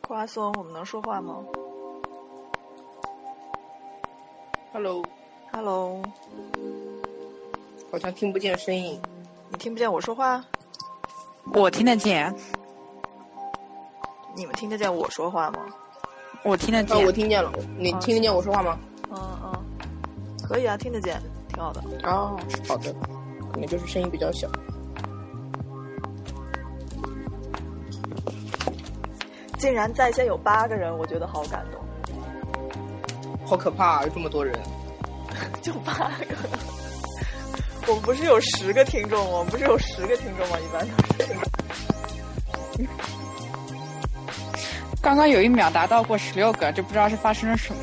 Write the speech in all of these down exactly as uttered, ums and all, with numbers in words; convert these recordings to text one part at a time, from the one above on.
瓜松，我们能说话吗 ？Hello，Hello， Hello 好像听不见声音。 你听不见我说话？ 我听得见。 你们听得见我说话吗？ 我听得见。 哦，我听见了。你听得见我说话吗？ 嗯嗯，可以啊，听得见，挺好的。 哦，好的，可能就是声音比较小。 竟然在线有八个人，我觉得好感动。 好可怕啊，有这么多人。 就八个。我们不是有十个听众吗？我们不是有十个听众吗？一般都是。 刚刚有一秒达到过十六个，就不知道是发生了什么。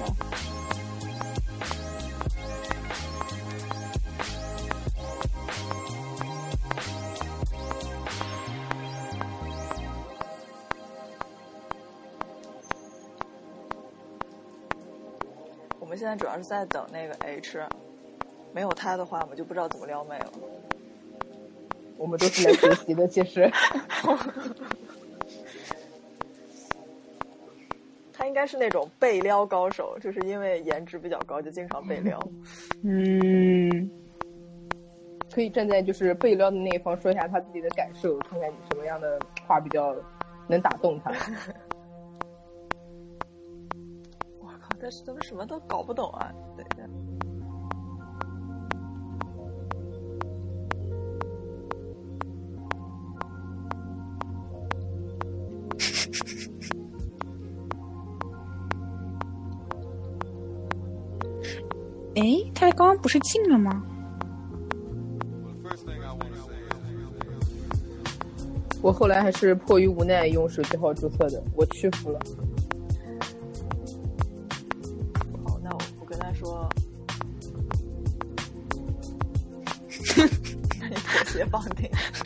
我们现在主要是在等那个 H， 没有他的话，我们就不知道怎么撩妹了。 我们都是来学习的，其实。 他应该是那种被撩高手，就是因为颜值比较高，就经常被撩。 嗯， 可以站在就是被撩的那一方说一下他自己的感受，看看你什么样的话比较能打动他。 我靠，但是怎么什么都搞不懂啊？对对。 哎，他刚刚不是进了吗？ 我后来还是迫于无奈用手机号注册的，我屈服了。 好，那我我跟他说，那你妥协绑定。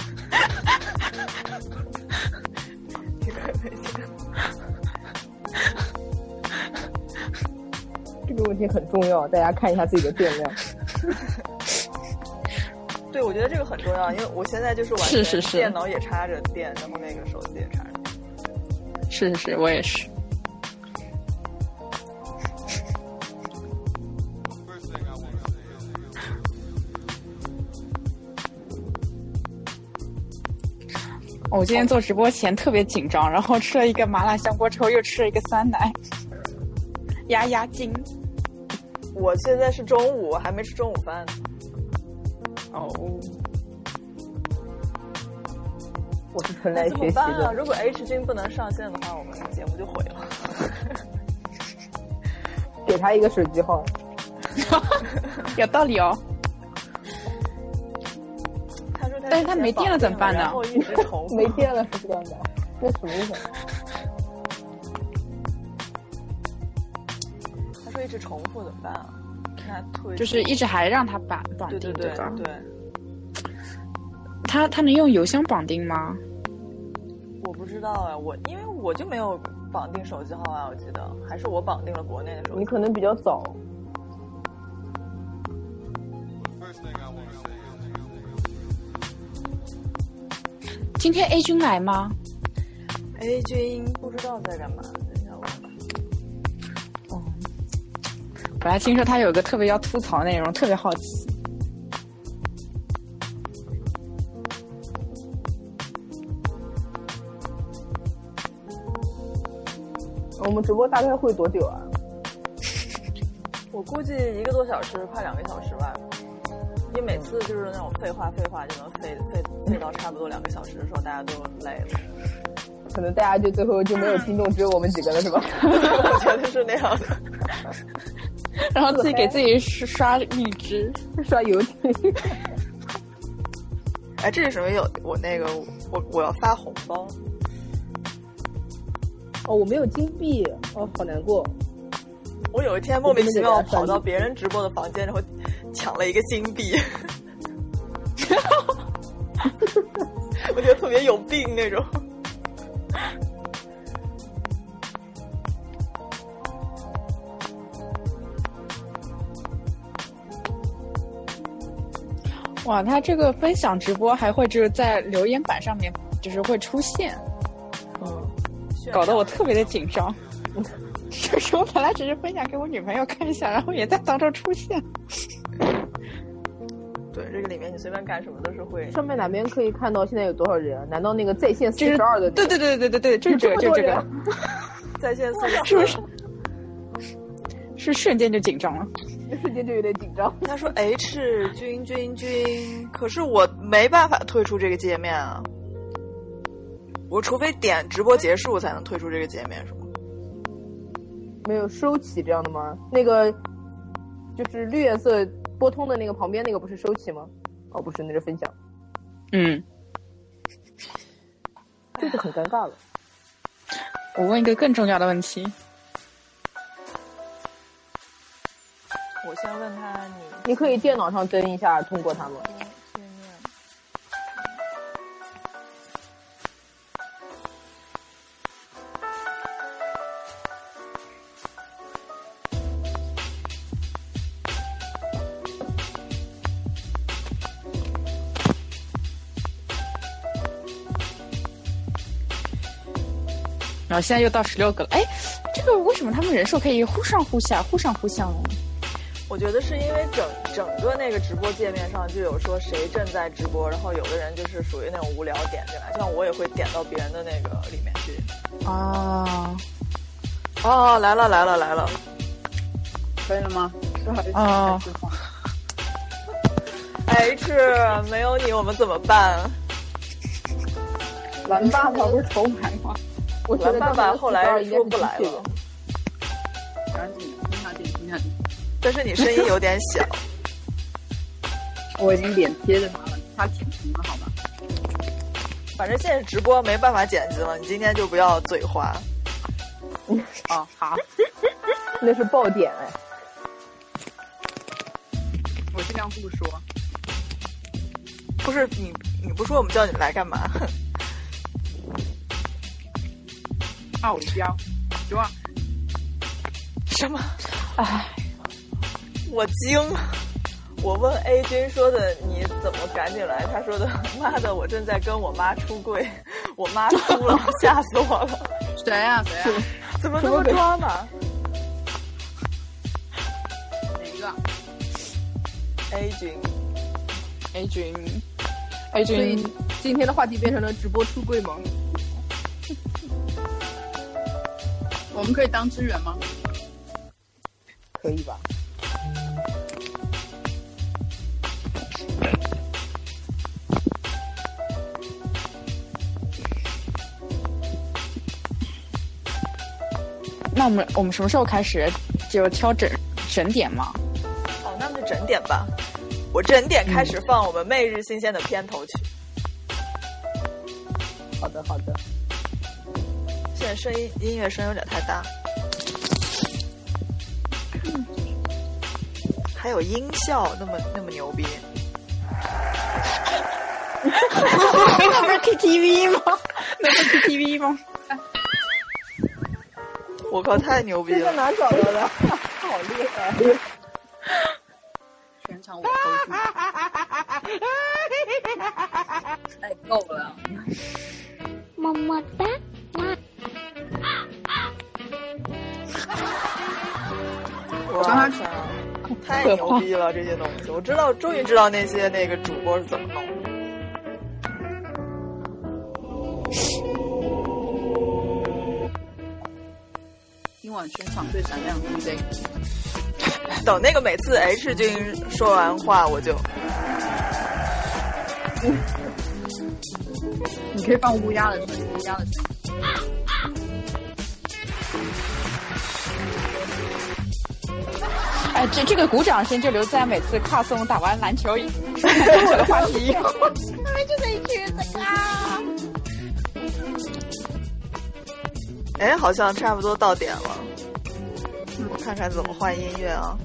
这个没这个。 这个问题很重要，大家看一下自己的电量。 对，我觉得这个很重要，因为我现在就是完全是是是电脑也插着电，然后那个手机也插着电。 是是是，我也是。我今天做直播前特别紧张，然后吃了一个麻辣香锅之后又吃了一个酸奶，压压惊。 我现在是中午，还没吃中午饭。 哦， 我是纯来学习怎么办啊？ 的。 如果 H 君不能上线的话，我们节目就毁了。 给他一个手机号。 有道理哦。 他说他但是他没电了怎么办呢？ 然后一直重复。 没电了是这样的，那什么意思？ 他说一直重复怎么办啊？那退就是一直还让他绑绑定， 对对对吧？ 对。 他他能用邮箱绑定吗？ 我不知道啊，我因为我就没有绑定手机号啊，我记得还是我绑定了国内的手机。 你可能比较早。 今天 A 君来吗 ？A 君不知道在干嘛，等一下我看。 哦，本来听说他有一个特别要吐槽的内容，特别好奇。 我们直播大概会多久啊？ 我估计一个多小时，快两个小时吧。因为每次就是那种废话废话就能废废废到差不多两个小时的时候，大家都累了。 可能大家就最后就没有听众，只有我们几个了，是吧？ 我觉得是那样的。 然后自己给自己刷荔枝、 刷游艇。 哎，这是什么有我那个我我要发红包。 哦，我没有金币，哦，好难过。 我有一天莫名其妙跑到别人直播的房间，然后抢了一个金币。我觉得特别有病那种。 哇，他这个分享直播还会就是在留言板上面就是会出现。 嗯， 搞得我特别的紧张。就是我本来只是分享给我女朋友看一下，然后也在当中出现。 对，这个里面你随便干什么都是会。 上面哪边可以看到现在有多少人？难道那个在线四十二的、那个？ 对对对对对对，就是这个，就是这个。 在线四十二， 是不是？是瞬间就紧张了， 瞬间就有点紧张。 他说 ：“H 君君君，可是我没办法退出这个界面啊，我除非点直播结束才能退出这个界面，是吗？” 没有收起这样的吗？那个就是绿颜色拨通的那个旁边那个不是收起吗？哦，不是，那是分享。 嗯， 这就很尴尬了。 我问一个更重要的问题。 我先问他你， 你可以电脑上登一下，通过他们。 然后现在又到十六个了，哎，这个为什么他们人数可以忽上忽下，忽上忽下呢？ 我觉得是因为整整个那个直播界面上就有说谁正在直播，然后有的人就是属于那种无聊点进来，像我也会点到别人的那个里面去。 啊， 哦，来了来了来了， 可以了吗？不好意思， 哦 ，H 没有你我们怎么办？ 蓝爸爸不是筹牌吗？ 我觉得蓝爸爸后来说不来了。 赶紧听下去，听下去。 但是你声音有点小。 我已经脸贴着他了，他挺平了，好吧？ 反正现在直播没办法剪辑了，你今天就不要嘴滑。 哦，好。 那是爆点哎。 我尽量不说。 不是你，你不说我们叫你来干嘛？ 傲娇，是吧？ 什么？ 唉， 我惊了。我问 A 君说的你怎么赶紧来，他说的妈的我正在跟我妈出柜，我妈哭了，吓死我了。 谁呀、啊、谁呀、 啊？怎么那么抓嘛？ 哪一个 ？A 君 ，A 君 ，A 君。 所以今天的话题变成了直播出柜吗？ 我们可以当支援吗？ 可以吧。 那我们我们什么时候开始就挑整整点嘛？ 哦，那么就整点吧。我整点开始放我们媚日新鲜的片头曲。 嗯、好的好的。 现在声音音乐声有点太大。嗯，还有音效那么那么牛逼。 那不是 K T V 吗？那是 K T V 吗？ 我靠，太牛逼了！ 这在哪找到的？好厉害！ 全场我都去。太够了！ 么么哒！ 哇塞，太牛逼了！这些东西，我知道，终于知道那些那个主播是怎么弄的。 今晚全场最闪亮 D J。 等那个每次 H 君说完话，我就， 嗯、你可以放乌鸦的声音，乌鸦的声音。 哎，这这个鼓掌声就留在每次卡松打完篮球以后的话题。 他们就在一群人在啊。 哎，好像差不多到点了。我看看怎么换音乐啊！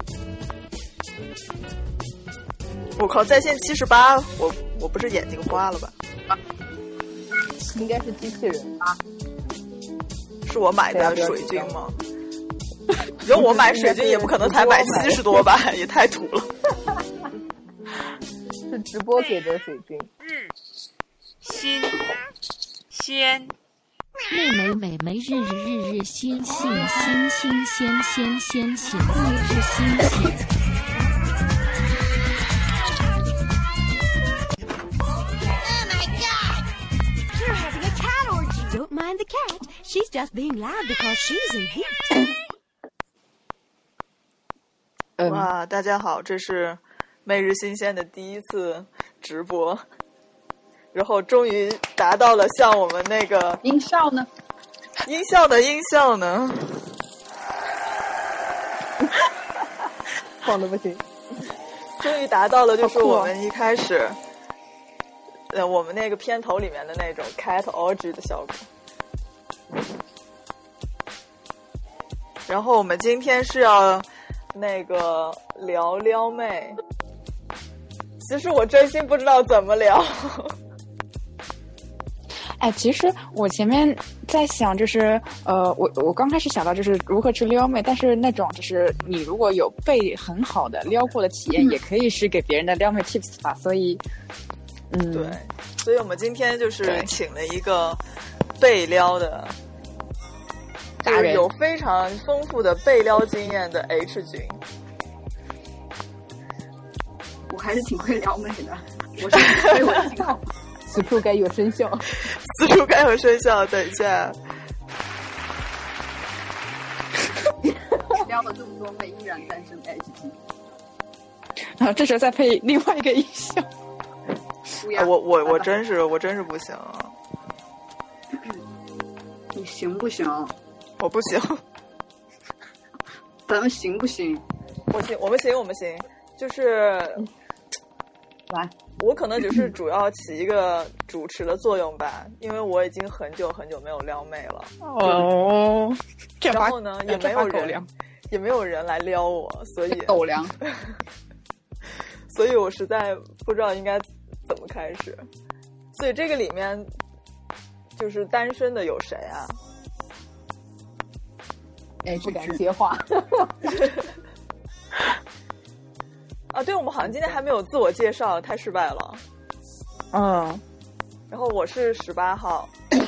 我靠，在线七十八，我我不是眼睛花了吧？ 应该是机器人啊。 是我买的水军吗？有我买水军也不可能才买七十多吧，也太土了。 是直播给的水军。 日新鲜妹妹妹妹日日日日星星星星仙仙仙仙妹日星星。 Don't mind the cat. She's just being loud because she's in heat. 哇，大家好，这是每日新鲜的第一次直播，然后终于达到了像我们那个音效呢？ 音效的音效呢？ 放的不行， 终于达到了，就是我们一开始。呃，我们那个片头里面的那种 cat orgy 的效果。然后我们今天是要那个聊撩妹，其实我真心不知道怎么聊。 哎，其实我前面在想，就是呃，我我刚开始想到就是如何去撩妹，但是那种就是你如果有被很好的撩过的体验，嗯、也可以是给别人的撩妹 tips 吧，所以。嗯， 对，所以我们今天就是请了一个被撩的，就是有非常丰富的被撩经验的 H 君。 我还是挺会撩妹的，我是被我信号。 此处该有声效， 此处该有声效。等一下， 撩了这么多妹，依然单身 H 君。 然后这时候再配另外一个音效。 哎、我我我真是我真是不行啊！ 你行不行？ 我不行。 咱们行不行？ 我行，我们行，我们行。就是来， 我可能只是主要起一个主持的作用吧，因为我已经很久很久没有撩妹了。 哦， 然后呢，也没有人，也没有人来撩我，所以狗粮。 所以我实在不知道应该怎么开始，所以这个里面就是单身的有谁啊？ 哎，不敢接话。 啊，对，我们好像今天还没有自我介绍，太失败了。 嗯， 然后我是十八号，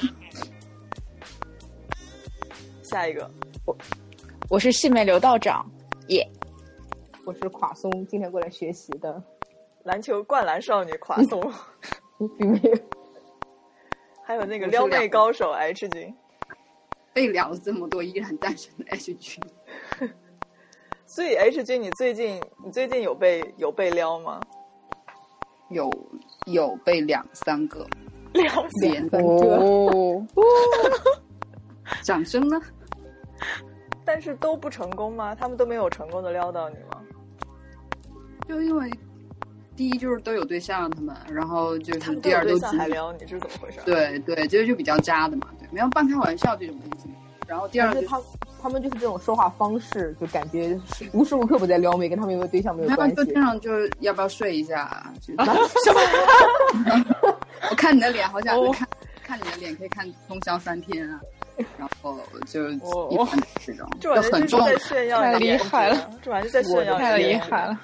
下一个， 我我是细妹刘道长，耶、yeah ， 我是垮松，今天过来学习的。 篮球灌篮少女垮松， 并没有。 还有那个撩妹高手 H 君， 被撩了这么多依然单身的 H 君。 所以 H 君，你最近你最近有被有被撩吗？ 有有被两三个， 两三个哦， 掌声呢？ 但是都不成功吗？他们都没有成功的撩到你吗？ 就因为。第一就是都有对象，他们，然后就是第二都直还撩你，这是怎么回事？ 对对，这就比较渣的嘛，对，没有半开玩笑这种东西。然后第二个、就是、 他他们就是这种说话方式，就感觉无时无刻不在撩妹，跟他们有没有对象没有关系。 就这样，就要不要睡一下？就啊、什么？我看你的脸，好想、哦、看看你的脸，可以看通宵三天啊。然后就一般的这种， 这玩意很重， 在炫耀， 太厉害了， 这玩意在炫耀， 太厉害了。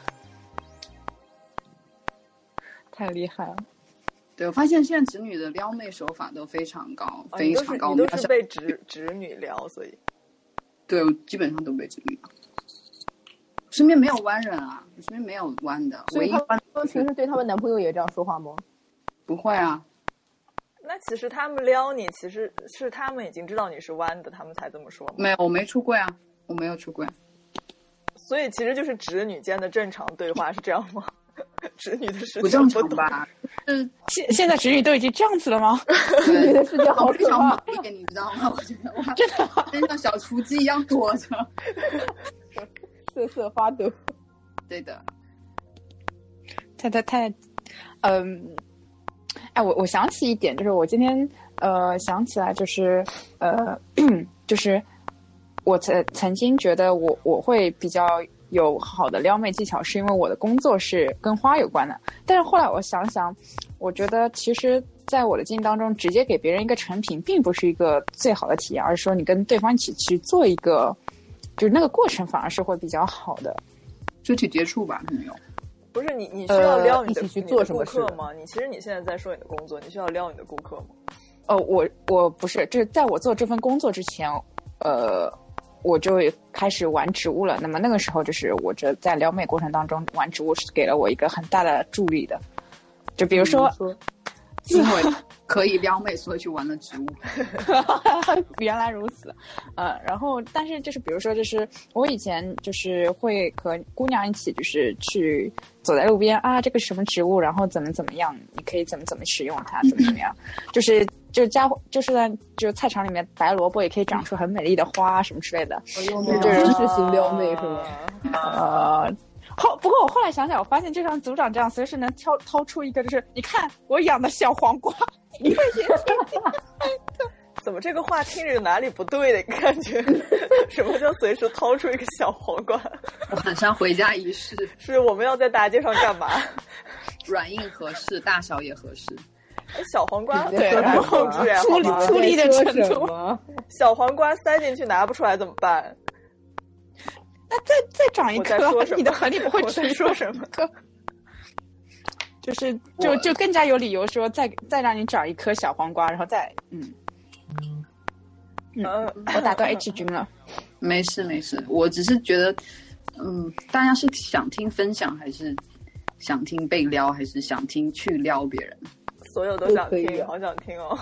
太厉害了！ 对，我发现现在直女的撩妹手法都非常高， 哦、 非常高。 你都是, 你都是被直直女撩，所以对，我基本上都被直女撩。身边没有弯人啊，我身边没有弯的。 所以他们平时对他们男朋友也这样说话吗？ 不会啊。 那其实他们撩你，其实是他们已经知道你是弯的，他们才这么说吗？ 没有，我没出柜啊，我没有出柜。 所以其实就是直女间的正常对话是这样吗？直女的事情不正常吧？ 嗯，现现在直女都已经这样子了吗？ 直女的世界好非常猛烈，你知道吗？我觉得哇， 真的真像小雏鸡一样躲着， 瑟瑟发抖。 对的， 太太太，嗯，哎，我我想起一点，就是我今天呃想起来，就是呃，就是我曾曾经觉得我我会比较。有好的撩妹技巧是因为我的工作是跟花有关的，但是后来我想想，我觉得其实在我的经历当中，直接给别人一个成品并不是一个最好的体验，而是说你跟对方一起去做一个，就是那个过程反而是会比较好的。 肢体接触吧，没有。 不是你，你需要撩你的、 呃、一起去做什么事吗？你其实你现在在说你的工作，你需要撩你的顾客吗？ 呃，我我不是，就是在我做这份工作之前，呃，我就开始玩植物了。那么那个时候，就是我这在撩妹过程当中玩植物是给了我一个很大的助力的。就比如说， 因为可以撩妹，所以去玩了植物。 原来如此，呃，然后但是就是比如说，就是我以前就是会和姑娘一起，就是去走在路边啊，这个什么植物，然后怎么怎么样，你可以怎么怎么使用它，怎么怎么样，就是就家就是在就菜场里面白萝卜也可以长出很美丽的花什么之类的， 就是知识型撩妹是吗？ 呃。后不过我后来想想，我发现就像组长这样，随时能挑掏出一个，就是你看我养的小黄瓜，你会也怎么这个话听着哪里不对的感觉？什么叫随时掏出一个小黄瓜？ 晚上回家仪式是我们要在大街上干嘛？ 软硬合适，大小也合适。 小黄瓜对， 很难控制呀， 粗粝粗粝的程度。 小黄瓜塞进去拿不出来怎么办？ 那再再长一颗，你的盆里不会只说什么？ 就是就就更加有理由说再再让你长一颗小黄瓜，然后再嗯嗯，我打断 H 君了。 没事没事，我只是觉得，嗯，大家是想听分享，还是想听被撩，还是想听去撩别人？ 所有都想听，好想听哦。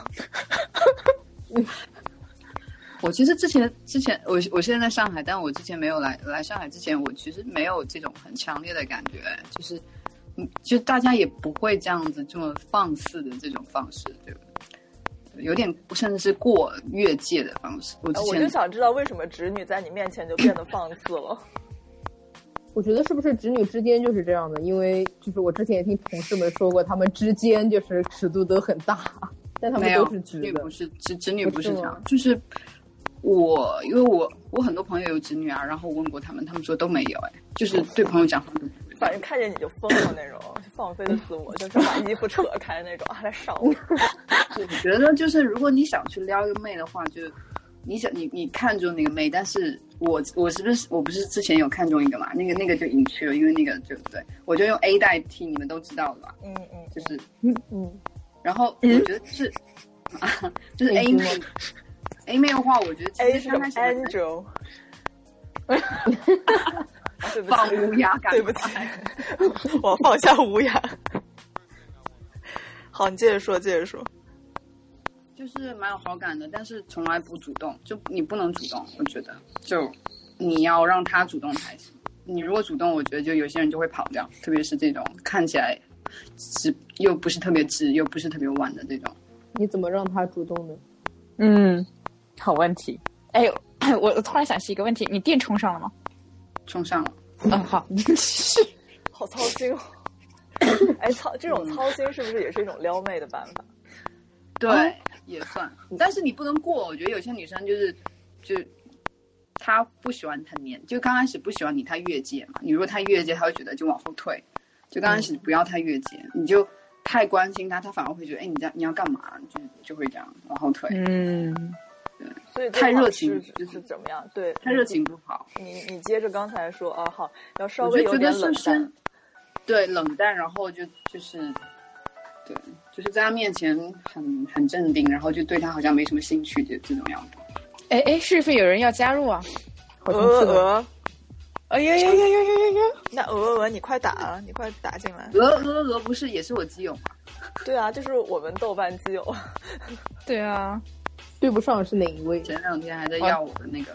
我其实之前之前我我现在在上海，但我之前没有来来上海之前，我其实没有这种很强烈的感觉，就是嗯，就大家也不会这样子这么放肆的这种方式，对吧？有点甚至是过越界的方式。我之前、 呃、我就想知道为什么直女在你面前就变得放肆了。 我觉得是不是直女之间就是这样的？因为就是我之前也听同事们说过，他们之间就是尺度都很大，但他们都是直的。 直女不是直直女不是这样，就是我因为我我很多朋友有直女啊，然后我问过他们，他们说都没有，哎，就是对朋友讲话都不会。 反正看见你就疯了那种，放飞的自我，就是把衣服扯开那种，啊，来上我。 我觉得就是如果你想去撩一个妹的话，就你想你你看中那个妹，但是我我是不是我不是之前有看中一个嘛？那个那个就隐去了，因为那个就对我就用 A 代替，你们都知道了吧？ 嗯嗯， 就是嗯嗯， 然后我觉得是、嗯、啊，就是 A 妹 A 妹的话，我觉得 A 是个 angel。对不起， 放无涯， 对不起，我放下无涯。好，你接着说，接着说。 就是蛮有好感的，但是从来不主动，就你不能主动，我觉得，就你要让他主动才行。你如果主动，我觉得就有些人就会跑掉，特别是这种看起来直又不是特别直又不是特别弯的这种。 你怎么让他主动呢？ 嗯，好问题。哎，我我突然想起一个问题，你电充上了吗？ 充上了。 嗯，好。 好操心哦。哎，操，这种操心是不是也是一种撩妹的办法？ 对，嗯、也算。但是你不能过，我觉得有些女生就是就她不喜欢很黏，就刚开始不喜欢你太越界嘛。你如果太越界，她会觉得就往后退。就刚开始不要太越界，嗯、你就太关心她，她反而会觉得，哎，你在你要干嘛？就就会这样往后退。 嗯。 对，所以太热情就是怎么样？对， 太热情不好。 你你接着刚才说啊，好，要稍微有点冷淡， 对，冷淡，然后就就是，对，就是在他面前很很镇定，然后就对他好像没什么兴趣，就这种样子。 哎哎，是不是有人要加入啊？ 鹅鹅， 哎呀呀呀呀呀呀呀！ 那鹅鹅，你快打啊，你快打进来。 鹅鹅鹅不是也是我基友吗？ 对啊，就是我们豆瓣基友。 对啊。 对不上是哪一位？ 前两天还在要我的那个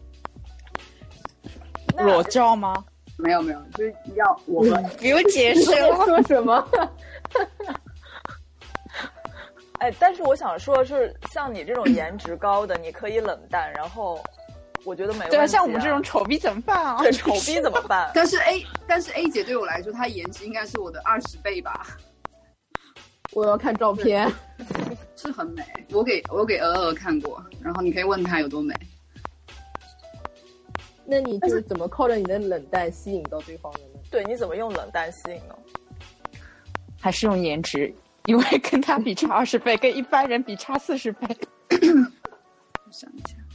裸照吗？ 没有没有，就是要我们给我解释说什么？ 哎，但是我想说的是，像你这种颜值高的，你可以冷淡，然后我觉得没问题、啊。 对啊，像我们这种丑逼怎么办啊？ 对，丑逼怎么办？ 但是 A， 但是 A 姐对我来说，她颜值应该是我的二十倍吧。 我要看照片， 是很美。我给我给鹅鹅看过，然后你可以问她有多美。 那你就是怎么靠着你的冷淡吸引到对方的呢？ 对，你怎么用冷淡吸引呢？ 还是用颜值？因为跟他比差二十倍，跟一般人比差四十倍。 我想一下，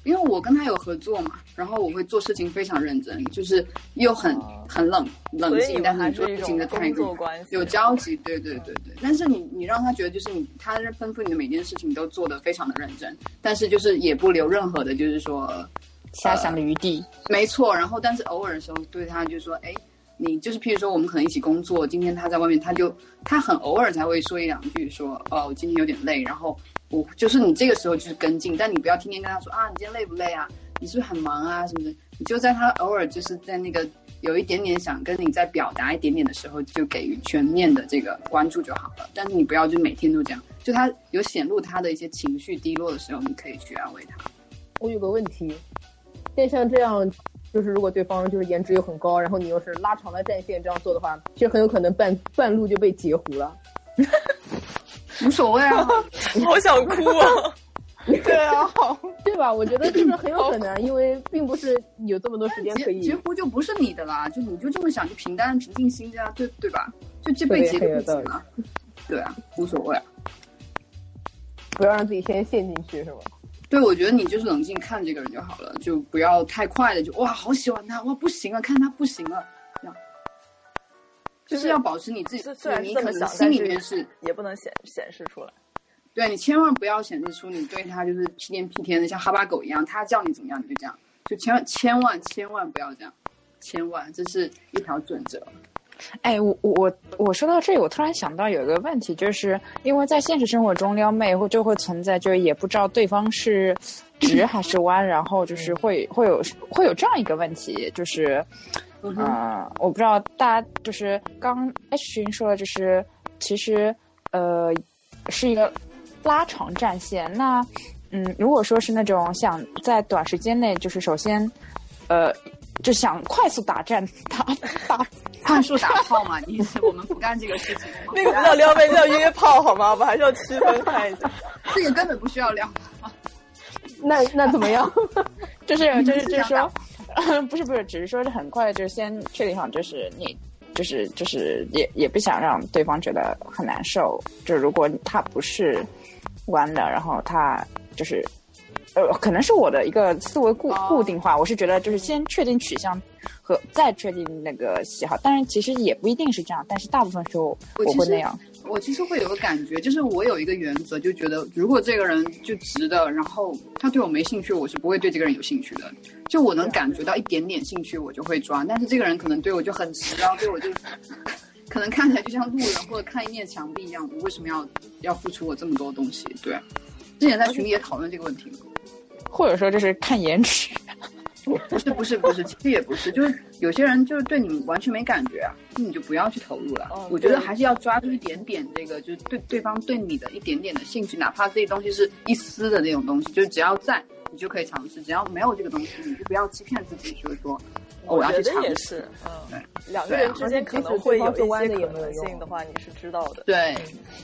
因为我跟他有合作嘛，然后我会做事情非常认真，就是又很很冷冷静，但是做事情的态度有交集，对对对对。但是你你让他觉得就是你他吩咐你的每件事情都做得非常的认真，但是就是也不留任何的就是说遐想的余地、 呃。没错，然后但是偶尔的时候对他就说，哎，你就是譬如说我们可能一起工作，今天他在外面，他就他很偶尔才会说一两句说，哦，我今天有点累，然后。我就是你这个时候就是跟进，但你不要天天跟他说啊，你今天累不累啊？你是不是很忙啊？什么的？你就在他偶尔就是在那个有一点点想跟你再表达一点点的时候，就给予全面的这个关注就好了。但是你不要就每天都这样，就他有显露他的一些情绪低落的时候，你可以去安慰他。 我有个问题，但像这样，就是如果对方就是颜值又很高，然后你又是拉长了战线这样做的话，其实很有可能半半路就被截胡了。 无所谓啊， 好想哭啊！ 对啊， 对吧？我觉得这个很有可能，因为并不是有这么多时间可以。 截胡就不是你的啦，就你就这么想，就平淡平静心这样，对对吧？就这被截就被截了，对啊，无所谓啊。 不要让自己先陷进去，是吗？ 对，我觉得你就是冷静看这个人就好了，就不要太快的就哇，好喜欢他，哇，不行了，看他不行了，这样。就是要保持你自己， 虽然你这么想， 心里面是也不能显显示出来。 对，你千万不要显示出你对他就是屁颠屁颠的，像哈巴狗一样，他叫你怎么样你就这样，就千万千万千万不要这样，千万，这是一条准则。 哎，我我我说到这里，我突然想到有一个问题，就是因为在现实生活中撩妹会就会存在，就是也不知道对方是直还是弯，然后就是会会有会有这样一个问题，就是。嗯、呃，我不知道大家就是刚 H 群说的，就是其实呃是一个拉长战线。那嗯，如果说是那种想在短时间内，就是首先呃就想快速打战打打快速打炮嘛，你是我们不干这个事情。 那个不叫撩妹，叫约炮好吗？我们还是要区分开一下。 这个根本不需要撩。 那那怎么样？ 就是就是就是说。不是不是，只是说是很快就先确定好，就是你就是就是也也不想让对方觉得很难受。就如果他不是弯的，然后他就是呃，可能是我的一个思维固固定化，我是觉得就是先确定取向和再确定那个喜好，当然其实也不一定是这样，但是大部分时候我会那样。 我其实会有个感觉，就是我有一个原则，就觉得如果这个人就直的，然后他对我没兴趣，我是不会对这个人有兴趣的。就我能感觉到一点点兴趣，我就会抓。但是这个人可能对我就很直，然后对我就可能看起来就像路人或者看一面墙壁一样，我为什么要要付出我这么多东西？对，之前在群里也讨论这个问题， 或者说就是看颜值。 不是不是不是，其实也不是，就是有些人就是对你完全没感觉啊，那你就不要去投入了。哦、我觉得还是要抓住一点点这个，就是对对方对你的一点点的兴趣，哪怕这些东西是一丝的那种东西，就是只要在，你就可以尝试；只要没有这个东西，你就不要欺骗自己，就是说、哦、我要去尝试。 也是，嗯，对，两个人之间可能会有一些可能性的话，你是知道的。 对，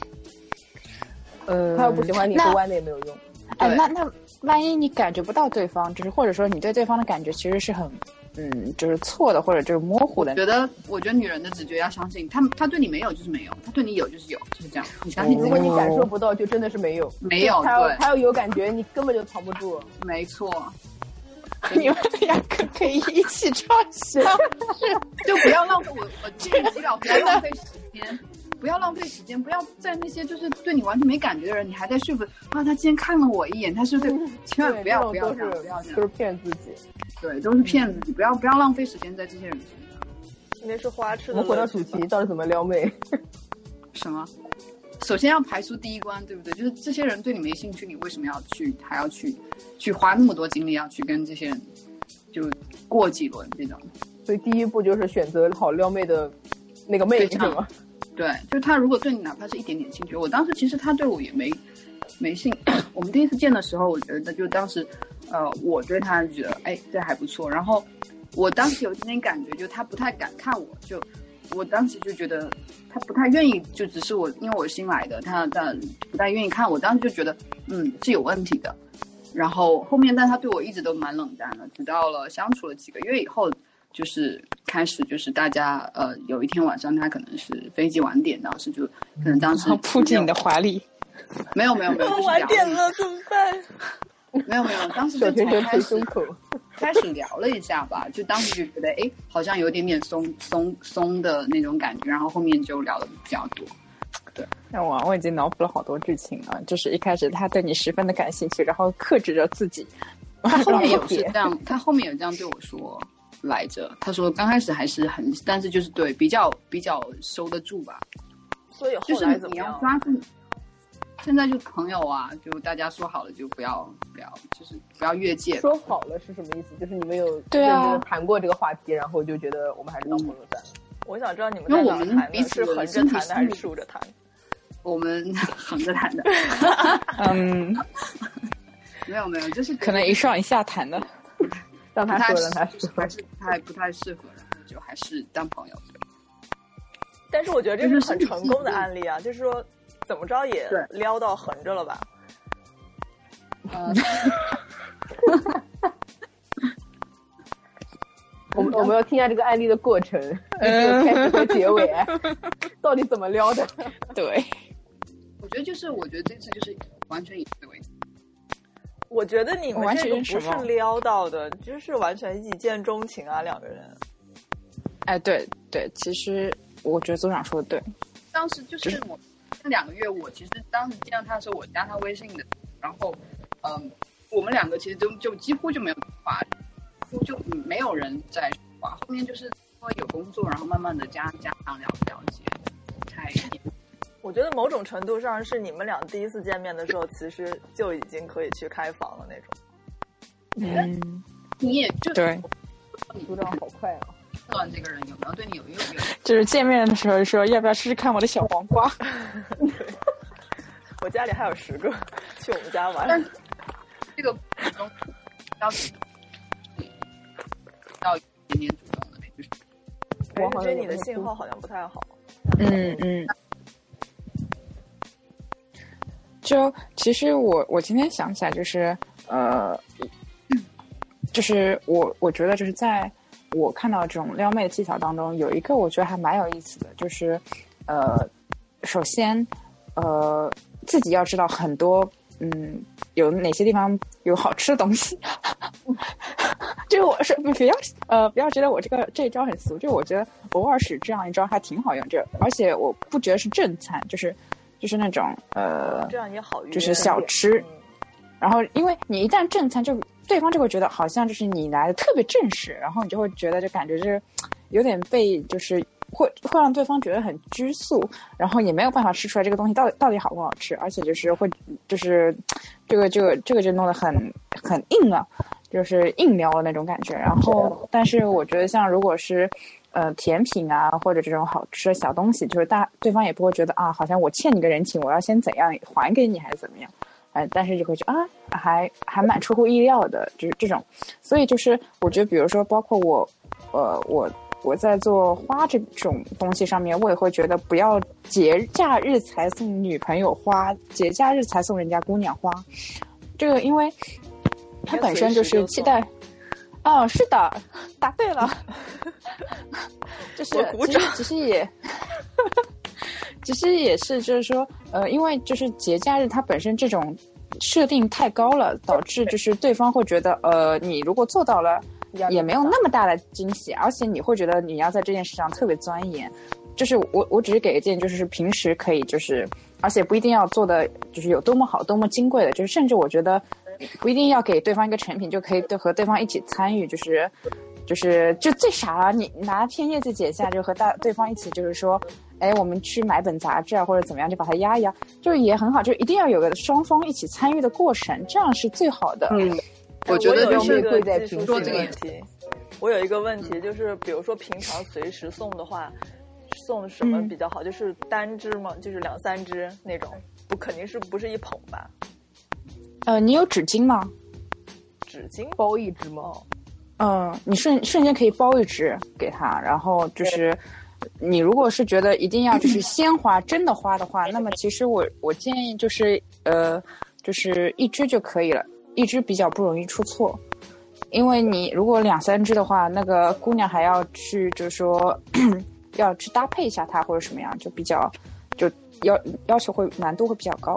呃，他要不喜欢你说弯的也没有用。 哎，那那万一你感觉不到对方，就是或者说你对对方的感觉其实是很，嗯，就是错的，或者就是模糊的。 我觉得，我觉得女人的直觉要相信，他他对你没有就是没有，他对你有就是有，就是这样。你相信自己。 如果你感受不到，就真的是没有。 没有， 他要对， 他要有感觉，你根本就藏不住。 没错。 你们两个可以一起唱下去， 就不要浪费我我建议基佬不要浪费时间。不要浪费时间，不要在那些就是对你完全没感觉的人，你还在说服啊，他今天看了我一眼，他是对，千万不要不要这样，不要这样， 都是骗自己， 对，都是骗自己，不要不要浪费时间在这些人身上。 那是花痴的。 我们回到主题，到底怎么撩妹？ 什么？首先要排除第一关，对不对？就是这些人对你没兴趣，你为什么要去还要去去花那么多精力要去跟这些人就过几轮这种？ 所以第一步就是选择好撩妹的那个妹，是吗？ 对，就是他如果对你哪怕是一点点兴趣，我当时其实他对我也没没兴。我们第一次见的时候，我觉得就当时，呃，我对他觉得，哎，这还不错。然后我当时有一点点感觉，就他不太敢看我，就我当时就觉得他不太愿意，就只是我因为我新来的，他他不太愿意看我。当时就觉得，嗯，是有问题的。然后后面，但他对我一直都蛮冷淡的，直到了相处了几个月以后。就是开始，就是大家呃，有一天晚上他可能是飞机晚点，当时就可能当时扑进你的怀里， 没有没有没有，就是、 晚点了怎么办？ 没有没有，当时就才开始开始聊了一下吧，就当时就觉得哎，好像有点点松松松的那种感觉，然后后面就聊的比较多。对， 那我我已经脑补了好多剧情了，就是一开始他对你十分的感兴趣，然后克制着自己。 他后面有是这样，他后面有这样对我说来着。他说刚开始还是很，但是就是对比较比较收得住吧。 所以后来怎么样？ 就是你要抓住。现在就朋友啊，就大家说好了，就不要不要，就是不要越界。 说好了是什么意思？就是你们有对啊谈过这个话题，然后就觉得我们还是当朋友算了。 嗯、我想知道你们在哪谈的，是横着谈的还是竖着谈？ 我们横着谈的。 嗯， 没有没有，就是可能一上一下谈的。 让他说，让他说， 还是不太不太适合，然后就还是当朋友。 但是我觉得这是很成功的案例啊，就是说。怎么着也撩到横着了吧？ 嗯， 我们我们要听一下这个案例的过程，嗯、开始和结尾，到底怎么撩的？ 对， 我觉得就是，我觉得这次就是完全以此为主。 我觉得你们这个不是撩到的，就是完全一见钟情啊，两个人。 哎，对对，其实我觉得组长说的对。 当时就是我。那两个月，我其实当时见到他的时候，我加他微信的，然后，嗯，我们两个其实都就几乎就没有话，就没有人在说话。后面就是因为有工作，然后慢慢的加加强了了解，才。 我觉得某种程度上是你们俩第一次见面的时候，其实就已经可以去开房了那种。 嗯， 你也就对， 组长好快啊！ 这个人有没有对你有用？ 就是见面的时候说要不要试试看我的小黄瓜？ 我家里还有十个，去我们家玩。 这个要要一点点主动的，就是我好像你的信号好像不太好。 嗯嗯。就其实我我今天想起来就是呃，就是我我觉得就是在。我看到这种撩妹的技巧当中，有一个我觉得还蛮有意思的，就是，呃，首先，呃，自己要知道很多，嗯，有哪些地方有好吃的东西。就是我是不要呃不要觉得我这个这一招很俗，就是我觉得偶尔使这样一招还挺好用，这而且我不觉得是正餐，就是就是那种呃这样也好约， 就是小吃。嗯、然后因为你一旦正餐就。对方就会觉得好像就是你来的特别正式，然后你就会觉得就感觉就是有点被就是会会让对方觉得很拘束，然后也没有办法吃出来这个东西到底到底好不好吃，而且就是会就是这个这个这个就弄得很很硬了，就是硬撩的那种感觉。然后但是我觉得像如果是呃甜品啊或者这种好吃的小东西，就是大对方也不会觉得啊好像我欠你个人情，我要先怎样还给你还是怎么样。呃，但是就会觉得啊，还还蛮出乎意料的，就是这种，所以就是我觉得，比如说，包括我，呃，我我在做花这种东西上面，我也会觉得不要节假日才送女朋友花，节假日才送人家姑娘花，这个因为它本身就是期待。哦，是的，答对了，就是其实其实也。其实也是，就是说，呃，因为就是节假日它本身这种设定太高了，导致就是对方会觉得，呃，你如果做到了，也没有那么大的惊喜，而且你会觉得你要在这件事上特别钻研。就是我我只是给个建议，就是平时可以就是，而且不一定要做的就是有多么好、多么金贵的，就是甚至我觉得不一定要给对方一个成品，就可以对和对方一起参与，就是。就是就最傻了，你拿片叶子剪下，就和大对方一起，就是说，哎，我们去买本杂志啊，或者怎么样，就把它压一压，就也很好，就一定要有个双方一起参与的过程，这样是最好的。 嗯， 我觉得就是会在技术性问题。我有一个问题，就是比如说平常随时送的话，送什么比较好？嗯、就是单支吗？就是两三支那种？不，肯定是不是一捧吧？ 呃，你有纸巾吗？ 纸巾包一支吗？ 嗯，你瞬瞬间可以包一支给他，然后就是你如果是觉得一定要就是鲜花真的花的话，那么其实我我建议就是呃就是一支就可以了，一支比较不容易出错，因为你如果两三支的话，那个姑娘还要去就是说要去搭配一下它或者什么样，就比较就要要求会难度会比较高。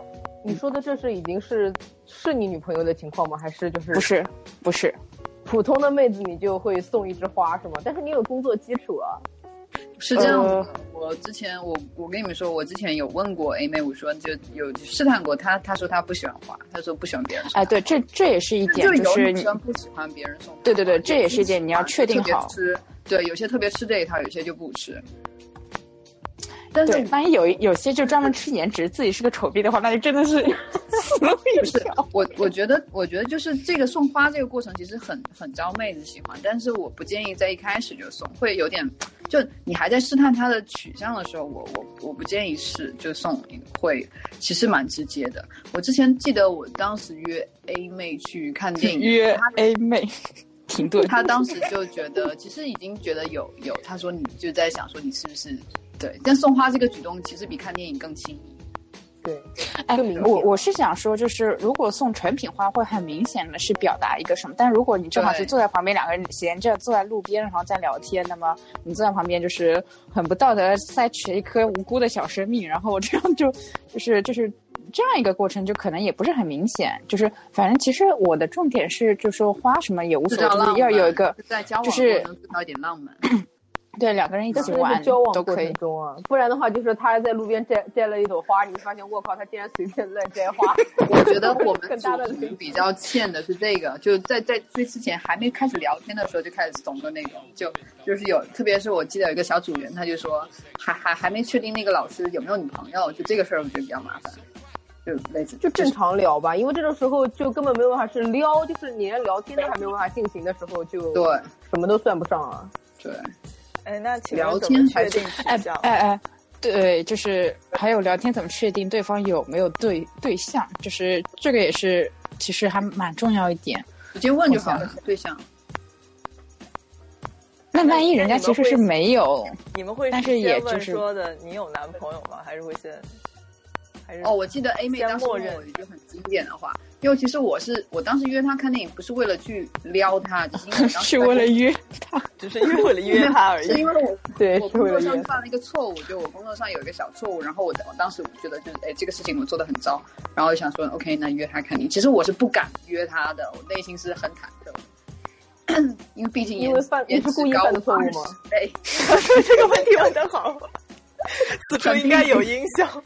你说的这是已经是是你女朋友的情况吗？还是就是不是不是普通的妹子你就会送一枝花是吗？但是你有工作基础啊。 是这样子的、呃、我之前我我跟你们说，我之前有问过 A 妹，我说就有试探过她，她说她不喜欢花，她说不喜欢别人送。 哎，对，这这也是一点， 就就是女生不喜欢别人送。 对对对，这也是一点，你要确定好。 吃，对，有些特别吃这一套，有些就不吃。但是万一有有些就专门吃颜值，自己是个丑逼的话，那就真的是死路一条。 我我觉得，我觉得就是这个送花这个过程其实很很招妹子喜欢，但是我不建议在一开始就送，会有点，就你还在试探她的取向的时候，我我我不建议试就送，会其实蛮直接的。我之前记得我当时约 A 妹去看电影， 约 A 妹。挺对， 他当时就觉得，其实已经觉得有有，他说你就在想说你是不是对，但送花这个举动其实比看电影更轻易。 对， 哎，我我是想说，就是如果送成品花，会很明显的是表达一个什么，但如果你正好是坐在旁边，两个人闲着坐在路边，然后在聊天，那么你坐在旁边就是很不道德，塞取一颗无辜的小生命，然后这样就就是就是。这样一个过程就可能也不是很明显，就是反正其实我的重点是，就是说花什么也无所谓，就是要有一个在交往就是能制造一点浪漫， 对，两个人一起玩交往都可以中啊，不然的话就是他在路边摘摘了一朵花，你会发现我靠，他竟然随便乱摘花。 我觉得我们很大的比较欠的是这个，就在在最之前还没开始聊天的时候就开始怂的那种，就就是有，特别是我记得有一个小组员，他就说还还还没确定那个老师有没有女朋友，就这个事儿我觉得比较麻烦。就类似就正常聊吧，因为这种时候就根本没有办法是撩，就是你连聊天都还没有办法进行的时候，就对什么都算不上啊。 对， 哎，那请聊天确定哎哎哎，对，就是还有聊天怎么确定对方有没有对对象，就是这个也是其实还蛮重要一点。 直接问就好了，对象。 那万一人家其实是没有， 你们会但是也就是说的你有男朋友吗？还是会先？ 哦，我记得 A 妹当时问我一句很经典的话，因为其实我是我当时约她看电影不是为了去撩她，只是因为我当时是为了约她， 只是为了约她而已。 是因为我对我工作上犯了一个错误，就我工作上有一个小错误，然后我我当时觉得就是哎这个事情我做得很糟，然后我就想说 OK 那约她看电影，其实我是不敢约她的，我内心是很忐忑，因为毕竟因为犯你是故意犯的错误吗？ 对， 这个问题问得好，此处应该有音效。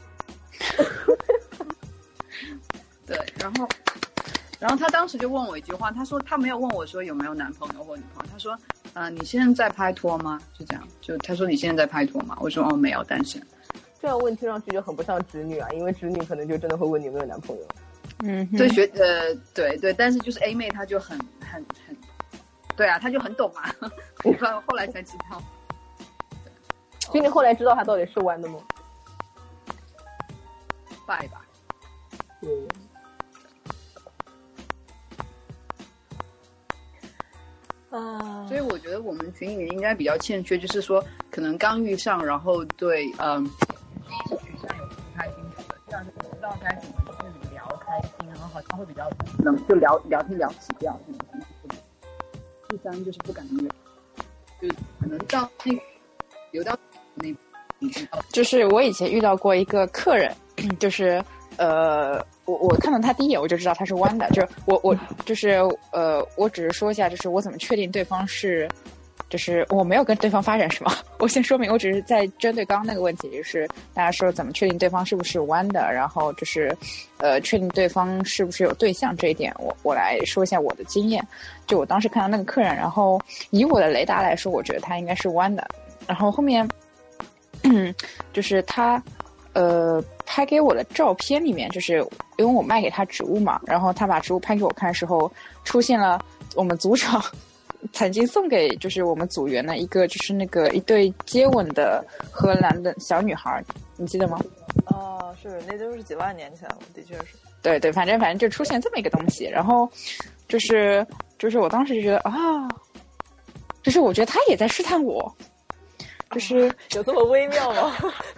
对，然后，然后他当时就问我一句话，他说他没有问我说有没有男朋友或女朋友，他说，啊、呃，你现在在拍拖吗？就这样，就他说你现在在拍拖吗？我说哦，没有，单身。 这样问听上去就很不像直女啊，因为直女可能就真的会问你有没有男朋友。 嗯， 对，学呃，对对，但是就是 A 妹她就很很很，对啊，她就很懂啊，我后来才知道。 所以你后来知道她到底是弯的吗？ 拜吧。 嗯。 啊， 所以我觉得我们群里面应该比较欠缺，就是说可能刚遇上，然后对，嗯，第一是取向有不太清楚的，第二是不知道该怎么去聊开心，然后好像会比较能就聊聊天聊起掉这种东西。第三就是不敢约，就可能到那个留到那， 就是我以前遇到过一个客人，就是呃。我我看到他第一眼我就知道他是弯的，就是我我就是呃，我只是说一下，就是我怎么确定对方是，就是我没有跟对方发展什么，我先说明，我只是在针对刚刚那个问题，就是大家说怎么确定对方是不是弯的，然后就是呃，确定对方是不是有对象这一点，我我来说一下我的经验。就我当时看到那个客人，然后以我的雷达来说，我觉得他应该是弯的，然后后面，嗯，就是他。呃，拍给我的照片里面，就是因为我卖给他植物嘛，然后他把植物拍给我看的时候，出现了我们组长曾经送给就是我们组员的一个就是那个一对接吻的荷兰的小女孩，你记得吗？ 哦，是，那都是几万年前了，的确是。 对对，反正反正就出现这么一个东西，然后就是就是我当时就觉得啊，就是我觉得他也在试探我。就是有这么微妙吗？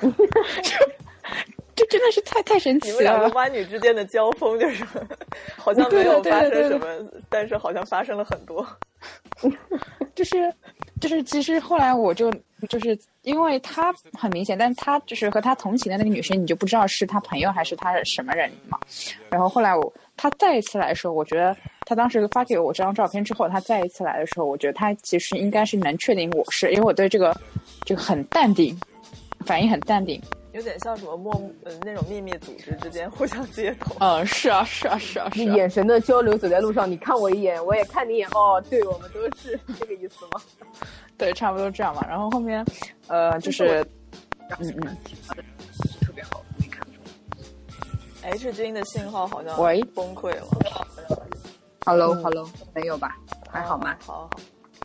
这真的是太太神奇了！ 你们两个弯女之间的交锋，就是好像没有发生什么，但是好像发生了很多。 就是就是其实后来我就就是因为他很明显，但是他就是和他同行的那个女生，你就不知道是他朋友还是他什么人嘛。然后后来我他再一次来的时候，我觉得他当时发给我这张照片之后，他再一次来的时候，我觉得他其实应该是能确定我是，因为我对这个这个很淡定，反应很淡定。 有点像什么默呃那种秘密组织之间互相接头。 嗯，是啊，是啊，是啊，是啊。 眼神的交流，走在路上，你看我一眼，我也看你一眼。哦，对，我们都是这个意思吗？ 对，差不多这样嘛。然后后面，呃，就是，嗯嗯， 特别好，没看出。 H 君的信号好像喂崩溃了。 Hello Hello，、嗯、没有吧？还好吗？ 好好好。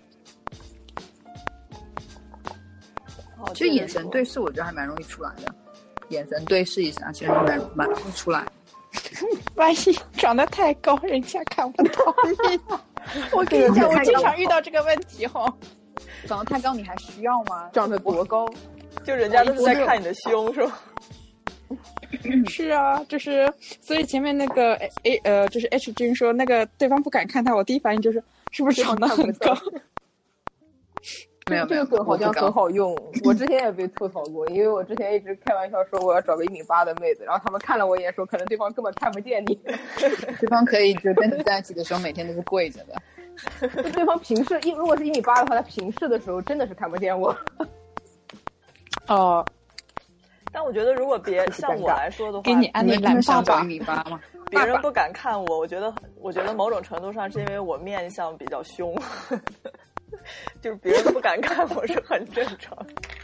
其实眼神对视，我觉得还蛮容易出来的。眼神对视一下，其实蛮蛮容易出来。 万一长得太高，人家看不到你。我跟你讲，我经常遇到这个问题哈。 长得太高，你还需要吗？ 长得多高？ 就人家都是在看你的胸，是吧？ 是啊，就是所以前面那个 A 呃，就是 H 君说那个对方不敢看他，我第一反应就是是不是长得很高？ 没有，这个梗好像很好用。我之前也被吐槽过，因为我之前一直开玩笑说我要找个一米八的妹子，然后他们看了我一眼说，可能对方根本看不见你。 对方可以就跟你在一起的时候每天都是跪着的。 对方平视，一如果是一米八的话，他平视的时候真的是看不见我。 哦、呃， 但我觉得如果别像我来说的话， 给你安利蓝爸爸一米八吗？ 别人不敢看我，我觉得我觉得某种程度上是因为我面相比较凶。就是别人不敢看我是很正常，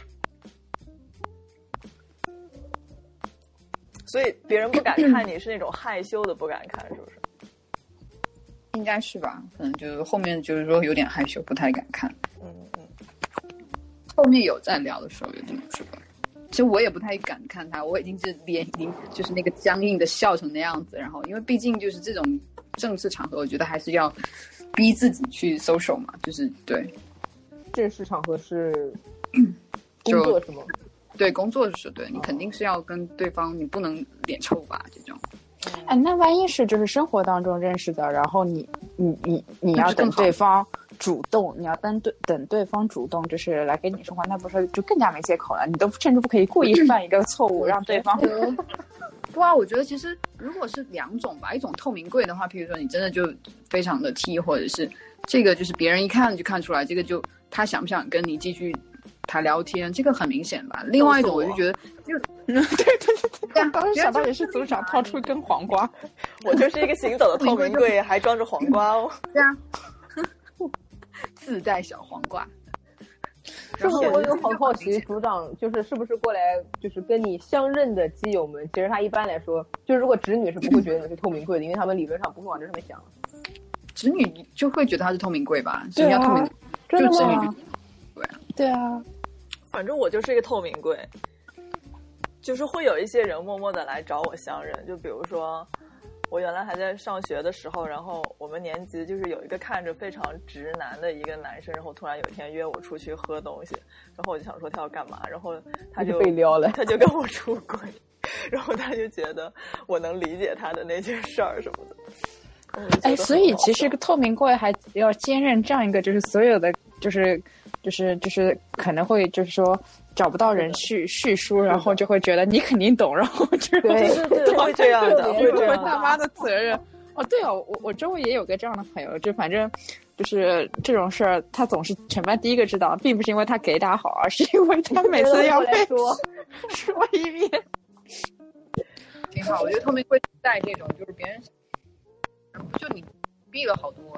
所以别人不敢看你是那种害羞的不敢看，是不是？ 应该是吧，可能就是后面就是说有点害羞，不太敢看。 嗯嗯。 后面有在聊的时候有这么说，其实我也不太敢看他，我已经是脸已经就是那个僵硬的笑成那样子，然后因为毕竟就是这种正式场合，我觉得还是要逼自己去 social 嘛，就是对。 正式场合是工作是吗？ 对，工作是对，你肯定是要跟对方，你不能脸臭吧这种。 哎，那万一是就是生活当中认识的，然后你你你你要等对方主动，你要等对等对方主动，就是来跟你说话，那不是就更加没借口了？你都甚至不可以故意犯一个错误让对方。 对啊，我觉得其实如果是两种吧，一种透明柜的话，譬如说你真的就非常的 T， 或者是这个就是别人一看就看出来，这个就他想不想跟你继续谈聊天，这个很明显吧。另外一种我就觉得就对对对对，当时想到也是组长掏出一根黄瓜， 我就是一个行走的透明柜，还装着黄瓜哦。 对啊，自带小黄瓜。 是不是我有很好奇，组长就是是不是过来就是跟你相认的基友们，其实他一般来说，就如果直女是不会觉得你是透明柜的，因为他们理论上不会往这上面想。 直女就会觉得他是透明柜吧？ 对啊， 透明真的吗？ 就直女对啊， 对啊， 反正我就是一个透明柜，就是会有一些人默默的来找我相认，就比如说。我原来还在上学的时候，然后我们年级就是有一个看着非常直男的一个男生，然后突然有一天约我出去喝东西，然后我就想说他要干嘛，然后他就被撩了， 他就跟我出轨，然后他就觉得我能理解他的那件事儿什么的。 哎，所以其实个透明柜还要兼任这样一个，就是所有的，就是就是就是可能会就是说。找不到人叙叙述，然后就会觉得你肯定懂，然后就对对对， 会这样的，会这样他妈的责任。哦，对哦，我我周围也有个这样的朋友，就反正就是这种事儿，他总是全班第一个知道，并不是因为他给打好，而是因为他每次要被说说一遍。 挺好，我觉得透明会带这种，就是别人就你避了好多，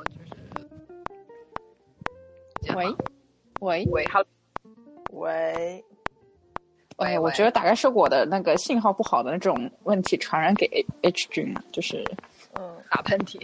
就是喂喂喂，好。 喂， 哎，我觉得大概是我的那个信号不好的那种问题传染给 H 君了，就是嗯打喷嚏。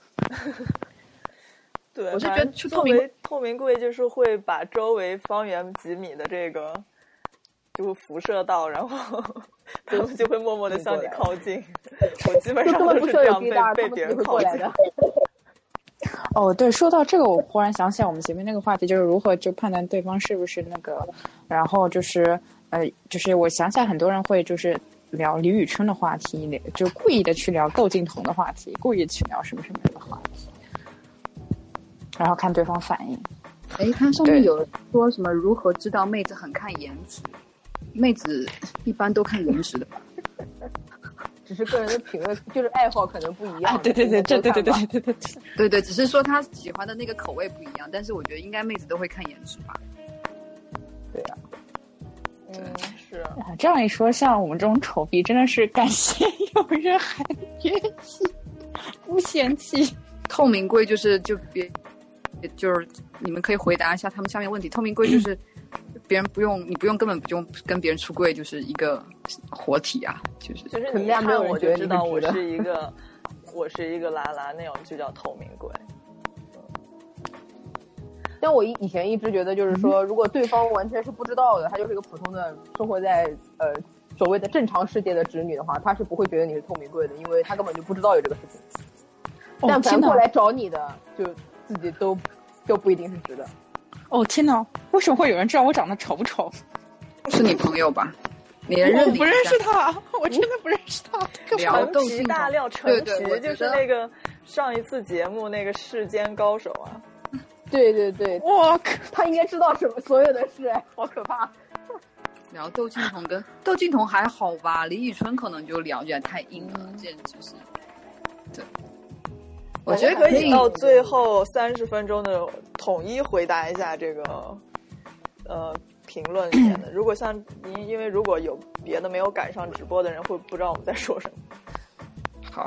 对， 我是觉得透明透明柜就是会把周围方圆几米的这个就会辐射到，然后他们就会默默的向你靠近。我基本上都是这样被被别人靠近。 哦，对，说到这个，我忽然想起来我们前面那个话题，就是如何就判断对方是不是那个，然后就是呃，就是我想起来很多人会就是聊李宇春的话题，就故意的去聊窦靖童的话题，故意去聊什么什么的话题，然后看对方反应。 哎，看上面有说什么如何知道妹子很看颜值，妹子一般都看颜值的吧？ 只是个人的品味，就是爱好可能不一样。 啊、对对对，对对对对对对对对对，只是说他喜欢的那个口味不一样，但是我觉得应该妹子都会看颜值吧。 对呀、 啊，嗯，是啊。这样一说，像我们这种丑逼，真的是感谢有人还愿意不嫌弃。 透明柜就是就别，就是你们可以回答一下他们下面问题。透明柜就是别人不用，你不用根本不用跟别人出柜，就是一个活体啊，就是就是你一看我就知道我是一个我是一个拉拉那种，就叫透明柜。 但我以前一直觉得，就是说，如果对方完全是不知道的，他就是一个普通的生活在呃所谓的正常世界的直女的话，他是不会觉得你是透明柜的，因为他根本就不知道有这个事情。 哦、 但反过来找你的，就自己都都不一定是直的。 哦天哪！为什么会有人知道我长得丑不丑？ 是你朋友吧？你认我不认识他，我真的不认识他。 陈皮大料，陈皮就是那个上一次节目那个世间高手啊。 对对对， 我靠， 他应该知道什么所有的事，好可怕。 聊窦靖童跟窦靖童还好吧，李宇春可能就聊起来太硬了，这就是对。 我觉得可以到最后三十分钟的统一回答一下这个呃评论里面的。如果像因因为如果有别的没有赶上直播的人，会不知道我们在说什么。 好，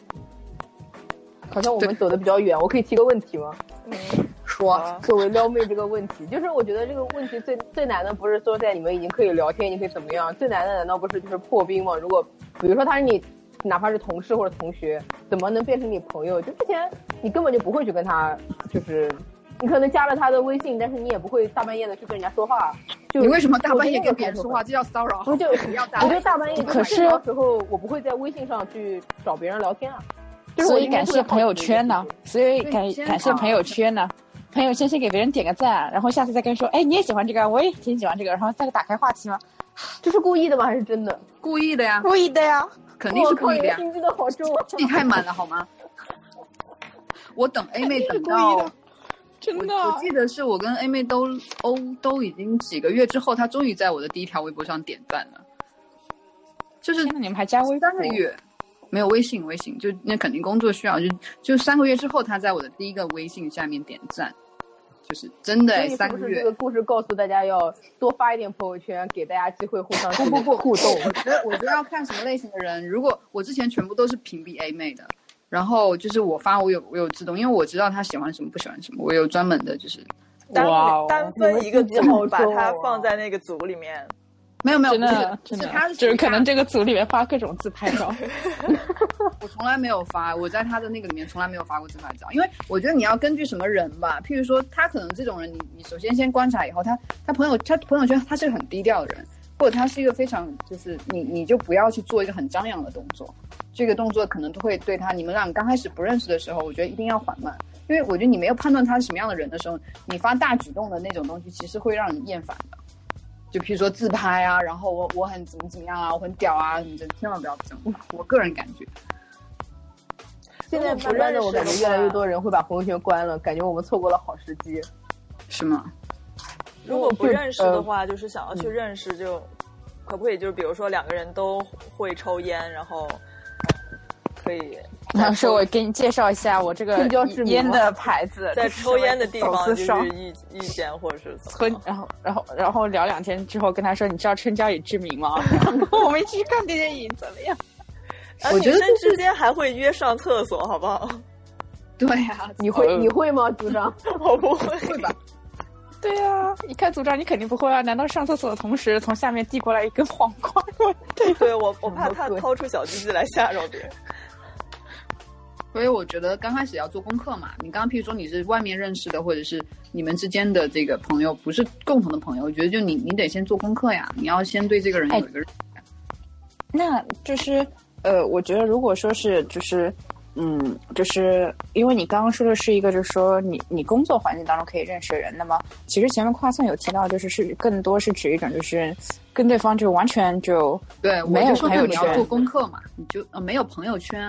好像我们走的比较远，我可以提个问题吗？ 嗯， 说作为撩妹这个问题，就是我觉得这个问题最最难的不是说在你们已经可以聊天，你可以怎么样？最难的难道不是就是破冰吗？如果比如说他是你。哪怕是同事或者同学，怎么能变成你朋友？就之前你根本就不会去跟他，就是你可能加了他的微信，但是你也不会大半夜的去跟人家说话。就你为什么大半夜跟别人说话？这叫骚扰。 不就不要大？我就大半夜，可是正常时候我不会在微信上去找别人聊天啊。就是、 所以感谢朋友圈呢，所以感感谢朋友圈呢。朋友圈先给别人点个赞，然后下次再跟说，哎，你也喜欢这个，我也挺喜欢这个，然后再打开话题吗？ 这是故意的吗？还是真的？ 故意的呀， 故意的呀。 肯定是故意的呀！ 心机的好重啊， 气太满了好吗？我等 A 妹等到， 真的我，我记得是我跟 A 妹都都都已经几个月之后，她终于在我的第一条微博上点赞了。就是你们还加微三个月，没有微信，微信就那肯定工作需要，就就三个月之后，她在我的第一个微信下面点赞。就是真的三个月。 是不是这个故事告诉大家要多发一点朋友圈，给大家机会互相不不不互动？ 我觉得我觉得要看什么类型的人。如果我之前全部都是屏蔽 A 妹的，然后就是我发我有我有自动，因为我知道她喜欢什么不喜欢什么，我有专门的就是单单分一个组，把它放在那个组里面。 没有没有， 真的是他就是可能这个组里面发各种自拍照。 我从来没有发，我在他的那个里面从来没有发过自拍照，因为我觉得你要根据什么人吧，譬如说他可能这种人，你你首先先观察以后，他他朋友他朋友圈他是个很低调的人，或者他是一个非常就是你你就不要去做一个很张扬的动作，这个动作可能都会对他你们俩刚开始不认识的时候，我觉得一定要缓慢，因为我觉得你没有判断他是什么样的人的时候，你发大举动的那种东西，其实会让人厌烦的。就譬如说自拍啊，然后我我很怎么怎么样啊，我很屌啊，你这千万不要这种。我个人感觉， 现在慢慢的，我感觉越来越多人会把朋友圈关了，感觉我们错过了好时机， 是吗？ 如果不认识的话，就是想要去认识就，就可不可以就是比如说两个人都会抽烟，然后可以。 老师，我给你介绍一下我这个烟的牌子， 在抽烟的地方就是遇遇见或者是怎么， 然后然后然后聊两天之后跟他说，你知道春娇与志明吗？然后我们一起去看电影，怎么样？ 我觉得女生之间还会约上厕所，好不好？ 对呀、啊， 你会你会吗，组长？ 我不会， 会吧？ 对呀、啊，你看组长，你肯定不会啊！难道上厕所的同时从下面递过来一根黄瓜？ 对对，我我怕他掏出小鸡鸡来吓着别人。 所以我觉得刚开始要做功课嘛。你刚刚譬如说你是外面认识的，或者是你们之间的这个朋友不是共同的朋友，我觉得就你你得先做功课呀，你要先对这个人有一个认识、哎。 那就是呃，我觉得如果说是就是嗯，就是因为你刚刚说的是一个，就是说你你工作环境当中可以认识的人，那么其实前面夸算有提到，就是是更多是指一种就是跟对方就完全就对没有朋友圈， 你要做功课嘛，你就呃没有朋友圈啊。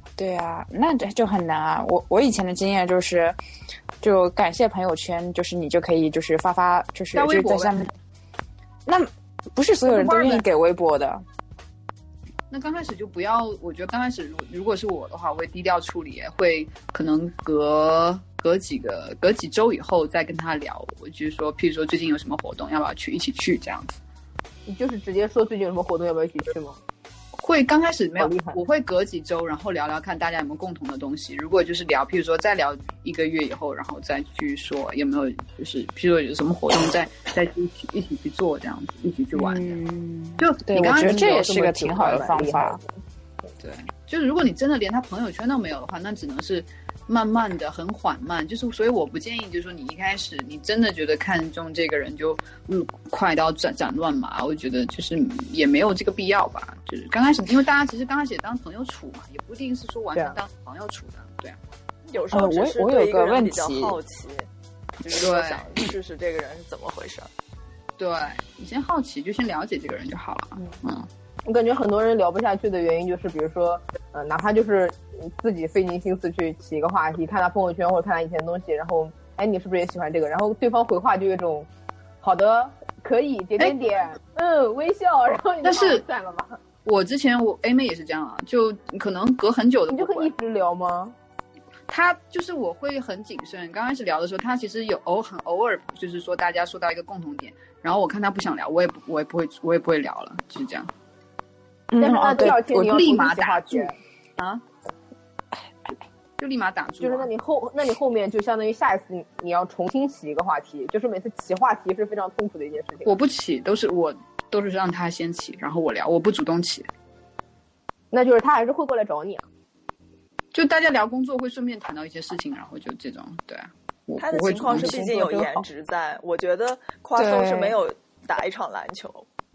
对啊，那这就很难啊。我我以前的经验就是，就感谢朋友圈，就是你就可以就是发发，就是就是在下面。那不是所有人都愿意给微博的。 那刚开始就不要，我觉得刚开始如如果是我的话，我会低调处理，会可能隔隔几个隔几周以后再跟他聊。我就是说，譬如说最近有什么活动，要不要去一起去这样子。 你就是直接说最近有什么活动，要不要一起去吗？ 会刚开始没有，我会隔几周，然后聊聊看大家有没有共同的东西。如果就是聊，譬如说再聊一个月以后，然后再去说有没有，就是譬如说有什么活动再再一起一起去做这样子，一起去玩。嗯，就对，我觉得这也是个挺好的方法。 对，就是如果你真的连他朋友圈都没有的话，那只能是慢慢的、很缓慢。就是所以我不建议，就是说你一开始你真的觉得看中这个人就嗯快刀斩斩乱麻，我觉得就是也没有这个必要吧。就是刚开始，因为大家其实刚开始也当朋友处嘛，也不一定是说完全当朋友处的，对啊。 有时候只是对一个人比较好奇，就是说想试试这个人是怎么回事。 对，你先好奇，就先了解这个人就好了。嗯。嗯我感觉很多人聊不下去的原因就是，比如说，呃，哪怕就是自己费尽心思去起一个话题，看他朋友圈或者看他以前的东西，然后，哎，你是不是也喜欢这个？然后对方回话就有一种，好的，可以，点点点，嗯，微笑，然后你就散了吧。 我之前我 A 妹也是这样啊，就可能隔很久的， 你就可以一直聊吗？ 他就是我会很谨慎，刚开始聊的时候，他其实有偶很偶尔，就是说大家说到一个共同点，然后我看他不想聊，我也不我也不会我也不会聊了，就是这样。 但是那第二天你要立马打住啊，就立马打住、啊。 就是那你后那你后面就相当于下一次你你要重新起一个话题，就是每次起话题是非常痛苦的一件事情。 我不起，都是我都是让他先起，然后我聊，我不主动起。 那就是他还是会过来找你啊。 就大家聊工作会顺便谈到一些事情，然后就这种对啊。 他的情况是毕竟有颜值在，我觉得夸松是没有打一场篮球。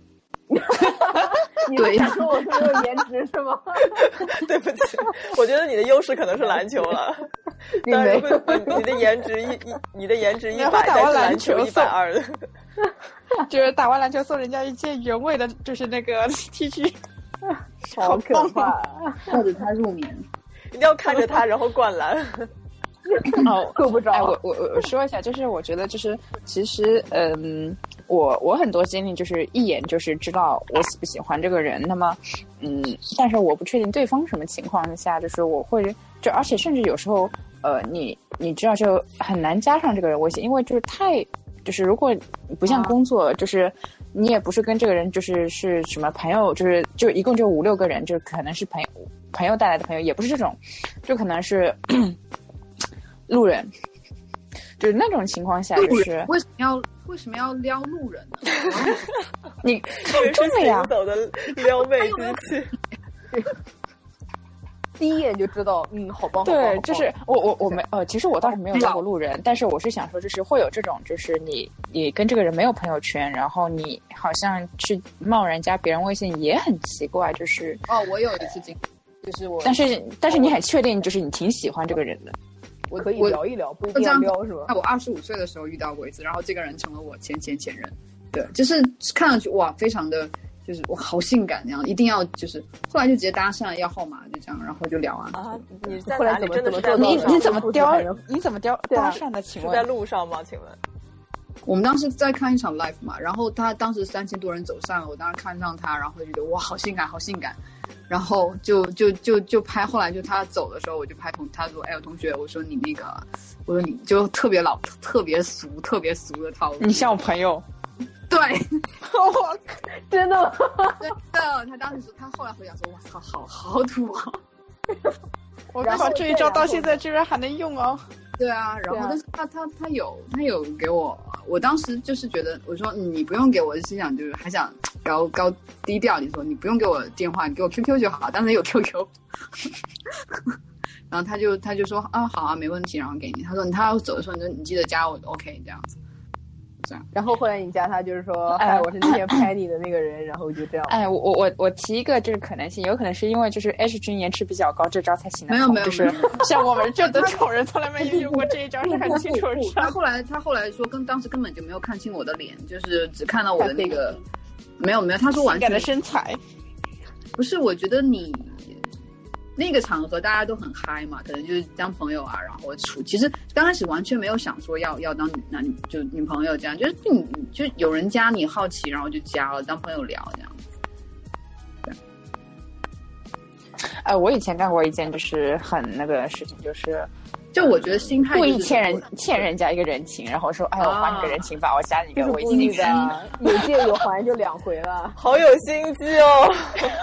你是想说我是没有颜值是吗？ 对不起，我觉得你的优势可能是篮球了。但是你的颜值一一，你的颜值一百，但是篮球一百二的， 就是打完篮球送人家一件原味的，就是那个 T 恤， 好可怕， 抱着他入眠， 一定要看着他，然后灌篮。 哦， 够不着。 哎，我我我说一下，就是我觉得就是其实，嗯，我我很多经历就是一眼就是知道我喜不喜欢这个人。那么，嗯，但是我不确定对方什么情况下，就是我会就而且甚至有时候，呃，你你知道就很难加上这个人微信，因为就是太就是如果不像工作，啊、就是你也不是跟这个人就是是什么朋友，就是就一共就五六个人，就可能是朋友朋友带来的朋友，也不是这种，就可能是。路人，就是那种情况下，就是为什么要为什么要撩路人呢？ 你看中了呀， 走的撩妹机器， 第一眼就知道，嗯，好棒。 对，就是我我我没呃，其实我倒是没有撩过路人，但是我是想说，就是会有这种，就是你你跟这个人没有朋友圈，然后你好像去冒人家别人微信也很奇怪，就是哦，我有一次经历，就是我， 但是但是你很确定，就是你挺喜欢这个人的。 我可以聊一聊，不一定要撩是吧？ 我二十五岁的时候遇到过一次，然后这个人成了我前前前任。对，就是看上去哇，非常的就是哇，好性感那样，一定要就是后来就直接搭讪要号码，就这样，然后就聊啊。 啊，你在后来怎么怎么做？ 你你怎么撩？你怎么撩搭讪的？请问在路上吗？请问？ 我们当时在看一场 live 嘛，然后他当时三千多人走上了，我当时看上他，然后就觉得哇，好性感，好性感。然后就就就就拍，后来就他走的时候，我就拍同他说，哎，我同学，我说你那个，我说你就特别老，特别俗，特别俗的套路。 你像我朋友， 对， 我真的真的，他当时说，他后来回想说，哇操，好好土啊！ 我靠，这一招到现在居然还能用哦。 对啊，然后但是他他他有他有给我，我当时就是觉得，我说你不用给我，心想就是还想高高低调，你说你不用给我电话，你给我 Q Q 就好，当时有 Q Q， 然后他就他就说啊好啊没问题，然后给你，他说他要走的时候，你你记得加我 OK 这样子。这样， 然后后来你加他就是说，哎，我是那天拍你的那个人，然后就这样。 哎，我我我提一个就是可能性，有可能是因为就是 H 君延迟比较高，这招才行的。 没有没有， 就是像我们这的丑人从来没有用过这一招，是很清楚。 他后来他后来说，跟当时根本就没有看清我的脸，就是只看到我的那个，没有没有，他说完全的身材。 不是，我觉得你那个场合大家都很嗨嘛，可能就是当朋友啊，然后处。其实刚开始完全没有想说要要当女男女就女朋友这样，就是你就有人加你好奇，然后就加了当朋友聊这样。 呃，我以前干过一件就是很那个事情，就是就我觉得心态、 故就是、 意欠人欠人家一个人情，然后说哎我还你个人情吧，我加你个微信。 就是故意的，有借有还就两回了， 好有心机哦。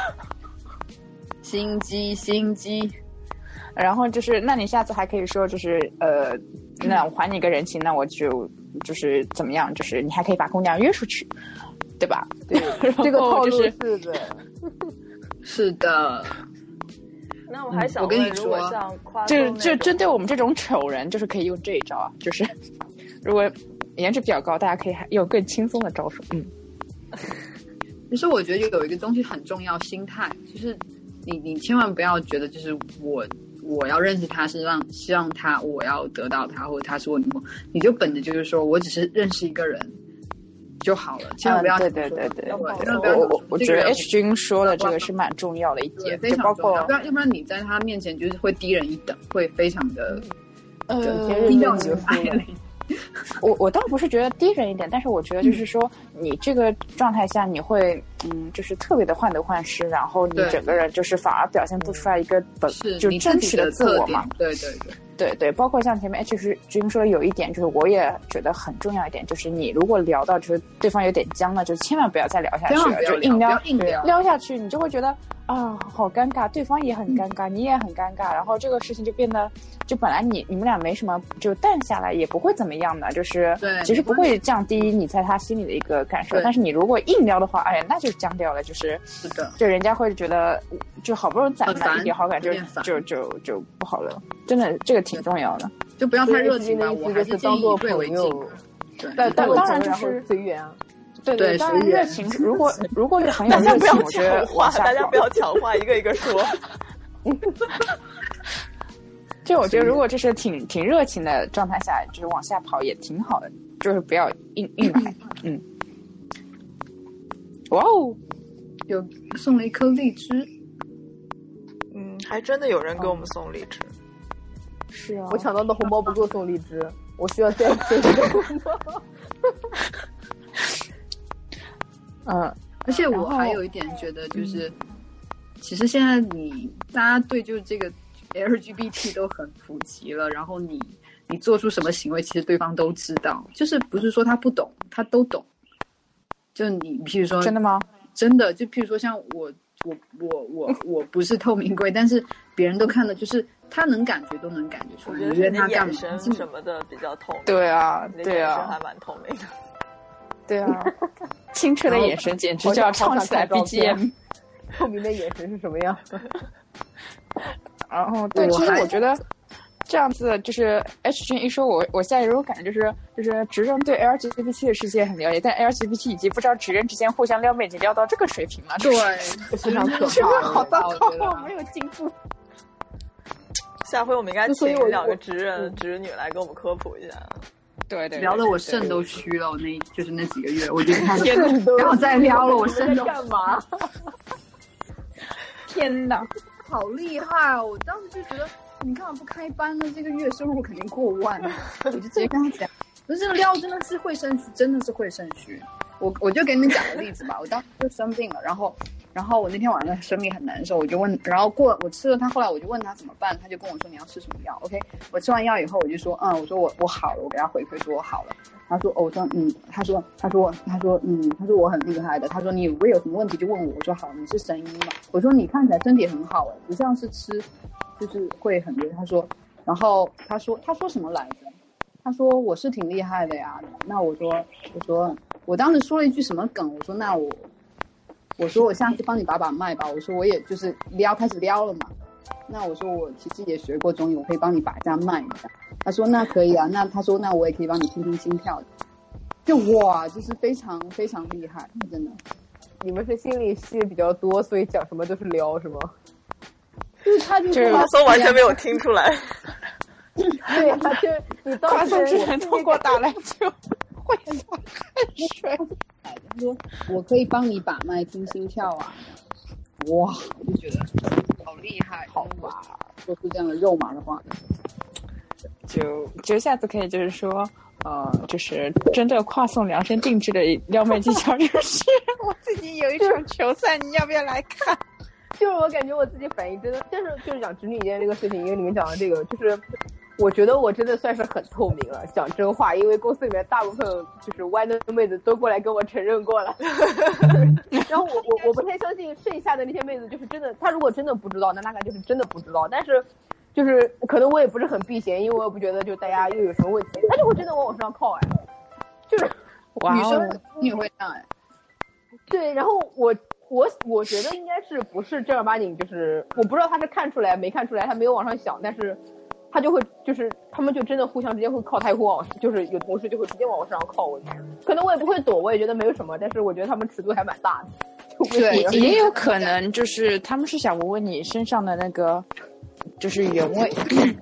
心机心机。 然后就是，那你下次还可以说，就是呃，那我还你一个人情，那我就就是怎么样，就是你还可以把姑娘约出去，对吧？ 对，这个套路就是是的， 是的。 那我还想问，我跟你如果像夸就送就针对我们这种丑人，就是可以用这一招啊，就是如果颜值比较高，大家可以还用更轻松的招数。嗯， 其实我觉得有一个东西很重要，心态，就是你你千万不要觉得就是我。我要认识他是让希望他我要得到他，或者他是我女朋友，你就本着就是说我只是认识一个人就好了，千万不要、 嗯、对对对对， 我我我觉得 H 君说的这个是蛮重要的一点， 非常重要，不然要不然你在他面前就是会低人一等，会非常的呃低到你的爱里。 我我倒不是觉得低人一点，但是我觉得就是说，嗯、你这个状态下你会嗯，就是特别的患得患失，然后你整个人就是反而表现不出来一个本就真实的自我嘛。 对对对对对，包括像前面 H 君说有一点，就是我也觉得很重要一点，就是你如果聊到就是对方有点僵了，就千万不要再聊下去了，就硬聊硬聊聊下去，你就会觉得啊好尴尬，对方也很尴尬，嗯、你也很尴尬，然后这个事情就变得就本来你你们俩没什么，就淡下来也不会怎么样的，就是其实不会降低你在他心里的一个感受，但是你如果硬聊的话，哎呀那就僵掉了，就是是的， 就人家会觉得就好不容易攒下一点好感就就就就不好了，真的这个挺重要的， 就不要太热情吧， 我还是当做朋友， 但但当然就是随缘啊。 对对，当然热情，如果如果你很有热情，我觉得往下大家不要抢话，一个一个说。 就我觉得，如果这是挺挺热情的状态下，就是往下跑也挺好的，就是不要硬硬来。嗯。哇哦， 有送了一颗荔枝。 嗯，还真的有人给我们送荔枝。 是啊， 我抢到的红包不够送荔枝，我需要再送一个红包。 嗯， 而且我还有一点觉得，就是、嗯、其实现在你大家对就是这个 L G B T 都很普及了，然后你你做出什么行为，其实对方都知道，就是不是说他不懂，他都懂。就你譬如说， 真的吗？ 真的，就譬如说像我我我我我不是透明柜，但是别人都看了，就是他能感觉都能感觉出来。 我觉得你的眼神什么的比较透明。 对啊，对啊， 眼神还蛮透明的。 对啊，清澈的眼神简直就要唱起来 B G M。 透明的眼神是什么样的？ 然后对，其实我觉得这样子就是 H 君一说我，我现在有种感觉就是就是直人对 L G B T 的世界很了解，但 L G B T 以及不知道直人之间互相撩妹已经撩到这个水平了。 对， 非常可怕。 是不是好糟糕？没有进步。 下回我们应该请两个直人直女来给我们科普一下。 对 对, 对， 聊得我肾都虚了，我那就是那几个月，我觉得他不要再撩了，我肾都干嘛？ 天哪， 好厉害哦！我当时就觉得，你干嘛不开班呢？这个月收入肯定过万，我就直接跟他讲，可是这个撩真的是会肾虚，真的是会肾虚。我我就给你们讲个例子吧，我当时就生病了，然后。然后我那天晚上生病很难受，我就问，然后过我吃了他，后来我就问他怎么办，他就跟我说你要吃什么药 ，OK？ 我吃完药以后，我就说，嗯，我说我我好了，我给他回馈说我好了。他说，哦，我说，嗯，他说，他说，他说，嗯，他说我很厉害的，他说你如果有什么问题就问我，我说好，你是神医嘛？我说你看起来身体很好哎，不像是吃，就是会很厉害。他说，然后他说他说什么来着？他说我是挺厉害的呀。那我说我说我当时说了一句什么梗？我说那我。我说我下次帮你把把脉吧，我说我也就是撩开始撩了嘛，那我说我其实也学过中医，我可以帮你把一下脉一下。他说那可以啊，那他说那我也可以帮你听听心跳的，就哇，就是非常非常厉害，真的。 你们是心理戏比较多，所以讲什么都是撩是吗？ 就是他就是夸松完全没有听出来。 对啊，就你夸松只能通过打篮球会发汗水。 他说我可以帮你把脉听心跳啊，哇，我就觉得好厉害， 好吧， 说出这样的肉麻的话。 就就下次可以就是说，呃，就是真正跨送量身定制的撩妹技巧，就是我自己有一场球赛，你要不要来看？ 就是我感觉我自己反应真的，但是就是讲直女间这个事情，因为你们讲的这个，就是我觉得我真的算是很透明了，讲真话，因为公司里面大部分就是歪的妹子都过来跟我承认过了，然后我我我不太相信剩下的那些妹子就是真的，她如果真的不知道，那大概就是真的不知道，但是就是可能我也不是很避嫌，因为我也不觉得就大家又有什么问题，她就会真的往我身上靠哎，就是哇女生女会这样哎， 对，然后我。我我觉得应该是不是正儿八经，就是我不知道他是看出来没看出来，他没有往上想，但是他就会就是他们就真的互相之间会靠，他也会往，就是有同事就会直接往我身上靠。我可能我也不会躲，我也觉得没有什么，但是我觉得他们尺度还蛮大的。 对，也有可能就是他们是想闻闻你身上的那个就是原味。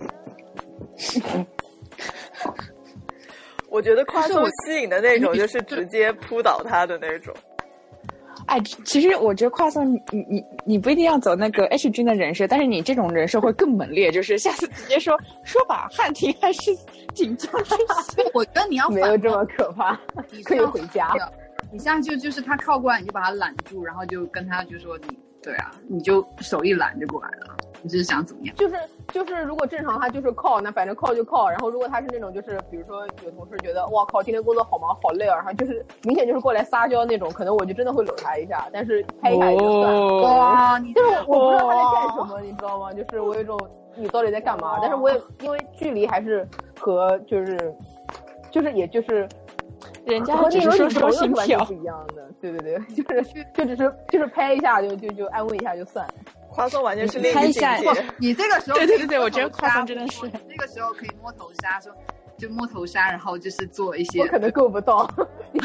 我觉得跨送吸引的那种就是直接扑倒他的那种。 哎，其实我觉得跨送你你你不一定要走那个 H 君的人设，但是你这种人设会更猛烈，就是下次直接说说吧，汉庭还是锦江之心。我觉得你要没有这么可怕，可以回家。 你现在就就是他靠过来，你就把他揽住，然后就跟他就说你对啊，你就手一揽就过来了。你这是想怎么样？ 就是就是，如果正常他就是靠，那反正靠就靠。然后如果他是那种就是，比如说有同事觉得哇靠，今天工作好忙好累啊，然后就是明显就是过来撒娇那种，可能我就真的会搂他一下，但是拍一下也就算了。 哇、哦， 就是我不知道他在干什么，你知道吗？就是我有一种你到底在干嘛？但是我也因为距离还是和就是就是也就是。 人家只是说说心跳不一样的，对对对，就是就只是就是拍一下就就就安慰一下就算了。 跨送完全是另一境界。 你这个时候对对对对，我觉得跨送真的是这个时候可以摸头杀，说就摸头杀，然后就是做一些。 我可能够不到，你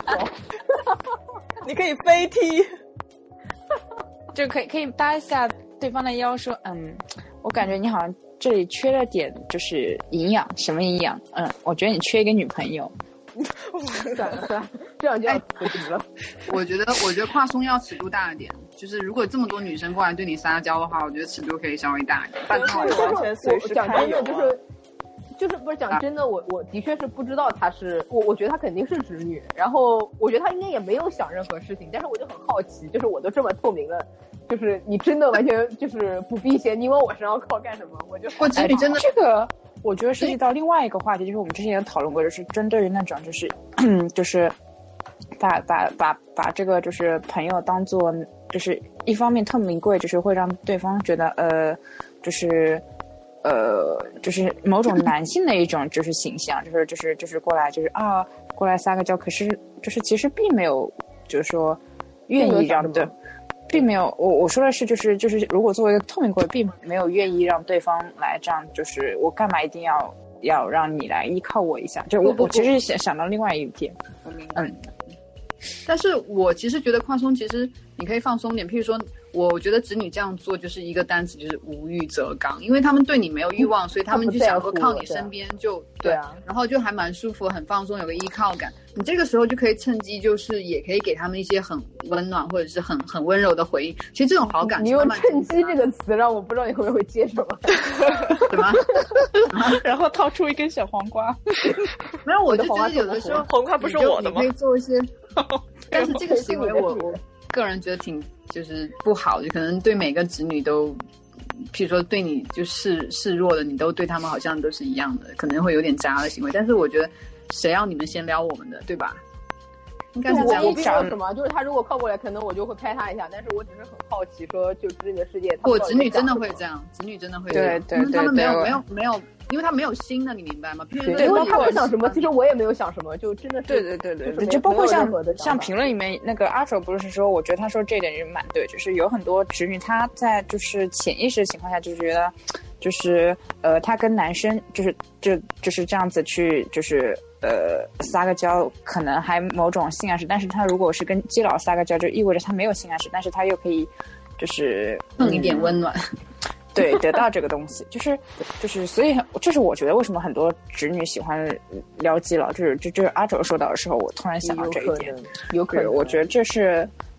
你可以飞踢， 就可以可以搭一下对方的腰，说嗯，我感觉你好像这里缺了点就是营养，什么营养？嗯，我觉得你缺一个女朋友。 算了算了，这样就要辞职了。 我觉得，我觉得跨松要尺度大一点。就是如果这么多女生过来对你撒娇的话，我觉得尺度可以稍微大一点。 半套完全随时讲真的，就是就是不是讲真的，我我的确是不知道她是我，我觉得她肯定是直女。然后我觉得她应该也没有想任何事情，但是我就很好奇，就是我都这么透明了，就是你真的完全就是不避嫌，你往我身上靠干什么？我就我觉得你真的这个。我觉得涉及到另外一个话题，就是我们之前有讨论过，就是针对于那种就是就是把把把把这个就是朋友当做就是一方面特名贵，就是会让对方觉得呃就是呃就是某种男性的一种就是形象，就是就是就是过来就是啊过来撒个娇，可是就是其实并没有就是说愿意让对。并没有，我我说的是，就是就是，如果作为一个透明柜，并没有愿意让对方来这样，就是我干嘛一定要要让你来依靠我一下？就我我其实想想到另外一点， 我明白。嗯，但是我其实觉得宽松，其实你可以放松点，譬如说，我觉得直女这样做就是一个单词，就是无欲则刚，因为他们对你没有欲望，所以他们就想说靠你身边就对啊， 然后就还蛮舒服，很放松，有个依靠感。你这个时候就可以趁机，就是也可以给他们一些很温暖或者是很很温柔的回应。其实这种好感， 你用趁机这个词让我不知道你会不会接什么， 什么？ 然后掏出一根小黄瓜。 没有，我就觉得有的时候黄瓜不是我的吗？ 你可以做一些，但是这个行为我我个人觉得挺就是不好，就可能对每个直女都，譬如说对你就示示弱的，你都对他们好像都是一样的，可能会有点渣的行为。但是我觉得。谁要你们先撩我们的，对吧？应该是这样。 我并没有什么，就是他如果靠过来，可能我就会拍他一下。但是我只是很好奇，说就直女的世界， 我直女真的会这样，直女真的会这样。 对对对， 他们没有没有没有，因为他没有心的，你明白吗？ 对，因为他们想什么，其实我也没有想什么，就真的是。 对对对对对，就包括像像评论里面那个阿丑不是说，我觉得他说这一点就蛮对，就是有很多直女她在就是潜意识的情况下就觉得，就是呃，她跟男生就是就就是这样子去就是。呃，撒个娇可能还某种性暗示，但是他如果是跟基佬撒个娇，就意味着他没有性暗示，但是他又可以就是弄一点温暖， 对，得到这个东西，就是就是，所以这是我觉得为什么很多直女喜欢撩基佬，就是这这阿哲说到的时候，我突然想到这一点， 有可能， 我觉得这是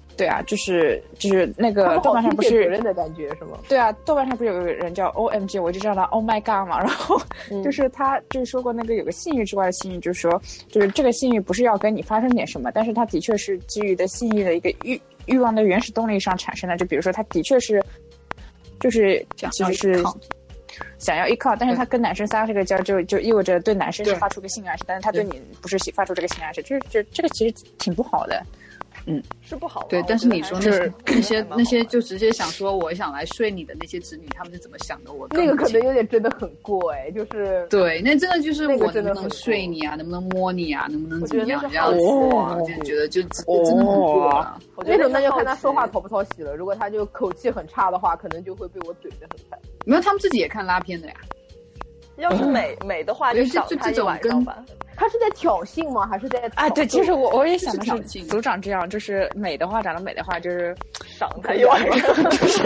对啊，就是就是那个豆瓣上不是责任的感觉是吗？ 对啊，豆瓣上不是有个人叫 O M G， 我就叫他 Oh my God 嘛。然后就是他就是说过那个有个性欲之外的性欲，就是说就是这个性欲不是要跟你发生点什么，但是它的确是基于的性欲的一个欲欲望的原始动力上产生的。就比如说他的确是就是就是想要依靠，但是他跟男生撒这个娇就就意味着对男生是发出个性暗示，但是他对你不是发出这个性暗示，就是就这个其实挺不好的。嗯， 是不好。 对，但是你说那些那些那些就直接想说我想来睡你的那些子女，他们是怎么想的？我那个可能有点真的很过哎，就是对，那真的就是我能不能睡你啊，能不能摸你啊，能不能怎么样？这样子，我就觉得就真的很过了。 那种那就看他说话讨不讨喜了。如果他就口气很差的话，可能就会被我怼得很惨。 没有，他们自己也看拉片的呀。 要是美美的话，就赏他一晚上吧。 他是在挑衅吗？还是在啊？对，其实我我也想的是组长这样，就是美的话，长得美的话，就是赏他一晚上。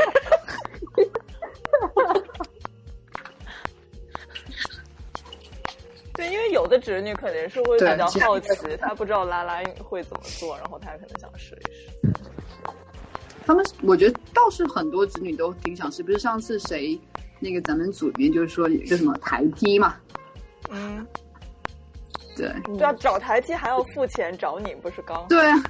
对，因为有的侄女肯定是会比较好奇，她不知道拉拉会怎么做，然后她可能想试一试。 他们我觉得倒是很多侄女都挺想试，不是上次谁那个咱们组里面就是说有一个什么台梯嘛， 嗯。 对对啊，找台梯还要付钱，找你不是刚？ 对啊，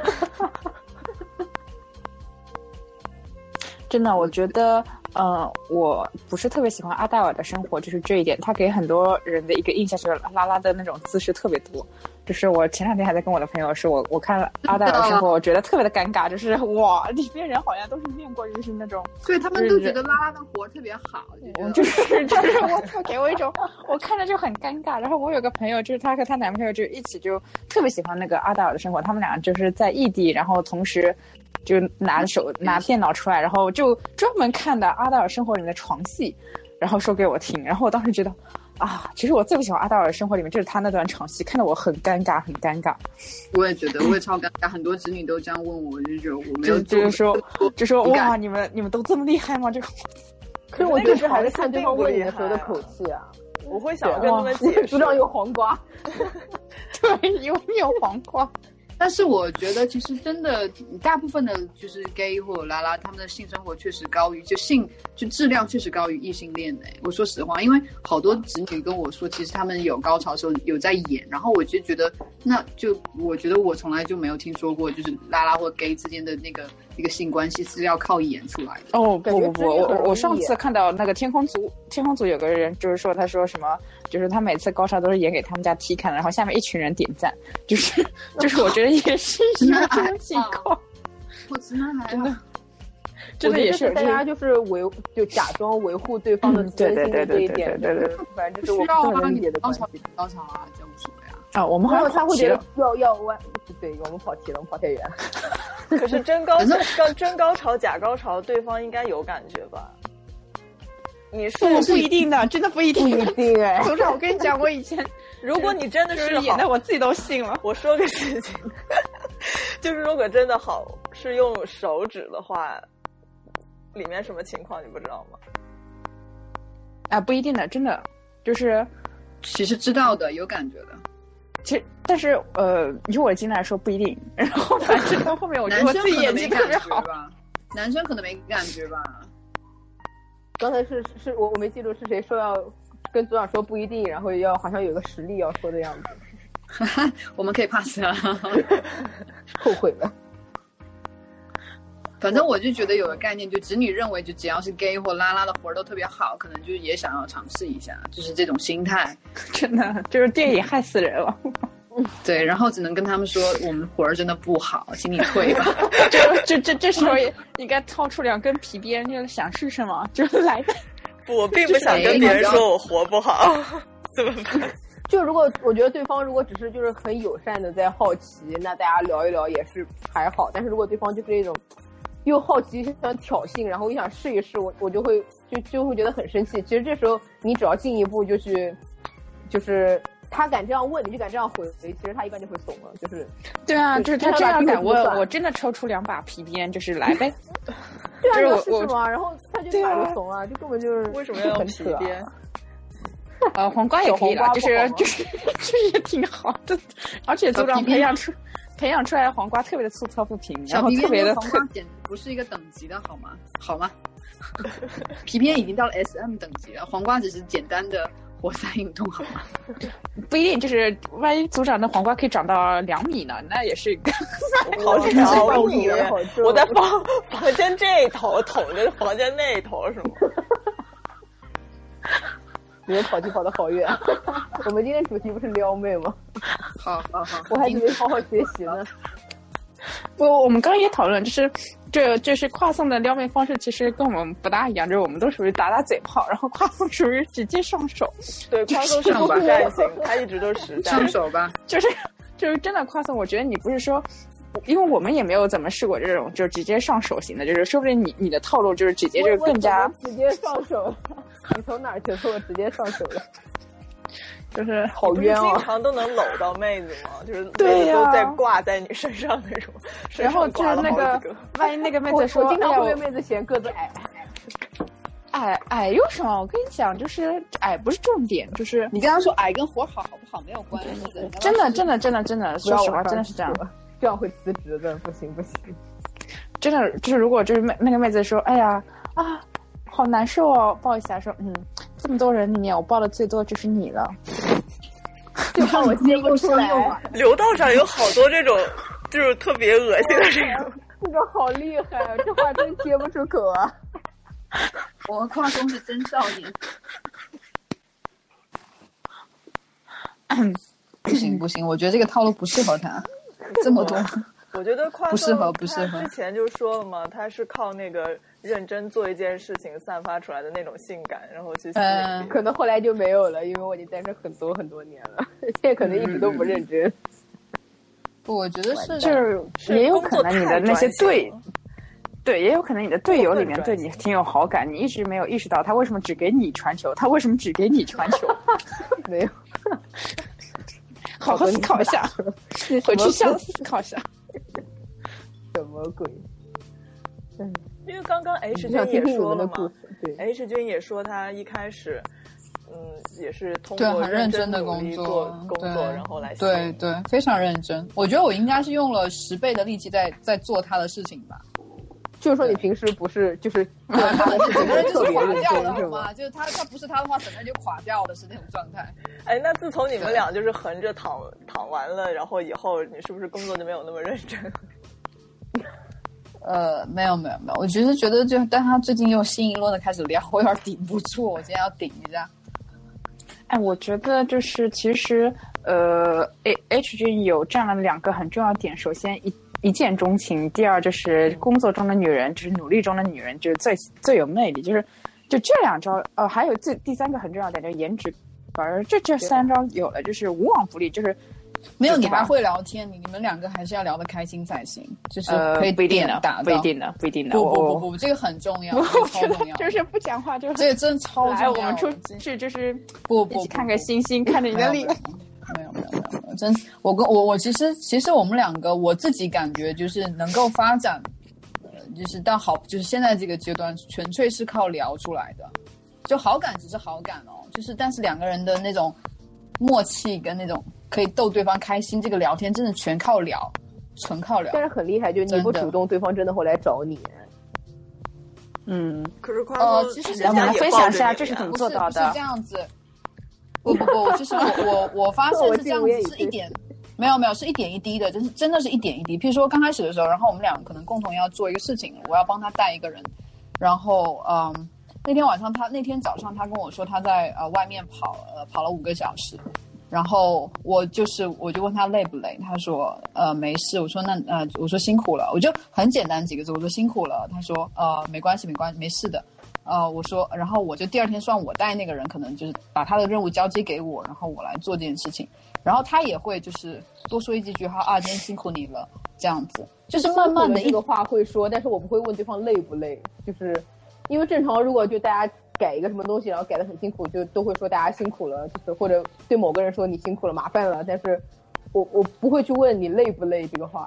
真的，我觉得，呃，我不是特别喜欢阿黛尔的生活，就是这一点，他给很多人的一个印象就是拉拉的那种姿势特别多。就是我前两天还在跟我的朋友说，我我看阿黛尔的生活，我觉得特别的尴尬，就是哇，里面人好像都是练过，就是那种， 对他们都觉得拉拉的活特别好， 就是就是我他给我一种，我看着就很尴尬。然后我有个朋友，就是她和她男朋友就一起就特别喜欢那个阿黛尔的生活，他们俩就是在异地，然后同时就拿手拿电脑出来，然后就专门看的阿黛尔生活里面的床戏，然后说给我听，然后我当时觉得。啊，其实我最不喜欢阿黛尔的生活里面就是他那段场戏，看得我很尴尬，很尴尬。 我也觉得，我也超尴尬。很多子女都这样问我，我就觉得我没有就是说，就说哇，你们你们都这么厉害吗？这个， 可是我觉得还是看对方问你的时候的口气啊。 我会想跟他们解释， 组长有黄瓜， 对，有没有黄瓜？ 但是我觉得其实真的大部分的就是 gay 或者拉拉他们的性生活确实高于就性就质量确实高于异性恋的。我说实话，因为好多子女跟我说其实他们有高潮的时候有在演，然后我就觉得那就我觉得我从来就没有听说过就是拉拉或 gay 之间的那个一个性关系是要靠演出来的。 哦不不不，我我上次看到那个天空族天空族有个人就是说他说什么就是他每次高潮都是演给他们家 T 看的，然后下面一群人点赞，就是就是我觉得也是一种情况。 我直男癌真的真的也是大家就是维就假装维护对方的自尊心的这一点，对对对，反正就是我不能理解的关系。 高潮啊，这无所谓啊。 啊，我们好像他会觉得要要弯，对，我们跑题了，我们跑太远了。 可是真高高真高潮假高潮，对方应该有感觉吧？你是不不一定的，真的不一定， 不一定哎。 组长，我跟你讲，我以前如果你真的是演的，我自己都信了。 我说个事情，就是如果真的好是用手指的话，里面什么情况你不知道吗？ 啊，不一定的，真的就是其实知道的，有感觉的。 其实，但是呃，以我经验来说不一定。然后反正到后面，我觉得我自己演技特别好吧。男生可能没感觉吧。 刚才是是我我没记住是谁说要跟组长说不一定，然后要好像有个实例要说的样子。 我们可以 pass 啊， 后悔了。 反正我就觉得有个概念，就子女认为就只要是 gay 或拉拉的活儿都特别好，可能就也想要尝试一下，就是这种心态。 真的，就是电影害死人了。 对，然后只能跟他们说我们活儿真的不好，请你退吧。 就这这这时候也应该掏出两根皮鞭，就是想试试嘛，就是来的。 不，我并不想跟别人说我活不好，怎么办？ 就如果我觉得对方如果只是就是很友善的在好奇，那大家聊一聊也是还好。但是如果对方就是那种又好奇想挑衅，然后又想试一试，我我就会就就会觉得很生气。其实这时候你只要进一步就是就是他敢这样问，你就敢这样回，其实他一般就会怂了。就是对啊，就是他这样敢问，我真的抽出两把皮鞭，就是来呗。 对啊，就是试试嘛。然后他就立马就怂了，就根本就是为什么要用皮鞭？ 呃，黄瓜也可以了，就是就是就是也挺好的，而且组长培养出培养出来的黄瓜特别的粗糙不平，然小皮后特别的鞭跟黄瓜简直不是一个等级的好吗？好吗？皮鞭已经到了 S M 等级了，黄瓜只是简单的活塞运动好吗？ 不一定，就是万一组长的黄瓜可以长到两米呢，那也是一个好两米， 好重我在房房间这一头捅着房间那一头是吗？ 你们跑题跑得好远。我们今天主题不是撩妹吗？ 好好好， 我还以为好好学习呢。 不，我们刚刚也讨论，就是这就是跨送的撩妹方式，其实跟我们不大一样，就是我们都属于打打嘴炮，然后跨送属于直接上手。 对，跨送是实战型，他一直都是实战。 上手吧， 就是就是真的跨送，我觉得你不是说。因为我们也没有怎么试过这种就直接上手型的，就是说不定你你的套路就是直接就是更加直接上手了。你从哪儿学会我直接上手了？ 就是好冤啊！ 经常都能搂到妹子吗？就是对呀、 都在挂在你身上那种。 然后就是那个，万一那个妹子说， 我经常哎会被妹子嫌个子矮。 矮矮有什么？我跟你讲，就是矮不是重点，就是你刚刚说矮跟活好好不好没有关系的。 真的真的真的真的，说实话真的是这样。 这样会辞职的，不行不行。 真的就是如果就是妹那个妹子说，哎呀啊，好难受哦，抱一下说，嗯，这么多人里面我抱的最多就是你了， 就怕我接不出来。 流道上有好多这种，就是特别恶心的这种。 这个好厉害啊！这话真接不出口啊！ 我们跨松是真少年。不行不行，我觉得这个套路不适合他。这么多， 我觉得跨不适合不适合。 之前就说了嘛，他是靠那个认真做一件事情散发出来的那种性感，然后去吸引、 呃。可能后来就没有了，因为我已经单身很多很多年了，现在可能一直都不认真。 不、嗯，我觉得是， 就是也有可能你的那些队，对，也有可能你的队友里面对你挺有好感，你一直没有意识到他为什么只给你传球，他为什么只给你传球？ 没有。 好好思考一下，回去想思考一下。 什么鬼？ 嗯，因为刚刚 H 君也说了嘛，对 ，H 君也说他一开始，嗯，也是通过很认真的工作工作，然后来对对，非常认真。我觉得我应该是用了十倍的力气在在做他的事情吧。 就是说你平时不是就是做他的事情就是垮掉的好吗？就是他他不是他的话，整个人就垮掉的是那种状态。 哎，那自从你们俩就是横着躺躺完了，然后以后你是不是工作就没有那么认真？ 呃，没有没有没有，我只是觉得就，但他最近又新一轮的开始聊，我有点顶不住，我今天要顶一下。 哎，我觉得就是其实呃 ，H 君有占了两个很重要的点，首先一。一见钟情，第二就是工作中的女人，就是努力中的女人，就是最最有魅力，就是就这两招。呃，还有最第三个很重要的点就是颜值，反而这这三招有了，就是无往不利，就是没有你还会聊天，你你们两个还是要聊得开心才行，就是可以不一定的， 打不一定的，不一定的。 不不不不，这个很重要， 我超重要， 就是不讲话，就是这个真超重要。 来，我们出去就是不不一起看个星星，看着你的脸。 没有没有没有没有，真我跟我我其实其实我们两个我自己感觉就是能够发展，呃，就是到好就是现在这个阶段纯粹是靠聊出来的，就好感只是好感哦，就是但是两个人的那种默契跟那种可以逗对方开心，这个聊天真的全靠聊，纯靠聊。 但是很厉害，就你不主动，对方真的会来找你。 嗯， 可是呃，其实我们来分享一下这是怎么做到的。 不是这样子。不不不，就是我我我发现是这样子，是一点没有没有是一点一滴的，就是真的是一点一滴。譬如说刚开始的时候，然后我们俩可能共同要做一个事情，我要帮他带一个人，然后嗯，那天晚上他那天早上他跟我说他在呃外面跑呃跑了五个小时，然后我就是我就问他累不累，他说呃没事，我说那呃我说辛苦了，我就很简单几个字，我说辛苦了，他说呃没关系没关系没事的。呃，我说，然后我就第二天算我带那个人，可能就是把他的任务交接给我，然后我来做这件事情。然后他也会就是多说一几句话啊，今天辛苦你了，这样子，就是慢慢的这个话会说，但是我不会问对方累不累，就是因为正常如果就大家改一个什么东西，然后改得很辛苦，就都会说大家辛苦了，就是或者对某个人说你辛苦了，麻烦了，但是我我不会去问你累不累这个话，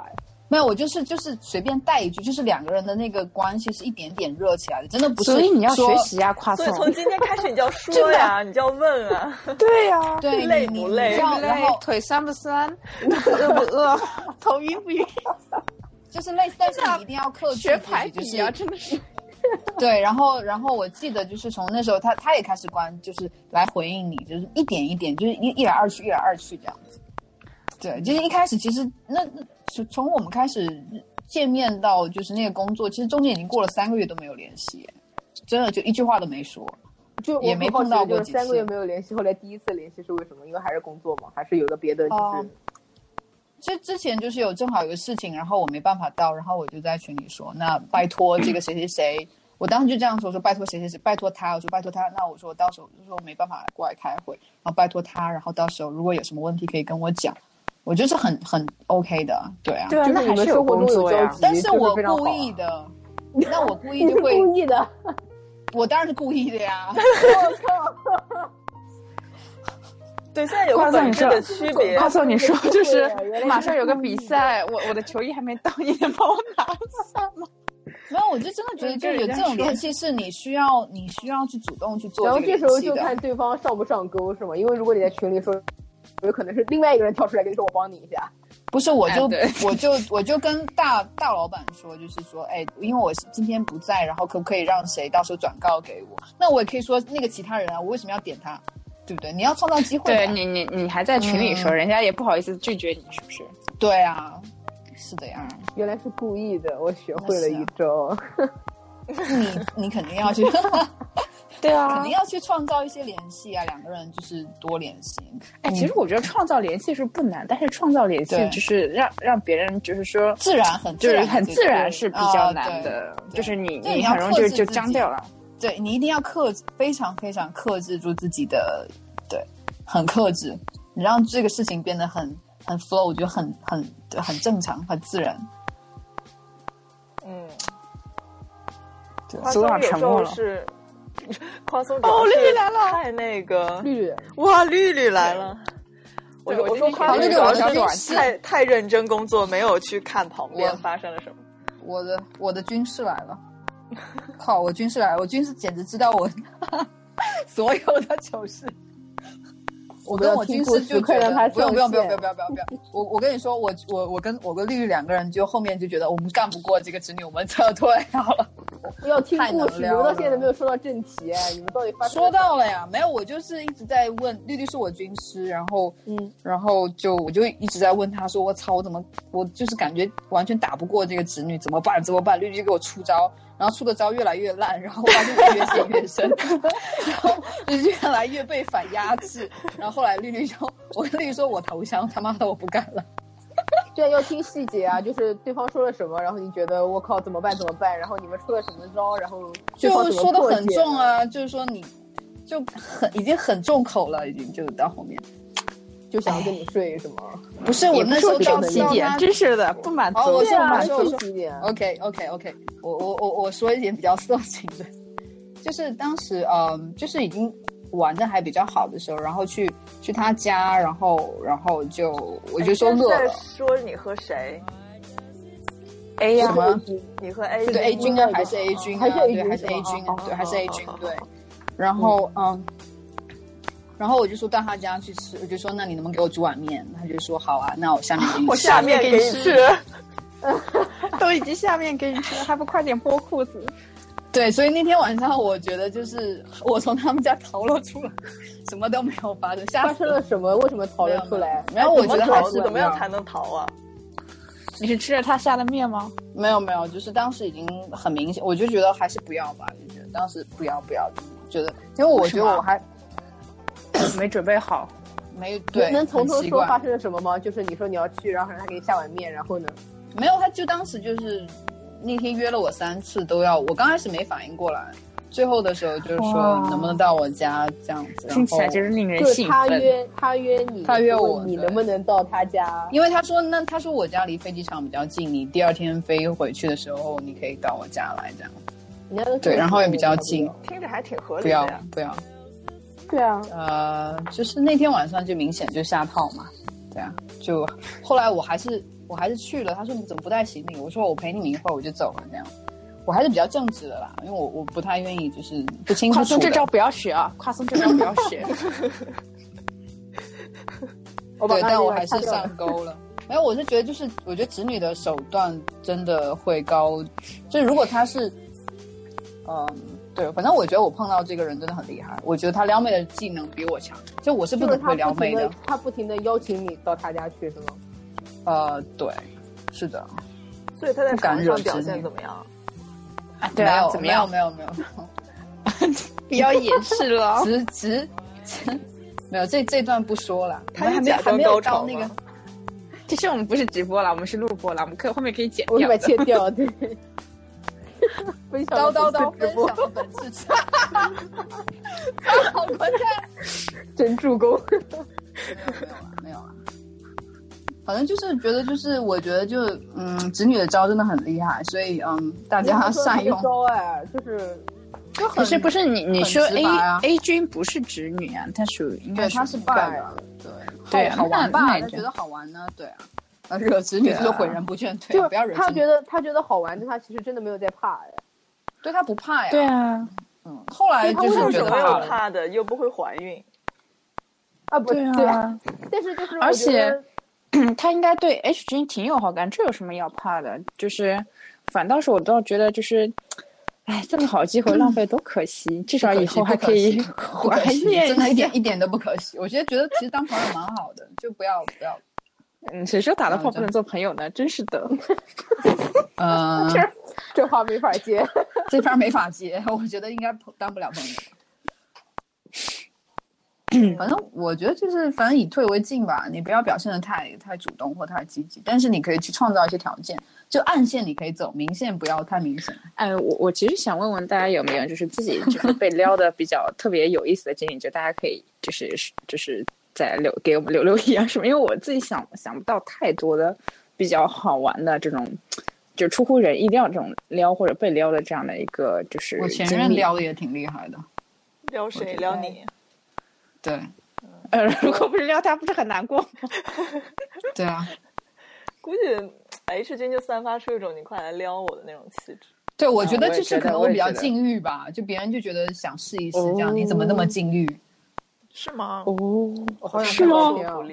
没有，我就是就是随便带一句，就是两个人的那个关系是一点点热起来的，真的不是。 所以你要说学习啊，夸送。 所以从今天开始你就要说呀，你就要问啊。 对呀、啊， 对， 累不累？ 不累？腿酸不酸？饿不饿？头晕不晕？ 就是类似，但是你一定要克制学排比啊， 就是、 真的是。 对，然后然后我记得就是从那时候他他也开始关，就是来回应你，就是一点一点，就是一一来二去，一来二去这样子。对，就是一开始其实那从我们开始见面到就是那个工作，其实中间已经过了三个月都没有联系，真的就一句话都没说， 就也没碰到过几次。 就是三个月没有联系，后来第一次联系是为什么？因为还是工作嘛，还是有个别的就是。 哦这之前就是有正好有个事情，然后我没办法到，然后我就在群里说，那拜托这个谁谁谁，我当时就这样说，说拜托谁谁谁，拜托他，我说拜托他，那我说到时候就说没办法过来开会，然后拜托他，然后到时候如果有什么问题可以跟我讲，我就是很很 OK 的，对啊， 对啊，那还是有工作呀， 但是我故意的，那我故意就会故意的， 我当然是故意的呀， 我靠。 对，现在有个本质的区别。 告诉你说，就是马上有个比赛，我我的球衣还没到，你能帮我拿下吗？ 没有，我就真的觉得，就有这种联系是你需要，你需要去主动去做。 然后这时候就看对方上不上钩，是吗？因为如果你在群里说，有可能是另外一个人跳出来跟你说我帮你一下。 不是，我就、哎、我就我就跟大大老板说，就是说，哎，因为我今天不在，然后可不可以让谁到时候转告给我？那我也可以说那个其他人啊，我为什么要点他？对不对？你要创造机会。 对你，你你还在群里说、嗯，人家也不好意思拒绝你，是不是？ 对啊，是的呀。 原来是故意的，我学会了一招。 啊、你你肯定要去， 对啊， 肯定要去创造一些联系啊，两个人就是多联系。 哎，其实我觉得创造联系是不难，但是创造联系就是让让别人就是说自然很就是自然很自然是比较难的，哦、就是你你很容易就就僵掉了。 对，你一定要克制，非常非常克制住自己的，对，很克制，你让这个事情变得很很 flow， 我觉得很很很正常，很自然。 嗯， 对， 夸松有时候是夸松哦，绿绿来了， 太那个绿绿， 哇，绿绿来了。我我说夸松主要是太太认真工作，没有去看旁边发生了什么。 我的我的军师来了。靠！我军师来了，我军师简直知道我所有的糗事。我跟我军师就觉得不用不用不用不用不用不用不用。我我跟你说，我我我跟我跟绿绿两个人就后面就觉得我们干不过这个侄女，我们撤退好了。 要听故事，你们到现在没有说到正题，你们到底发生说到了呀？没有，我就是一直在问绿绿是我军师，然后嗯，然后就我就一直在问他说，我操，我怎么我就是感觉完全打不过这个侄女，怎么办？怎么办？绿绿给我出招。然后出的招越来越烂，然后发现我越陷越深，然后就是越来越被反压制。然后后来绿绿就，我跟绿绿说我投降，他妈的我不干了。 这样要听细节啊，就是对方说了什么，然后你觉得我靠怎么办怎么办，然后你们出了什么招，然后就说的很重啊，就是说你就很已经很重口了，已经就到后面。 就想要跟你睡是吗？ 不是，我那时候到起点，真是的，不满足。 哦，我说满足起点。 OK OK OK， 我我我我说一点比较色情的，就是当时嗯，就是已经玩的还比较好的时候，然后去去他家，然后然后就我就说饿了。 说你和谁 ？A 呀？ 什么？ 你和 A 对 A 君啊，还是 A 君啊？对，还是 A 君，对，还是 A 君对。然后嗯。然后我就说到他家去吃，我就说那你能不能给我煮碗面？他就说好啊，那我下面给你吃。 我下面给你吃， 都已经下面给你吃了，还不快点脱裤子？ 对，所以那天晚上我觉得就是我从他们家逃了出来，什么都没有发生。 发生了什么？为什么逃了出来？ 没有，我觉得还是怎么样才能逃啊？ 你是吃了他下的面吗？ 没有没有，就是当时已经很明显，我就觉得还是不要吧，就觉得当时不要不要，觉得因为我觉得我还。 没准备好， 没对， 能从头说发生了什么吗？就是你说你要去，然后让他给你下碗面，然后呢？ 没有，他就当时就是那天约了我三次都要，我刚开始没反应过来，最后的时候就是说能不能到我家这样子， 听起来就是令人兴奋。 他约他约你， 他约我， 你能不能到他家？ 因为他说那他说我家离飞机场比较近，你第二天飞回去的时候你可以到我家来这样子。对，然后也比较近， 听着还挺合理的呀。不要不要。 对啊， 呃，就是那天晚上就明显就下套嘛，对啊，就后来我还是我还是去了。他说你怎么不带行李？我说我陪你们一会儿我就走了这样。我还是比较正直的啦，因为我我不太愿意就是不清楚。 跨松这招不要学啊！跨松这招不要学。 对，但我还是上钩了。没有，我是觉得就是我觉得直女的手段真的会高，就是如果他是，嗯，对，反正我觉得我碰到这个人真的很厉害，我觉得他撩妹的技能比我强，就我是不怎么会撩妹的。 他不停的邀请你到他家去是吗？ 呃，对，是的。 所以他在床上表现怎么样？ 啊，对啊，怎么样？ 没有没有没有， 不要掩饰了。 直直直，没有这这段不说了， 他还没还没有到那个。 其实我们不是直播了，我们是录播了，我们可后面可以剪掉。 我把它切掉，对。 叨叨叨，分享的本事，好滚蛋！ 真助攻。 没有没有了，没有了。反正就是觉得，就是我觉得就嗯，直女的招真的很厉害，所以嗯，大家善用。 招哎，就是就不是不是你你说 A、 啊、 A 君不是直女啊，她属于应该她是拜的，对对， 好玩吧？她觉得好玩呢，对啊。啊，惹直女就是毁人不倦退，不要惹。 他觉得他觉得好玩，但他其实真的没有在怕哎。 对他不怕呀。 对啊， 嗯，后来就是觉得没有怕的，又不会怀孕。 啊，不对啊， 但是就是而且他应该对 H 君挺有好感，这有什么要怕的？就是反倒是我倒觉得就是。哎，这么好机会浪费多可惜！至少以后还可以怀念， 真的一点一点都不可惜。我觉得觉得其实当朋友蛮好的，就不要不要。 嗯，谁说打了炮不能做朋友呢？真是的。 嗯， 这这话没法接， 这番没法接。我觉得应该当不了朋友。反正我觉得就是，反正以退为进吧。你不要表现得太太主动或太积极，但是你可以去创造一些条件。就暗线你可以走，明线不要太明显。 哎，我我其实想问问大家有没有就是自己就是被撩的比较特别有意思的经历，就大家可以就是就是再留给我们留留言什么，因为我自己想想不到太多的比较好玩的这种，就出乎人意料这种撩或者被撩的这样的一个就是我前任撩的也挺厉害的。 撩谁？撩你？ 对。 呃，如果不是撩他，不是很难过吗？ 对啊。 估计 H 君就散发出一种你快来撩我的那种气质。 对，我觉得就是可能我比较禁欲吧，就别人就觉得想试一试这样，哦、你怎么那么禁欲？ 是吗？ 哦， 我好想是吗？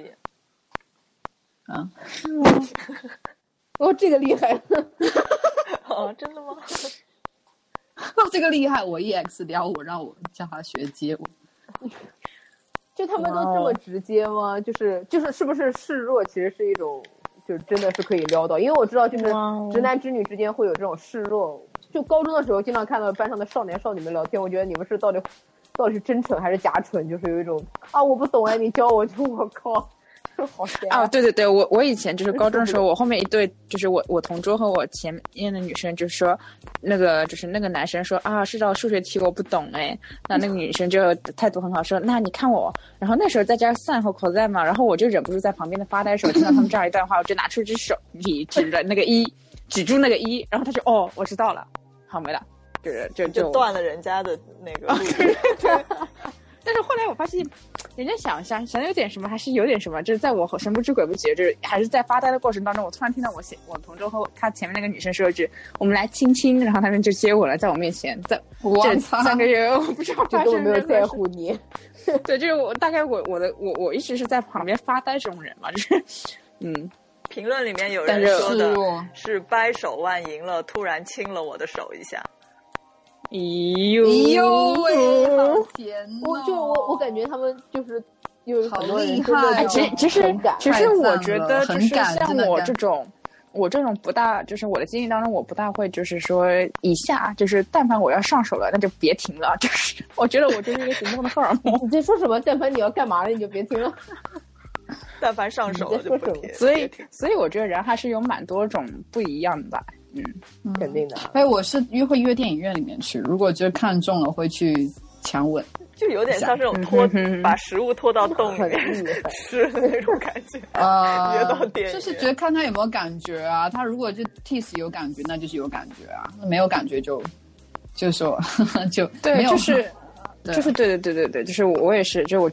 啊， 是吗？ 哦，这个厉害！ 哦，真的吗？ 哦，这个厉害！我 E X 撩我，让我叫他学接我。 就他们都这么直接吗？就是就是是不是示弱其实是一种，就真的是可以撩到？因为我知道就是直男直女之间会有这种示弱。就高中的时候经常看到班上的少年少女们聊天，我觉得你们是到底到底是真蠢还是假蠢？就是有一种啊我不懂哎，你教我，就我靠。好啊，对对对，我我以前就是高中的时候，我后面一对就是我我同桌和我前面的女生就说，那个就是那个男生说啊，是道数学题我不懂哎，那那个女生就态度很好说，那你看我，然后那时候在家散和口在嘛，然后我就忍不住在旁边的发呆的时候听到他们这样一段话，我就拿出一只手你指着那个一，指住那个一，然后他就哦我知道了，好没了，就是就就就断了人家的那个路。 但是后来我发现，人家想想想有点什么，还是有点什么，就是在我神不知鬼不觉，就是还是在发呆的过程当中，我突然听到我我同桌和他前面那个女生说一句：“我们来亲亲。”然后他们就接我了，在我面前，在这三个月，我不知道发生什么，没有在乎你。 对，就是我大概我我的我我一直是在旁边发呆这种人嘛，就是嗯。 评论里面有人说的是掰手腕赢了，突然亲了我的手一下。 哎呦哎呦喂，好甜哦！ 我就我我感觉他们就是有很多人好厉害、哦， 其实其实其实我觉得就是像我这种我这种不大，就是我的经历当中，我不大会就是说以下就是但凡我要上手了，那就别停了。就是我觉得我就是一个行动的荷尔蒙。 你在说什么？但凡你要干嘛了，你就别停了。 但凡上手了就不停。 所以所以我觉得人还是有蛮多种不一样的。 嗯，肯定的。 哎，我是约会约电影院里面去，如果就看中了会去强吻， 就有点像这种拖、嗯、把食物拖到洞里面吃的那种感觉。 呃， 约到电影就是觉得看他有没有感觉啊。他如果就 tease 有感觉，那就是有感觉啊；没有感觉就就说就对， 没有就是就是对对对对对，就是我也是，就是我觉得。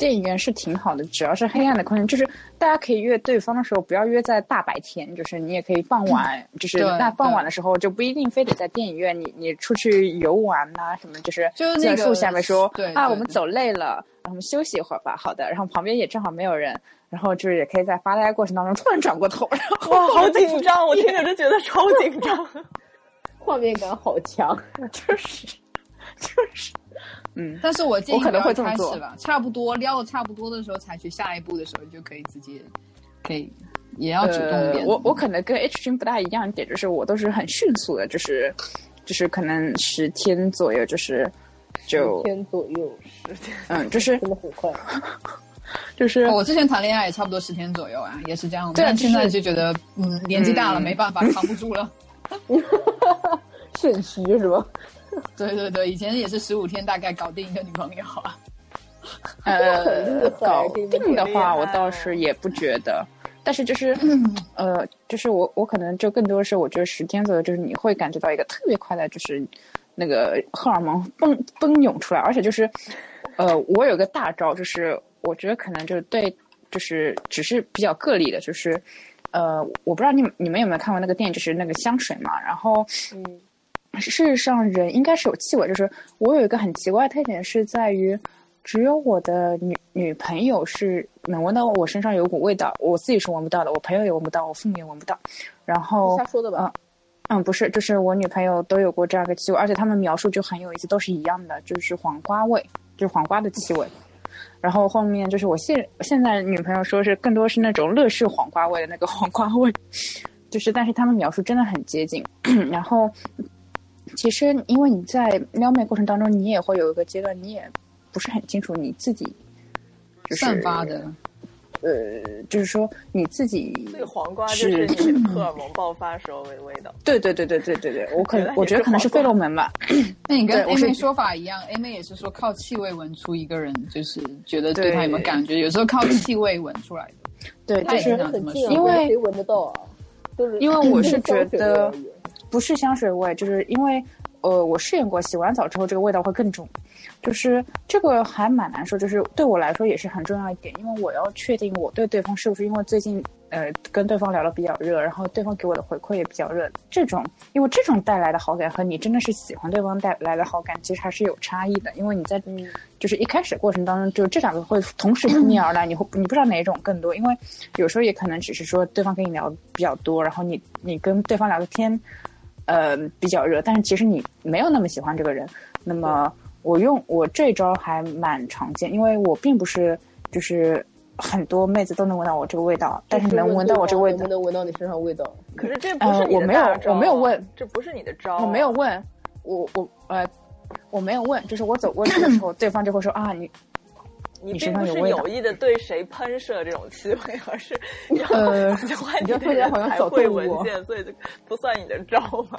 电影院是挺好的，只要是黑暗的空间，就是大家可以约对方的时候，不要约在大白天，就是你也可以傍晚，嗯、就是那傍晚的时候就不一定非得在电影院，你你出去游玩呐、啊、什么，就是就是在树下面说， 对啊，我们走累了，然后我们休息一会儿吧，好的，然后旁边也正好没有人。然后就是也可以在发呆过程当中突然转过头，然后哇，好紧张！我听着就觉得超紧张， 画面感好强， 就是就是，嗯。 但是我建议我可能会这么开做始了，差不多撩的差不多的时候才去下一步的时候，就可以直接可以也要主动一点。 呃、我我可能跟 H 君不大一样一点，就是我都是很迅速的，就是就是可能十天左右，就是就十天左右， 十天， 嗯，就是真的很快。 就是、 哦、我之前谈恋爱也差不多十天左右啊，也是这样的。 对， 但现在就觉得，嗯，年纪大了、嗯、没办法，扛不住了。 肾虚是吧？ 对对对，以前也是十五天大概搞定一个女朋友啊。 呃，搞定的话，我倒是也不觉得。但是就是，呃，就是我我可能就更多是我觉得十天左右，就是你会感觉到一个特别快的，就是那个荷尔蒙奔奔涌出来，而且就是，呃，我有个大招就是。我觉得可能就是对，就是只是比较个例的，就是，呃，我不知道你们你们有没有看过那个电影，就是那个香水嘛。然后，嗯，事实上人应该是有气味，就是我有一个很奇怪的特点是在于，只有我的女女朋友是能闻到我身上有股味道，我自己是闻不到的，我朋友也闻不到，我父母也闻不到。然后， 瞎说的吧？ 嗯，嗯，不是，就是我女朋友都有过这样一个气味，而且他们描述就很有意思，都是一样的，就是黄瓜味，就是黄瓜的气味。然后后面就是我现现在女朋友说是更多是那种乐事黄瓜味的那个黄瓜味，就是但是他们描述真的很接近。然后其实因为你在撩妹过程当中，你也会有一个阶段，你也不是很清楚你自己就是散发的， 呃，就是说你自己这个黄瓜就是你荷尔蒙爆发时候的味道。 对对对对对对对，我可能我觉得可能是费洛蒙吧。 那你跟 A 妹说法一样 ，A 妹也是说靠气味闻出一个人，就是觉得对他有没有感觉，有时候靠气味闻出来的。 对，就是很近， 因为谁闻得到啊？就是因为我是觉得不是香水味，就是因为呃，我试验过，洗完澡之后这个味道会更重。就是这个还蛮难说，就是对我来说也是很重要一点，因为我要确定我对对方是不是因为最近呃跟对方聊得比较热，然后对方给我的回馈也比较热，这种因为这种带来的好感和你真的是喜欢对方带来的好感其实还是有差异的，因为你在就是一开始过程当中就这两个会同时扑面而来，你会你不知道哪一种更多，因为有时候也可能只是说对方跟你聊比较多，然后你你跟对方聊的天呃比较热，但是其实你没有那么喜欢这个人，那么我用我这招还蛮常见，因为我并不是就是很多妹子都能闻到我这个味道，但是能闻到我这个味道， 能不能闻到你身上味道？ 可是这不是你的大招、 呃、我没有我没有问， 这不是你的招、啊， 我没有问，我我呃我没有问，就是我走过去的时候，对方就会说啊你。 你并不是有意的对谁喷射这种气味，而是要喜欢你的人才会闻见，所以就不算你的招嘛。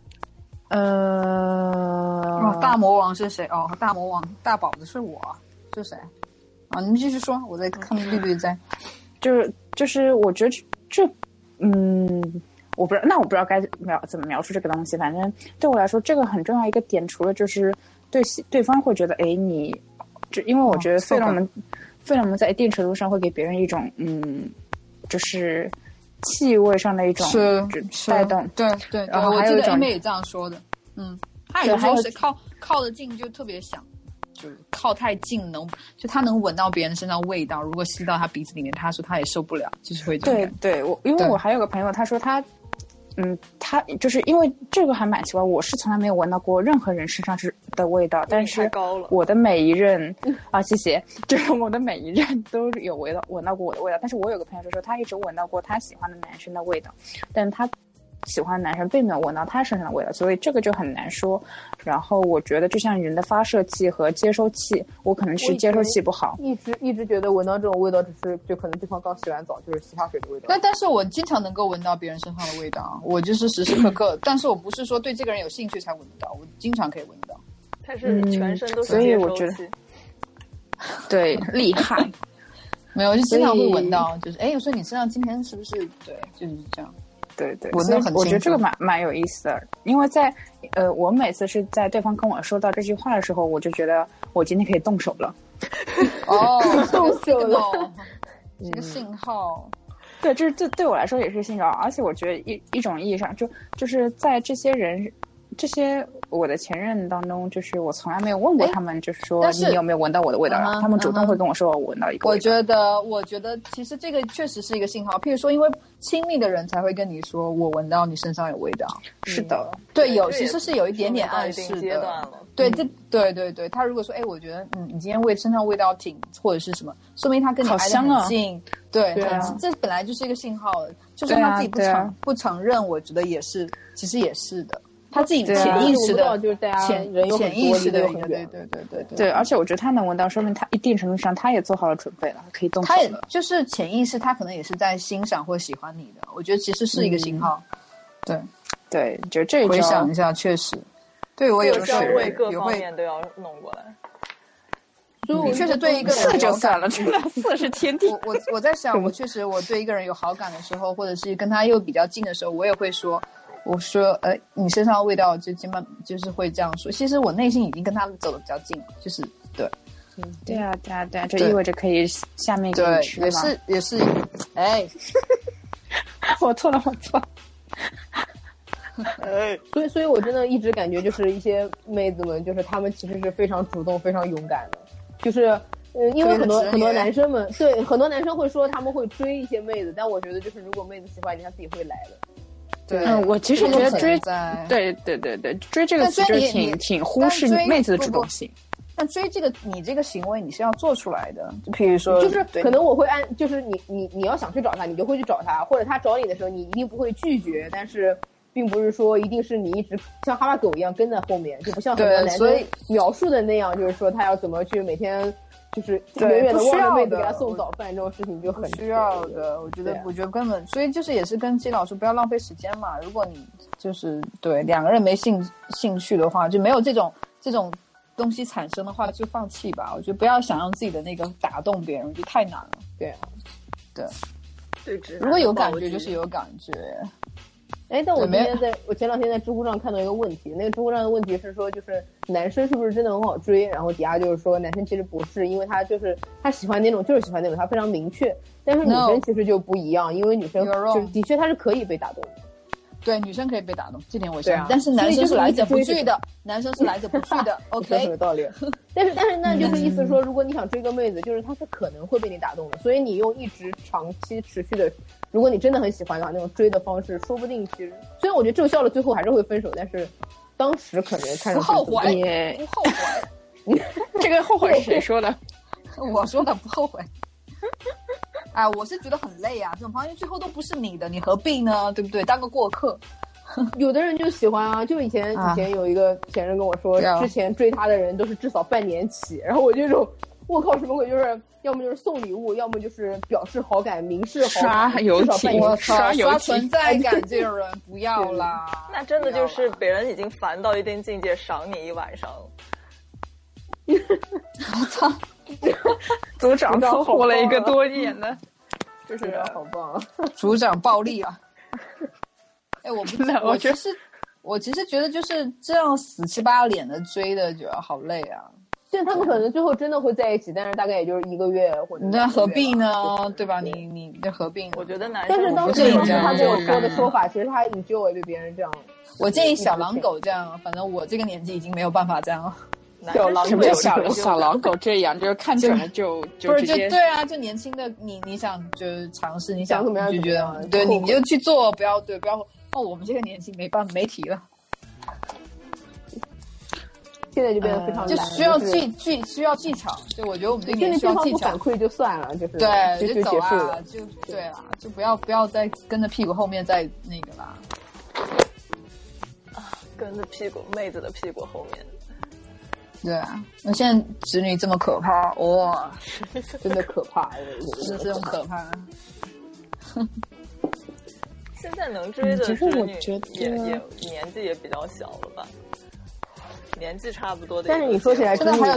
呃、 哦，大魔王是谁？哦，大魔王大宝的是我，是谁？啊，你们继续说，我在看绿绿在。 就是就是，我觉得这，嗯，我不知道，那我不知道该描怎么描述这个东西。反正对我来说，这个很重要一个点，除了就是对对方会觉得，哎，你，就因为我觉得费洛蒙，费洛蒙在一定程度上会给别人一种，嗯，就是气味上的一种带动。 对对， 然后还有一种 A 妹也这样说的。嗯，他有时候是靠靠得近就特别想，就是靠太近能就他能闻到别人身上味道，如果吸到他鼻子里面，他说他也受不了，就是会这样。 对对，我因为我还有个朋友，他说他，嗯，他就是因为这个还蛮奇怪，我是从来没有闻到过任何人身上是的味道，但是我的每一任啊，谢谢，就是我的每一任都有闻到闻到过我的味道，但是我有个朋友就说他一直闻到过他喜欢的男生的味道，但他喜欢的男生并没有闻到他身上的味道，所以这个就很难说。然后我觉得就像人的发射器和接收器，我可能是接收器不好， 一直一直觉得闻到这种味道只是就可能对方刚洗完澡，就是洗发水的味道。 但但是我经常能够闻到别人身上的味道，我就是时时刻刻，但是我不是说对这个人有兴趣才闻得到，我经常可以闻到。 他是全身都是接收器、 嗯、所以我觉得对厉害。 没有，我就经常会闻到，就是哎，我说你身上今天是不是对，就是这样。 对对，所以我觉得这个蛮蛮有意思的，因为在呃，我每次是在对方跟我说到这句话的时候，我就觉得我今天可以动手了。 哦， 动手了， 是个信号。 对，这这对我来说也是信号，而且我觉得一一种意义上，就就是在这些人。这些我的前任当中，就是我从来没有问过他们，就是说你有没有闻到我的味道， 嗯、 他们主动会跟我说我闻到一个味道。 我觉得，我觉得其实这个确实是一个信号。譬如说，因为亲密的人才会跟你说我闻到你身上有味道。 是的， 嗯、对，有其实是有一点点暗示的。对，这对对对，他如果说，哎，我觉得嗯，你今天味身上味道挺或者是什么，说明他跟你挨得很近。啊、对， 对啊， 这本来就是一个信号了。就算他自己不承、啊、不承认，我觉得也是，其实也是的。他自己潜意识的， 就是大家潜人有潜意识的， 对对对对对对对。而且我觉得他能闻到，说明他一定程度上他也做好了准备了，可以动手了。 他也就是潜意识，他可能也是在欣赏或喜欢你的。我觉得其实是一个信号。嗯、对对，就这回想一下，确实，对我有的时候会各方面都要弄过来。 所以我确实对一个人四就算了，真的四是天地。 我我我在想，我确实我对一个人有好感的时候，或者是跟他又比较近的时候，我也会说。我说，呃，你身上的味道就基本就是会这样说。其实我内心已经跟他走的比较近了，就是对， 嗯，对啊，对啊，对啊，这意味着可以下面给你吃嘛。对，也是也是，哎， 我错了，我错了。 哎，所以，所以我真的一直感觉，就是一些妹子们，就是她们其实是非常主动、非常勇敢的，就是，呃，因为很多很多男生们，对，很多男生会说他们会追一些妹子，但我觉得就是如果妹子喜欢你，她自己会来的。 对， 嗯，我其实觉得追，对对对对，追这个词就挺挺忽视妹子的主动性。 但追这个你这个行为你是要做出来的，就比如说， 就是可能我会按，就是你你你要想去找他，你就会去找他，或者他找你的时候，你一定不会拒绝，但是并不是说一定是你一直像哈巴狗一样跟在后面，就不像很多男生描述的那样，就是说他要怎么去每天。就是远远的望着妹子给他送早饭这种事情就很需要的，我觉得、啊、我觉得根本，所以就是也是跟季老师不要浪费时间嘛。如果你就是对两个人没兴兴趣的话，就没有这种这种东西产生的话，就放弃吧。我觉得不要想让自己的那个打动别人，就太难了。对啊，对， 对， 如果有感觉就是有感觉。 哎，但我今天在我前两天在知乎上看到一个问题，那个知乎上的问题是说，就是男生是不是真的很好追？然后底下就是说，男生其实不是，因为他就是他喜欢那种就是喜欢那种，他非常明确。但是女生其实就不一样， no, 因为女生就是的确她是可以被打动的。 对，女生可以被打动，这点我相信、啊。但是男生是来者不拒的，男生是来者不拒的。OK， 有道理。但是但是那就是意思说，如果你想追个妹子，就是她是可能会被你打动的，所以你用一直长期持续的，如果你真的很喜欢的话，那种追的方式，说不定其实虽然我觉得奏效了，最后还是会分手，但是当时可能看上去不后悔，不后悔。 这个后悔是谁说的？ 我说的，不后悔。哎，我是觉得很累啊，这种方式最后都不是你的，你何必呢？对不对？当个过客。 有的人就喜欢啊，就以前、啊、以前有一个前任跟我说，之前追他的人都是至少半年起，然后我这种，我靠，什么鬼？就是要么就是送礼物，要么就是表示好感，明示好感， 刷游戏， 我刷刷存在感，这种人不要啦。 那真的就是别人已经烦到一定境界，赏你一晚上。 我操！ 组长凑合了一个多年呢， 就是好棒啊！ 组长暴力啊！哎，我不，我其实我其实觉得就是这样死七八脸的追的，觉得好累啊。 就他们可能最后真的会在一起，但是大概也就是一个月或者。 那何必呢？对吧？你你那何必呢？ 我觉得男生， 但是当时当时他跟我说的说法，其实他 enjoy 对别人这样。 我建议小狼狗这样，反正我这个年纪已经没有办法这样了。 小狼什么叫小小狼狗这样？就是看准了就就不是就对啊，就年轻的你你想就是尝试，你想怎么样就觉得对，你就去做，不要对不要哦，我们这个年纪没办法没提了。 现在就变得非常难、呃，就需要技技、就是、需要技巧。就我觉得我们这个年需要技巧。 反馈就算了，就是对， 就走啊，就对啊，就不要不要再跟着屁股后面再那个啦。 啊，跟着屁股妹子的屁股后面。 对啊，那现在侄女这么可怕，哇、哦， 真的可怕， 是这种可怕。 现在能追的侄女也也年纪也比较小了吧？年纪差不多的。 但是你说起来， 真的还有，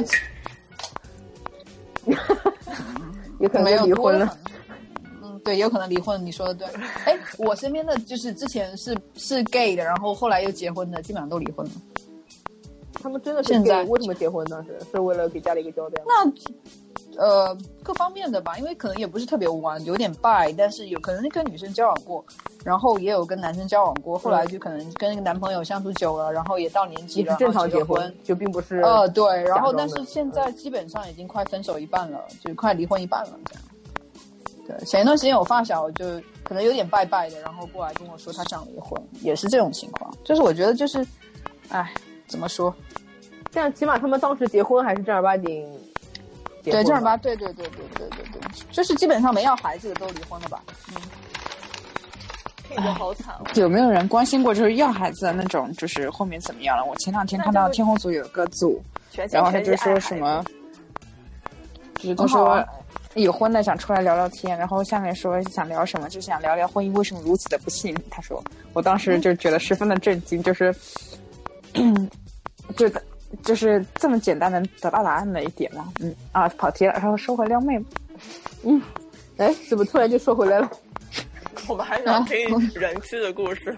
有可能离婚了。 嗯，对，有可能离婚。你说的对。哎，我身边的就是之前是是 gay 的，然后后来又结婚的，基本上都离婚了。 他们真的是 gay，为什么结婚呢？是是为了给家里一个交代？ 那呃各方面的吧，因为可能也不是特别弯，有点拜，但是有可能跟女生交往过，然后也有跟男生交往过，后来就可能跟那个男朋友相处久了，然后也到年纪了， 正常结婚， 婚就并不是呃对，然后但是现在基本上已经快分手一半了，就快离婚一半了这样。对，前一段时间有发小就可能有点拜拜的，然后过来跟我说他想离婚，也是这种情况。就是我觉得就是，哎，怎么说？ 这样起码他们当时结婚还是正儿八经。 对，正儿八对对对对对对对，就是基本上没要孩子的都离婚了吧？嗯， 听着好惨、哦。 有没有人关心过就是要孩子的那种，就是后面怎么样了？我前两天看到天后组有个组，然后他就说什么，就是他说已婚的想出来聊聊天，然后下面说想聊什么，就想聊聊婚姻为什么如此的不幸。他说，我当时就觉得十分的震惊，就是，嗯，就的。就是这么简单的得到答案的一点嘛，嗯啊，跑题了，然后说回撩妹， 嗯，哎，怎么突然就说回来了？ 我们还想听人妻的故事。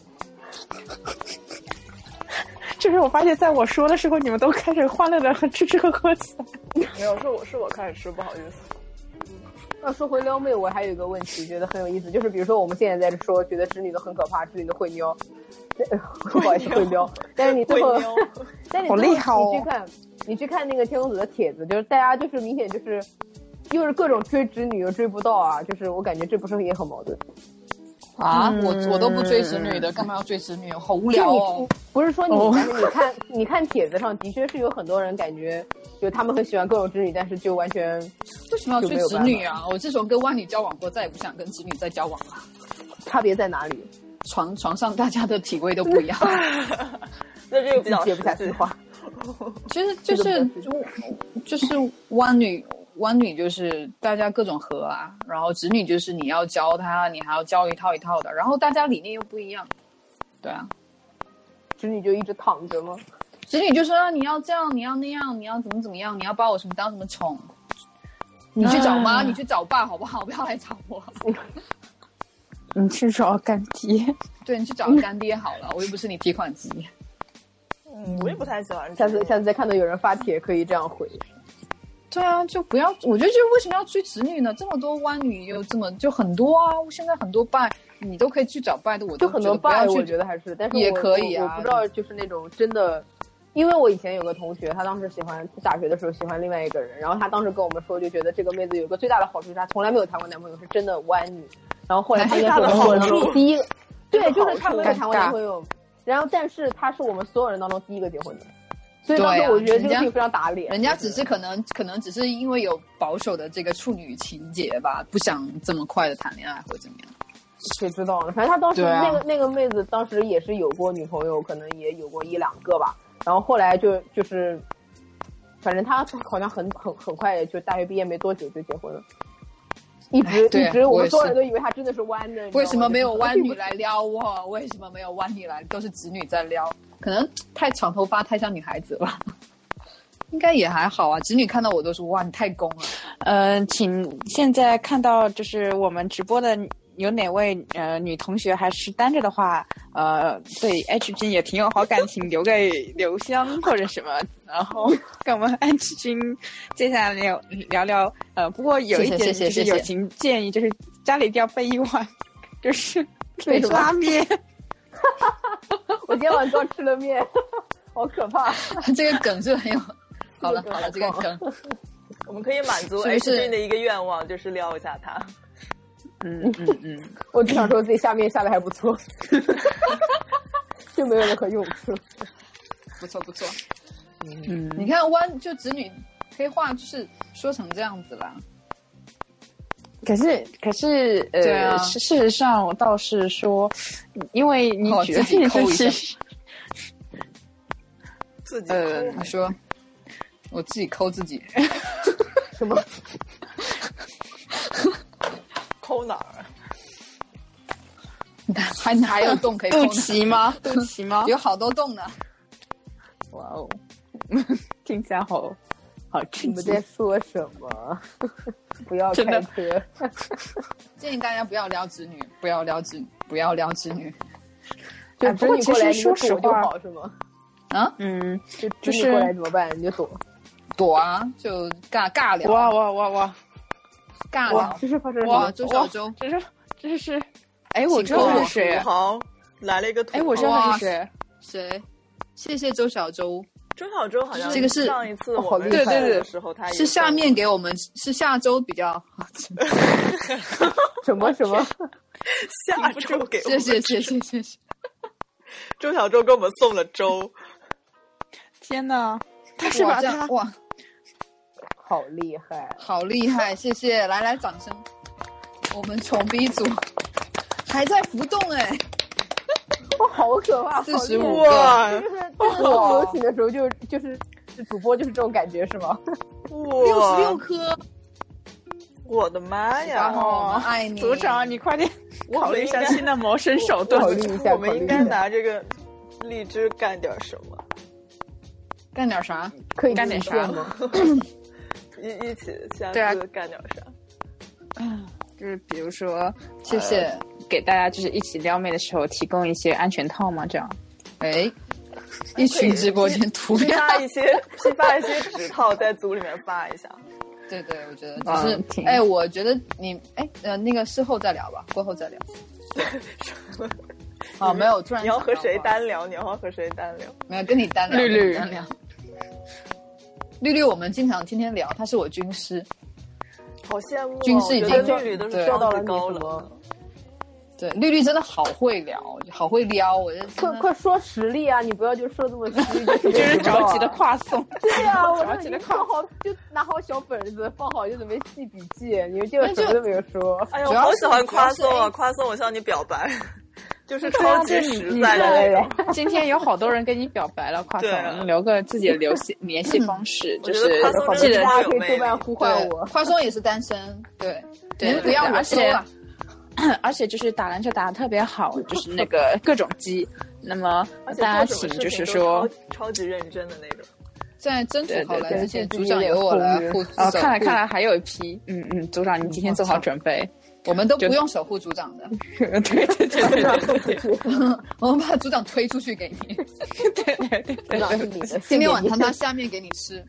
就是我发现，在我说的时候，你们都开始欢乐的和吃吃喝喝起来。 没有，是我是我开始吃，不好意思。 那说回撩妹，我还有一个问题，觉得很有意思，就是比如说我们现在在这说，觉得直女的很可怕，直女的会撩。不好意思，会撩，但是你最后，但是你最后你去看，你去看那个天公子的帖子，就是大家就是明显就是，又是各种追直女又追不到啊，就是我感觉这不是也很矛盾啊？嗯、我我都不追直女的，干嘛要追直女？好无聊哦！ 不是说你，但是你看，你看帖子上的确是有很多人感觉，就他们很喜欢各种直女，但是就完全为什么要追直女啊？我自从跟弯女交往过，再也不想跟直女再交往了。 差别在哪里？ 床床上大家的体位都不一样， 那这个比较接不下去话。 其实就是就是弯女弯女就是大家各种合啊，然后直女就是你要教她，你还要教一套一套的，然后大家理念又不一样，对啊， 直女就一直躺着吗？ 直女就说、啊、你要这样，你要那样，你要怎么怎么样，你要把我什么当什么宠，你去找妈，你去找爸好不好？不要来找我。 你去找干爹， 对，你去找干爹好了，我又不是你提款机。 嗯，我也不太喜欢。 下次下次再看到有人发帖，可以这样回。 对啊，就不要，我觉得就为什么要追直女呢？这么多弯女又这么就很多啊，现在很多拜你都可以去找拜的，我就很多拜，我觉得还是，但是也可以啊。 我不知道就是那种真的。因为我以前有个同学，他当时喜欢大学的时候喜欢另外一个人，然后他当时跟我们说，就觉得这个妹子有个最大的好处是她从来没有谈过男朋友，是真的弯女。然后后来他应该是我们所有人当中第一个，对，就是他没有谈过男朋友，然后但是他是我们所有人当中第一个结婚的，所以当时我觉得这个事情非常打脸。 人家只是可能可能只是因为有保守的这个处女情节吧，不想这么快的谈恋爱或者怎么样。 谁知道呢？反正他当时、啊、那个那个妹子当时也是有过女朋友，可能也有过一两个吧。然后后来就就是，反正他好像很很很快就大学毕业没多久就结婚了，一直、哎、一直我们所有人都以为他真的是弯的。 为什么没有弯女来撩我？为什么没有弯女来？都是直女在撩，可能太长头发太像女孩子了。应该也还好啊，直女看到我都说哇你太攻了。 呃，请现在看到就是我们直播的。有哪位呃女同学还是单着的话，呃，对 H 君也挺有好感，请留个邮箱或者什么，然后跟我们 H 君接下来聊聊聊。呃，不过有一点就是友情建议，就是家里一定要备一碗，就是备拉面。 我今天晚上吃了面，好可怕！ 这个梗是很有。好了好了，这个梗， 我们可以满足 H 君的一个愿望，就是撩一下他。 嗯嗯嗯， 我只想说自己下面下的还不错，就没有任何用处。 不错不错，嗯，你看弯就直女黑话就是说成这样子啦。 可是可是呃， 对啊、 事实上我倒是说，因为你举的例子是， 自己呃，你说我自己抠自己， 什么？ 抠哪儿？ 还还有洞可以抠？ 肚脐吗？肚脐吗？ 有好多洞呢。 哇哦，听起来好好刺激。 你们在说什么？不要开车。 建议大家不要撩直女，不要撩直，不要撩直女。 就直女过来，你就躲就好，是吗？ 啊， 嗯， 就直女过来怎么办？你就躲。 躲啊，就尬尬聊。 哇哇哇哇！ 尬哇， 聊。 这是发生哇，周小周， 这是这是，哎，我知道是谁。 好，来了一个土豪。 哎，我知道他是谁。 谁？谢谢周小周。 周小周好像这个是上一次我们对对对的时候，他也是下面给我们是下周比较好。 什么什么？ 下周给我们谢谢谢谢谢谢。 周小周给我们送了粥。 天哪，他是把他哇， 好厉害， 好厉害！谢谢，来来掌声。我们穷逼组还在浮动哎。 哇，好可怕！ 四十五哇！ 就是就是有请的时候就就是主播就是这种感觉是吗？ 哇！ 六十六颗！ 我的妈呀！ 哦，爱你， 组长，你快点考虑一下新的谋生手段。 考虑一下， 我们应该拿这个荔枝干点什么？ 干点啥？ 可以干点啥吗？ 一一起下对啊次干点啥？ 啊，就是比如说， 谢谢、 呃、给大家就是一起撩妹的时候提供一些安全套吗？这样， 哎，一群直播间图批片， 发一些批发一些纸套在组里面发一下。 对对，我觉得就是，哎、嗯，我觉得你，哎，呃，那个事后再聊吧，过后再聊。哦，没有，突然你要和谁单聊？你要和谁单聊？ 没有跟你单聊， 绿绿单聊。绿绿，我们经常天天聊，他是我军师， 好羡慕、哦。 军师已经绿绿都是受到了高了。 对，绿绿真的好会聊，好会撩，我就快快说实力啊！你不要就说这么虚， 就是着急的跨送。 对啊，我着急的放好，就拿好小本子，放好就准备记笔记。你们结果什么都没有说。 哎呀，我好喜欢夸送啊！夸送我向你表白，就是超级实在的那种。 今天有好多人跟你表白了，夸送，留个自己的联系联系方式，就是记得大家可以多半呼唤我。 夸送也是单身，对，你们不要我收了。 而且就是打篮球打得特别好，就是那个各种击。那么大家请就是说超, 超级认真的那种。 在征途好来之前，组长由我来护。 哦，看来看来还有一批。嗯嗯，组长，你今天做好准备。 我们都不用守护组长的。 对对对对对。 我们把组长推出去给你。 对对对对对。 今天晚上他下面给你吃。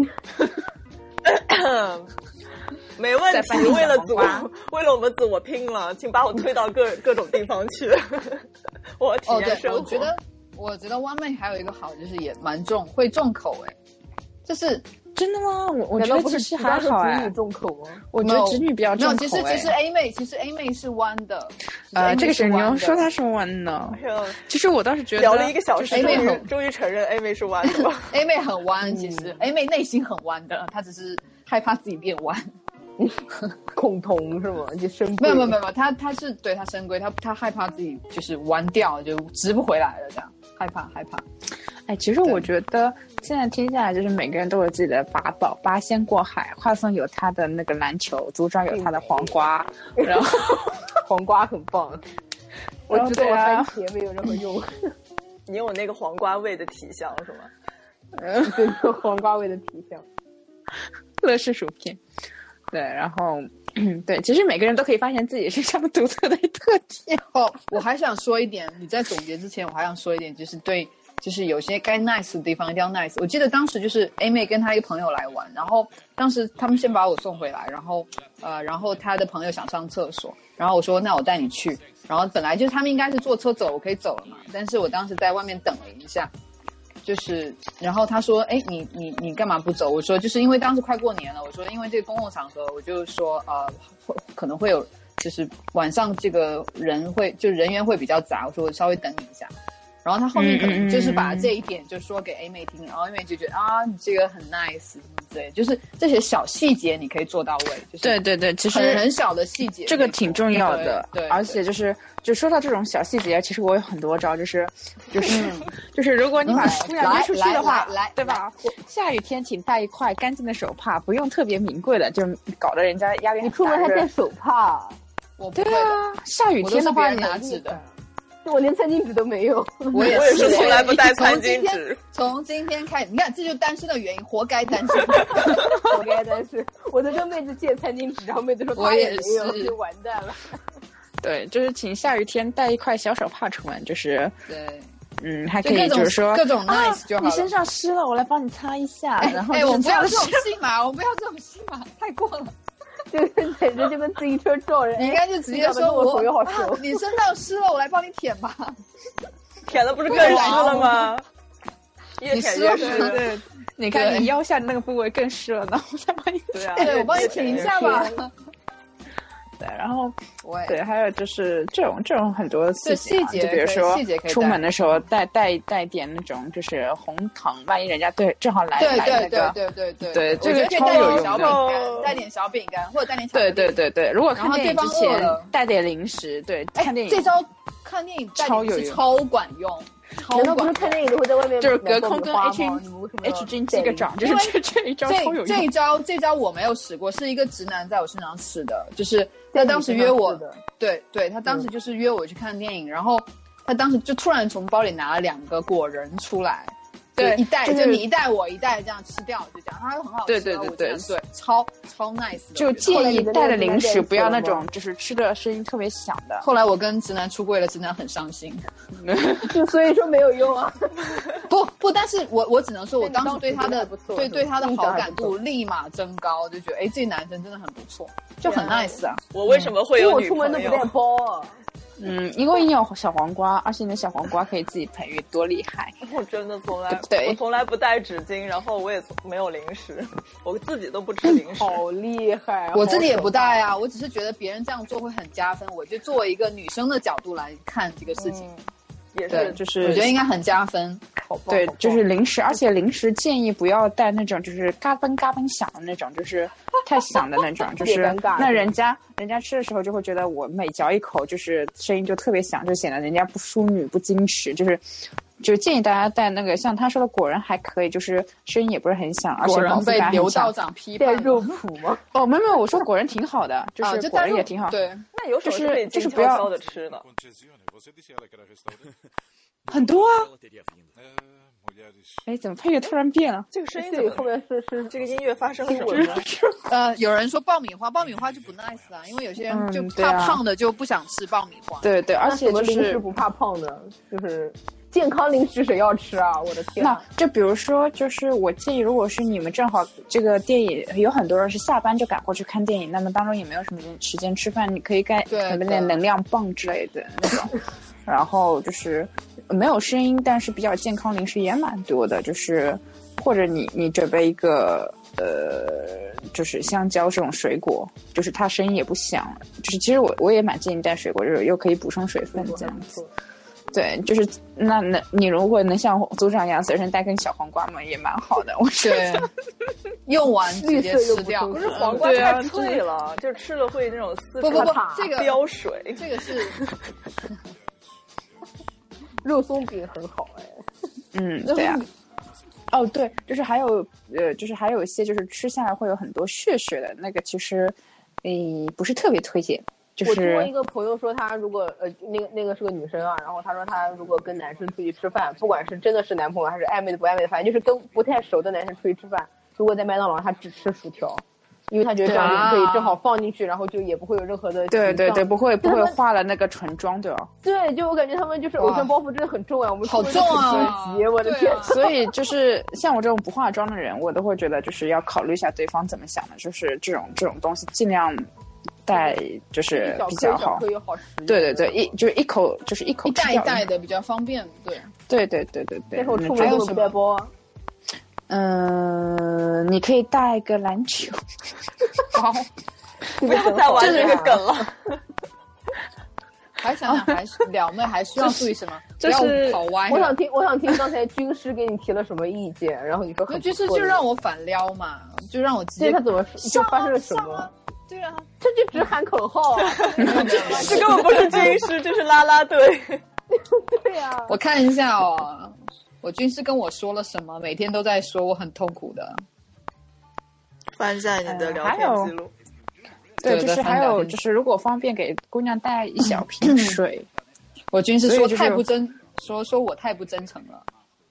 没问题，为了组，为了我们组，我拼了，请把我推到各各种地方去。我体验生活。 哦、对，我觉得，我觉得湾妹还有一个好，就是也蛮重，会重口哎。就是真的吗？我我觉得其实还好哎。 直女重口吗？ 我觉得直女比较重口哎。 其实其实 A 妹，其实 A 妹是弯的。 呃，这个是你要说她是弯的。其实我倒是觉得聊了一个小时， A 妹很终于承认 A 妹是弯的。 A 妹很弯，其实 A 妹内心很弯的，她只是害怕自己变弯。 恐同是吗？就深没有没有没有，他他是对他深闺，他他害怕自己就是弯掉，就直不回来了，这样害怕害怕。 哎，其实我觉得现在听下来，就是每个人都有自己的法宝，八仙过海，华松有他的那个篮球，组长有他的黄瓜，然后黄瓜很棒，我知道我番茄没有任何用。 你有那个黄瓜味的体香是吗？ 嗯，对，黄瓜味的体香， 乐事薯片。对，然后，对，其实每个人都可以发现自己身上独特的特点。 哦，我还想说一点，你在总结之前，我还想说一点，就是对，就是有些该 nice 的地方一定要 nice。我记得当时就是 A 妹跟她一个朋友来玩，然后当时他们先把我送回来，然后呃，然后他的朋友想上厕所，然后我说那我带你去，然后本来就是他们应该是坐车走，我可以走了嘛，但是我当时在外面等了一下。就是，然后他说：“哎，你你你干嘛不走？”我说：“就是因为当时快过年了。”我说：“因为这个公共场合，我就说呃，会可能会有，就是晚上这个人会就人员会比较杂。”我说：“我稍微等你一下。”然后他后面可能就是把这一点就说给 A 妹听，然后 A 妹就觉得啊，你这个很 nice 什么之类，就是这些小细节你可以做到位。就是对对对，其实很很小的细节， 这个挺重要的。 对，对而且就是就说到这种小细节，其实我有很多招，就是就是就是如果你把姑娘约出去的话， 来对吧？下雨天请带一块干净的手帕，不用特别名贵的，就搞得人家压力很大。 你出门还带手帕？ 我不对啊，下雨天的话你拿纸的。 我连餐巾纸都没有， 我也是从来不带餐巾纸。 从今天开始，你看这就是单身的原因，活该单身， 活该单身。我在跟妹子借餐巾纸，然后妹子说我也是，就完蛋了。 对，就是请下雨天带一块小手帕出门，就是对嗯，还可以就是说各种 nice 就好了。 你身上湿了，我来帮你擦一下。然后哎，我不要这种戏码，我不要这种戏码，太过了。 就是简直就跟自行车撞人。 你应该就直接说我手又好啊，你身上湿了，我来帮你舔吧。 舔了不是更湿了吗？越舔越湿。 对，你看你腰下的那个部位更湿了，然后我再帮你。 对啊， 对，我帮你舔一下吧。 对，然后对，还有就是这种这种很多细节、啊， 就比如说出门的时候带带带点那种就是红糖，万一人家对正好来对来那个， 对对对对，这个超有用的。带点小饼干，或者带点小对对对对，如果看电影之前带点零食，对，看电影这招看电影超有用， 超管用。 难道不是看电影都会在外面就是隔空跟 H H 君击个掌，就是这这一招超有用。 这一招这招我没有使过，是一个直男在我身上试的，就是他当时约我，对对，他当时就是约我去看电影，然后他当时就突然从包里拿了两个果仁出来，对，一袋就你一袋我一袋这样吃掉，就这样，他很好吃， 对对对对对，超超 nice。 就建议带的零食不要那种就是吃的声音特别响的。 后来我跟直男出柜了，直男很伤心， 就所以说没有用啊。 不不，但是我我只能说，我当时对他的对对他的好感度立马增高，就觉得哎，这男生真的很不错，就很 nice 啊。 我为什么会有女朋友？ 我出门都不带包啊。 嗯，因为你有小黄瓜，而且你的小黄瓜可以自己培育，多厉害！ 我真的从来对， 我从来不带纸巾，然后我也没有零食，我自己都不吃零食。 好厉害！ 我自己也不带啊，我只是觉得别人这样做会很加分，我就作为一个女生的角度来看这个事情。嗯也是， 就是我觉得应该很加分。 对，就是零食，而且零食建议不要带那种就是嘎嘣嘎嘣响的那种，就是太响的那种，就是那人家人家吃的时候就会觉得我每嚼一口就是声音就特别响，就显得人家不淑女不矜持，就是就建议大家带那个像他说的果仁还可以，就是声音也不是很响，而且饱腹感很强。 被刘道长批判带肉脯吗？ 哦，没有没有，我说果仁挺好的，就是果仁也挺好。 对， 那有什么就是就是不要的吃的。 很多啊！哎，怎么配乐突然变了？ 这个声音怎么后面是是这个音乐发生了什么？ 呃，有人说爆米花，爆米花就不 nice 啊，因为有些人就怕胖的就不想吃爆米花。 对对，而且就是零食不怕胖的，就是健康零食谁要吃啊？我的天！ 那就比如说，就是我建议，如果是你们正好这个电影有很多人是下班就赶过去看电影，那么当中也没有什么时间吃饭，你可以盖可能点能量棒之类的那种。然后就是没有声音，但是比较健康零食也蛮多的，就是或者你你准备一个呃，就是香蕉这种水果，就是它声音也不响，就是其实我我也蛮建议带水果，就是又可以补充水分这样子。对，就是那那你如果能像组长一样随身带根小黄瓜嘛，也蛮好的。我觉得用完直接吃掉， 不是黄瓜太脆了，就吃了会那种撕不不不，这个飙水， 这个是。 肉松饼很好哎， 嗯，对啊，哦对，就是还有呃，就是还有一些就是吃下来会有很多血血的那个，其实诶不是特别推荐。就是我听过一个朋友说，他如果呃那个那个是个女生啊，然后他说他如果跟男生出去吃饭，不管是真的是男朋友还是暧昧的不暧昧的，反正就是跟不太熟的男生出去吃饭，如果在麦当劳他只吃薯条。因为他觉得这样就可以正好放进去，然后就也不会有任何的对对对，不会不会化了那个唇妆，对吧？ 对，就我感觉他们就是偶像包袱真的很重啊，我们好重啊！ 我的天！ 所以就是像我这种不化妆的人，我都会觉得就是要考虑一下对方怎么想的，就是这种这种东西尽量带就是比较好。对对对，一就是一口就是一口一袋一袋的比较方便，对对对对对对。 最后出门都不带包啊。 嗯、呃，你可以带个篮球。 好，不要再玩这个梗了。 还想想还是撩妹还需要注意什么？ 就是、 不要跑歪。 我想听，我想听刚才军师给你提了什么意见，然后你说很军师就让我反撩嘛，就让我直接他怎么就发生了什么？ 对啊， 这就只喊口号啊！ 这根本不是军师，这是啦啦队。 对呀、啊， 我看一下哦。我军师跟我说了什么？每天都在说我很痛苦的。 翻一下你的聊天记录。 呃、对，就是还有就是，如果方便给姑娘带一小瓶水。 我军师说太不真，说说我太不真诚了。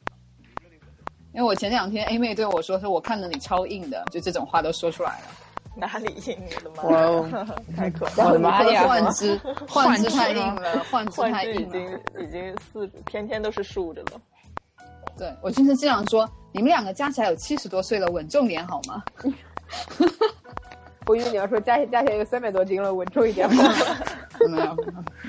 因为我前两天 A 妹对我说，说我看着你超硬的，就这种话都说出来了。 哪里硬？我的妈！ 哇哦， 太可怕了！ 我的妈呀！ 幻肢，幻肢太硬了，幻肢太硬已经了， 已经四天天都是竖着了。 对，我经常经常说，你们两个加起来有七十多岁了，稳重点好吗？ 我以为你要说加加起来有三百多斤了，稳重一点好吗？ 没有，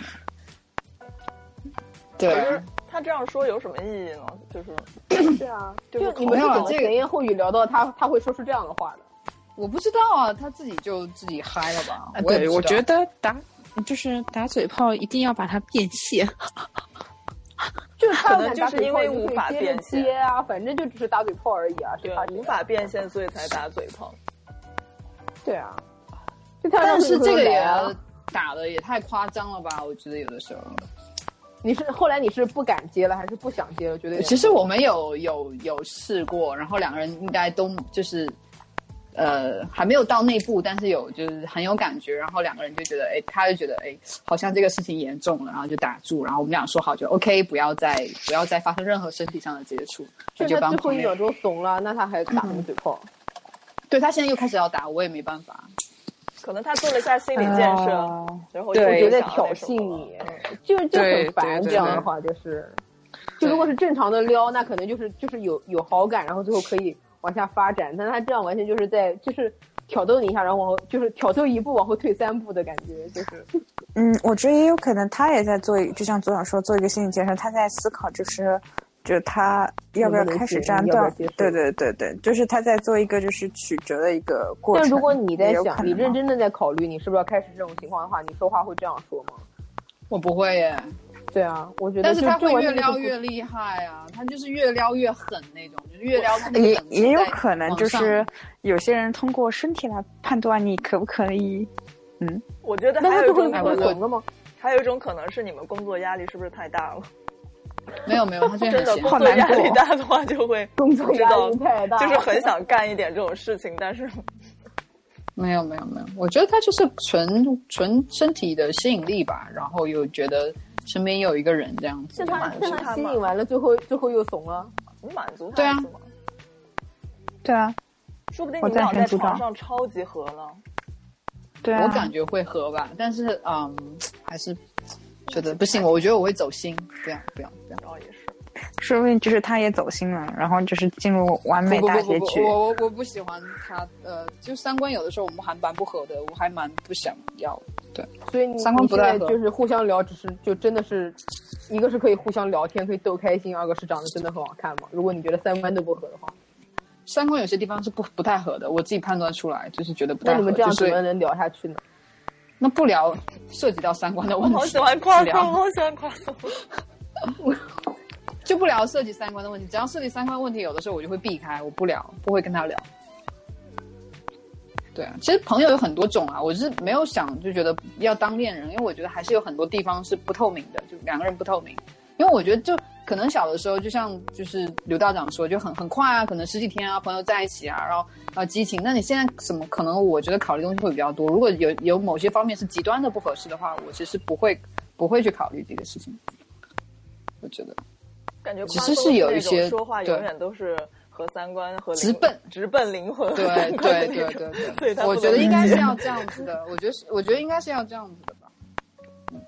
对啊。 他这样说有什么意义呢？就是是啊， 就是就你们是怎么前言后语聊到他他会说出这样的话的？ 我不知道啊，他自己就自己嗨了吧？ 啊、对，我觉得打就是打嘴炮一定要把它变现。 就是他可能就是因为无法变现啊，反正就只是打嘴炮而已啊， 对，无法变现，所以才打嘴炮。 对啊， 但是这个也打的也太夸张了吧？我觉得有的时候。 你是后来你是不敢接了，还是不想接了？觉得其实我们有有有试过，然后两个人应该都就是。呃，还没有到内部，但是有就是很有感觉，然后两个人就觉得，哎，他就觉得，哎，好像这个事情严重了，然后就打住，然后我们俩说好就 OK， 不要再不要再发生任何身体上的接触， 就就帮最后一秒钟怂了，那他还打什么嘴炮？ 嗯、对他现在又开始要打，我也没办法， 可能他做了一下心理建设， 呃、 然后对，就在挑衅你，就就很烦这样的话，就是，就如果是正常的撩，那可能就是就是有有好感，然后最后可以。往下发展，但他这样完全就是在就是挑逗你一下，然后往后就是挑逗一步往后退三步的感觉，就是。 嗯，我觉得也有可能他也在做，就像左小说做一个心理建设，他在思考，就是就他要不要开始这样断，对对对对，就是他在做一个就是曲折的一个过程。 但如果你在想，你认真的在考虑，你是不是要开始这种情况的话，你说话会这样说吗？ 我不会耶。 对啊，我觉得但是他会越撩越厉害啊，他就是越撩越狠那种，就是越撩他那个狠也也有可能就是有些人通过身体来判断你可不可以，嗯， 我觉得还有一种可能了吗？ 还有一种可能是你们工作压力是不是太大了？ 没有没有，他真的工作压力大的话就会工作压力太大， 就是很想干一点这种事情，但是。 没有没有没有，我觉得他就是纯纯身体的吸引力吧，然后又觉得身边有一个人这样子， 是他是他吸引完了，最后最后又怂了， 你满足他对啊， 对啊， 说不定你们俩在床上超级合了， 对啊， 我感觉会合吧，但是嗯，还是觉得不行，我觉得我会走心，不要不要不要， 哦也是。 说不定就是他也走心了，然后就是进入完美大结局。 我我我不喜欢他，呃，就三观有的时候我们还蛮不合的，我还蛮不想要。对， 所以你三观不太合， 就是互相聊，只是就真的是，一个是可以互相聊天，可以逗开心，二个是长得真的很好看嘛。如果你觉得三观都不合的话， 三观有些地方是不不太合的，我自己判断出来，就是觉得不太合。 那你们这样怎么能聊下去呢？ 那不聊涉及到三观的问题。 我好喜欢夸松，好喜欢夸松。 就不聊涉及三观的问题，只要涉及三观问题，有的时候我就会避开，我不聊，不会跟他聊。对啊，其实朋友有很多种啊，我是没有想就觉得要当恋人，因为我觉得还是有很多地方是不透明的，就两个人不透明。因为我觉得就可能小的时候，就像就是刘道长说，就很很快啊，可能十几天啊，朋友在一起啊，然后啊激情。那你现在什么可能？我觉得考虑东西会比较多。如果有有某些方面是极端的不合适的话，我其实不会不会去考虑这个事情。我觉得。 感觉其实是有一些说话永远都是和三观和直奔直奔灵魂， 对对对对对， 对， 我觉得应该是要这样子的。我觉得我觉得应该是要这样子的吧。嗯，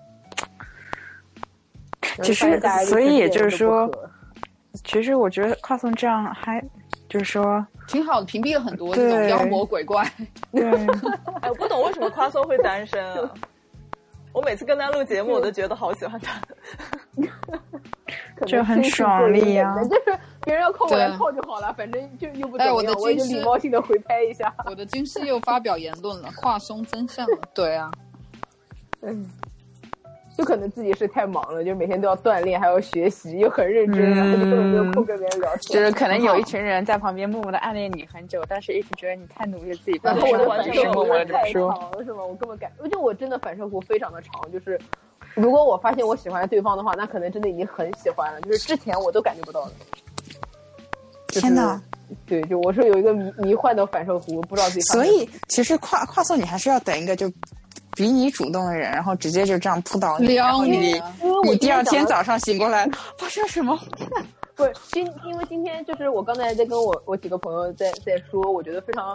其实所以也就是说，其实我觉得跨送这样还就是说挺好的，屏蔽了很多这种妖魔鬼怪。 对， 哎，我不懂为什么夸松会单身啊。我每次跟他录节目，我都觉得好喜欢他， 就很爽利啊！ 就是别人要靠我来靠就好了，反正就又不怎么样， 哎、我的我就礼貌性的回拍一下。 我的军师又发表言论了，跨松真相了。对啊， 嗯，就可能自己是太忙了，就每天都要锻炼，还要学习，又很认真，嗯、然后就根本没有空跟别人聊天。 就是可能有一群人在旁边默默的暗恋你很久，但是一直觉得你太努力，自己然后我的反射弧太长了，是吗？我根本感，就我真的反射弧非常的长，就是如果我发现我喜欢对方的话，那可能真的已经很喜欢了，就是之前我都感觉不到的。就是、 天哪！ 对，就我是有一个迷迷幻的反射弧，不知道自己。 所以其实跨跨送你还是要等一个就比你主动的人，然后直接就这样扑倒你， 撩你， 因为你第二天早上醒过来发生什么？ 不是今因为今天就是我刚才在跟我我几个朋友在在说，我觉得非常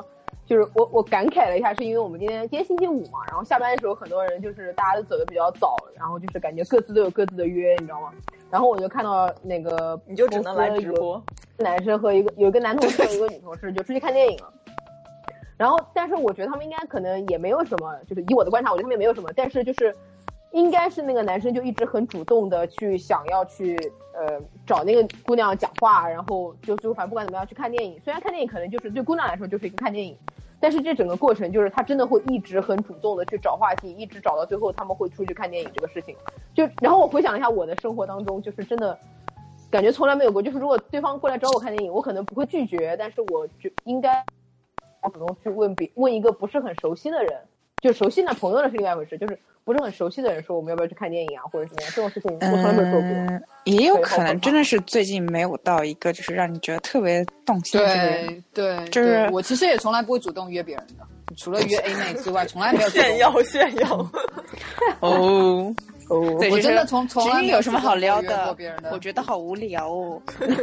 就是我我感慨了一下，是因为我们今天今天星期五嘛，然后下班的时候很多人就是大家都走的比较早，然后就是感觉各自都有各自的约，你知道吗？然后我就看到那个你就只能来直播， 男生和一个有一个男同事和一个女同事就出去看电影了。然后，但是我觉得他们应该可能也没有什么，就是以我的观察，我觉得他们也没有什么。但是就是应该是那个男生就一直很主动的去想要去呃找那个姑娘讲话，然后就就反正不管怎么样去看电影。虽然看电影可能就是对姑娘来说就是一个看电影，但是这整个过程就是他真的会一直很主动的去找话题，一直找到最后他们会出去看电影这个事情。就然后我回想了一下我的生活当中，就是真的感觉从来没有过，就是如果对方过来找我看电影，我可能不会拒绝，但是我就应该主动去问别问一个不是很熟悉的人，就熟悉的朋友的是另外一回事，就是不是很熟悉的人说我们要不要去看电影啊或者什么样这种事情我从来没有做过、 嗯、也有可能真的是最近没有到一个就是让你觉得特别动心的人。 对对， 就是我其实也从来不会主动约别人的，除了约 A 妹之外从来没有炫耀炫耀哦哦， 我真的从从来没有什么好聊的， 的我觉得好无聊哦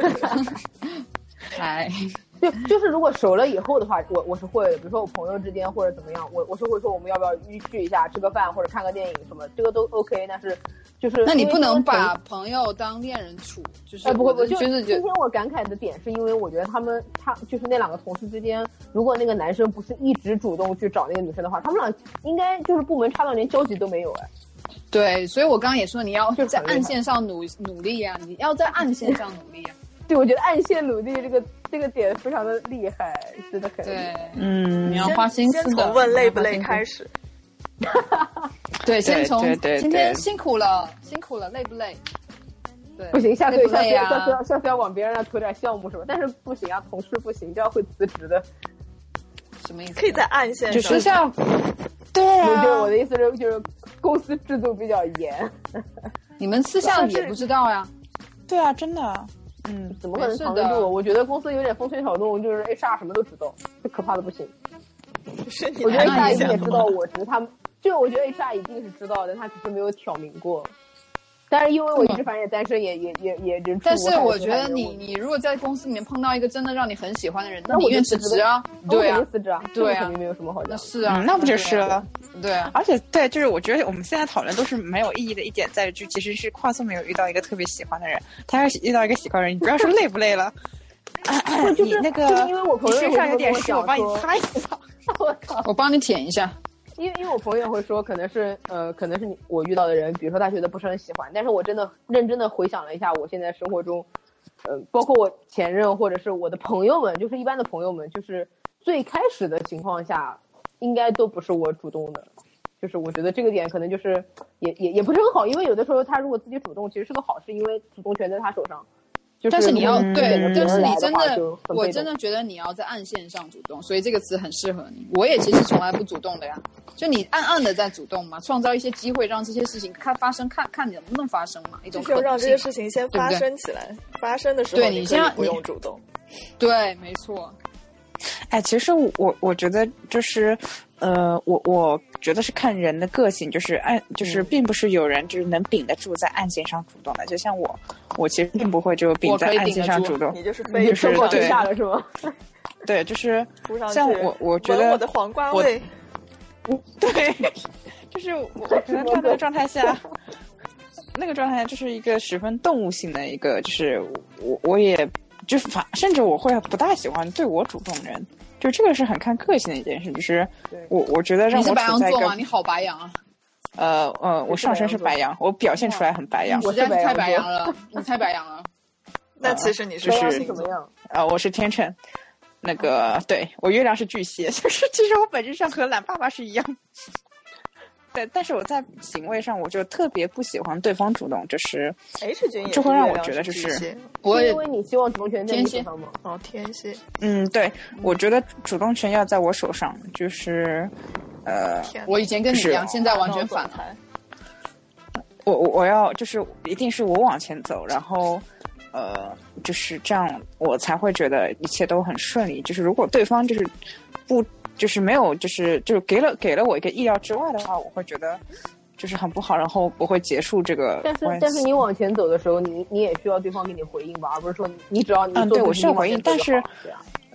哎就就是如果熟了以后的话，我我是会的，比如说我朋友之间或者怎么样，我我是会说我们要不要约聚一下吃个饭或者看个电影什么，这个都 OK。但是就是那你不能把朋友当恋人处，就是哎不会不会， 就就是今天我感慨的点是因为我觉得他们他就是那两个同事之间，如果那个男生不是一直主动去找那个女生的话，他们俩应该就是部门差到连交集都没有哎。 对，所以我刚刚也说你要在暗线上努努力啊，你要在暗线上努力啊。 对，我觉得暗线努力这个这个点非常的厉害，真的很对， 嗯， 你要花心思的。 先从问累不累开始。 对，先从对对对今天辛苦了，辛苦了，累不累？对， 不行，下次下次啊、 下次要下次要往别人那投点项目什么，但是不行啊，同事不行，这样会辞职的。 什么意思？ 可以在暗线上， 就是像，对啊， 就是我的意思是，就是公司制度比较严。 你们私下也不知道呀？ 对啊，真的。嗯， 怎么可能藏得住？我觉得公司有点风吹草动，就是 H R 什么都知道，这可怕的不行。 是你我觉得 H R 一定也知道我，只是他们，就我觉得 H R 一定是知道的，但他只是没有挑明过。但是因为我一直反正也单身，也也也也人出。 但是我觉得你你如果在公司里面碰到一个真的让你很喜欢的人，那你愿辞职啊？对啊， 辞职啊， 对啊， 肯定没有什么好讲。 是啊， 那不就是了？ 对啊， 而且对，就是我觉得我们现在讨论都是没有意义的一点在于，就其实是跨速没有遇到一个特别喜欢的人，他要是遇到一个喜欢的人，你不要说累不累了， 就是你那个就是因为我朋友身上有点湿，我帮你擦一擦， 我操， 我帮你舔一下。 因为因为我朋友也会说，可能是呃，可能是你我遇到的人，比如说他觉得不是很喜欢，但是我真的认真的回想了一下，我现在生活中，呃，包括我前任或者是我的朋友们，就是一般的朋友们，就是最开始的情况下，应该都不是我主动的，就是我觉得这个点可能就是也也也不是很好，因为有的时候他如果自己主动，其实是个好事，因为主动权在他手上。就是、 但是你要、嗯、对，但是你真的，我真的觉得你要在暗线上主动，所以这个词很适合你。我也其实从来不主动的呀，就你暗暗的在主动嘛，创造一些机会让这些事情看发生，看看能不能发生嘛，一种可能性。 就是让这些事情先发生起来，对对发生的时候对你先不用主动。 对，没错。 哎，其实我我觉得就是，呃，我我觉得是看人的个性，就是暗，就是并不是有人就是能顶得住在暗线上主动的。就像我，我其实并不会就顶在暗线上主动。 你就是飞就是对下了是吗？ 对，就是像我，我觉得我的黄瓜味。 对，就是我我可能在那个状态下。那个状态就是一个十分动物性的一个，就是我我也就是反，甚至我会不大喜欢对我主动的人，就这个是很看个性的一件事。就是我我觉得让我你是白羊座吗？ 你好白羊啊！ 呃呃，我上身是白羊，我表现出来很白羊。 我现在太白羊了，你太白羊了。 那其实你是是怎么样？ 啊、呃，我是天秤，那个对我月亮是巨蟹，就是其实我本质上和懒爸爸是一样。对，但是我在行为上，我就特别不喜欢对方主动，就是 H 君也这会让我觉得就是我因为你希望主动权在你手上吗？ 哦，天蝎。 嗯，对，我觉得主动权要在我手上，就是呃， 我以前跟你一样，现在完全反。 我我我要就是一定是我往前走，然后呃，就是这样，我才会觉得一切都很顺利。就是如果对方就是不。就是没有，就是就是给了给了我一个意料之外的话，我会觉得就是很不好，然后我会结束这个。 但是但是你往前走的时候，你你也需要对方给你回应吧，而不是说你只要你嗯，对我需要回应，但是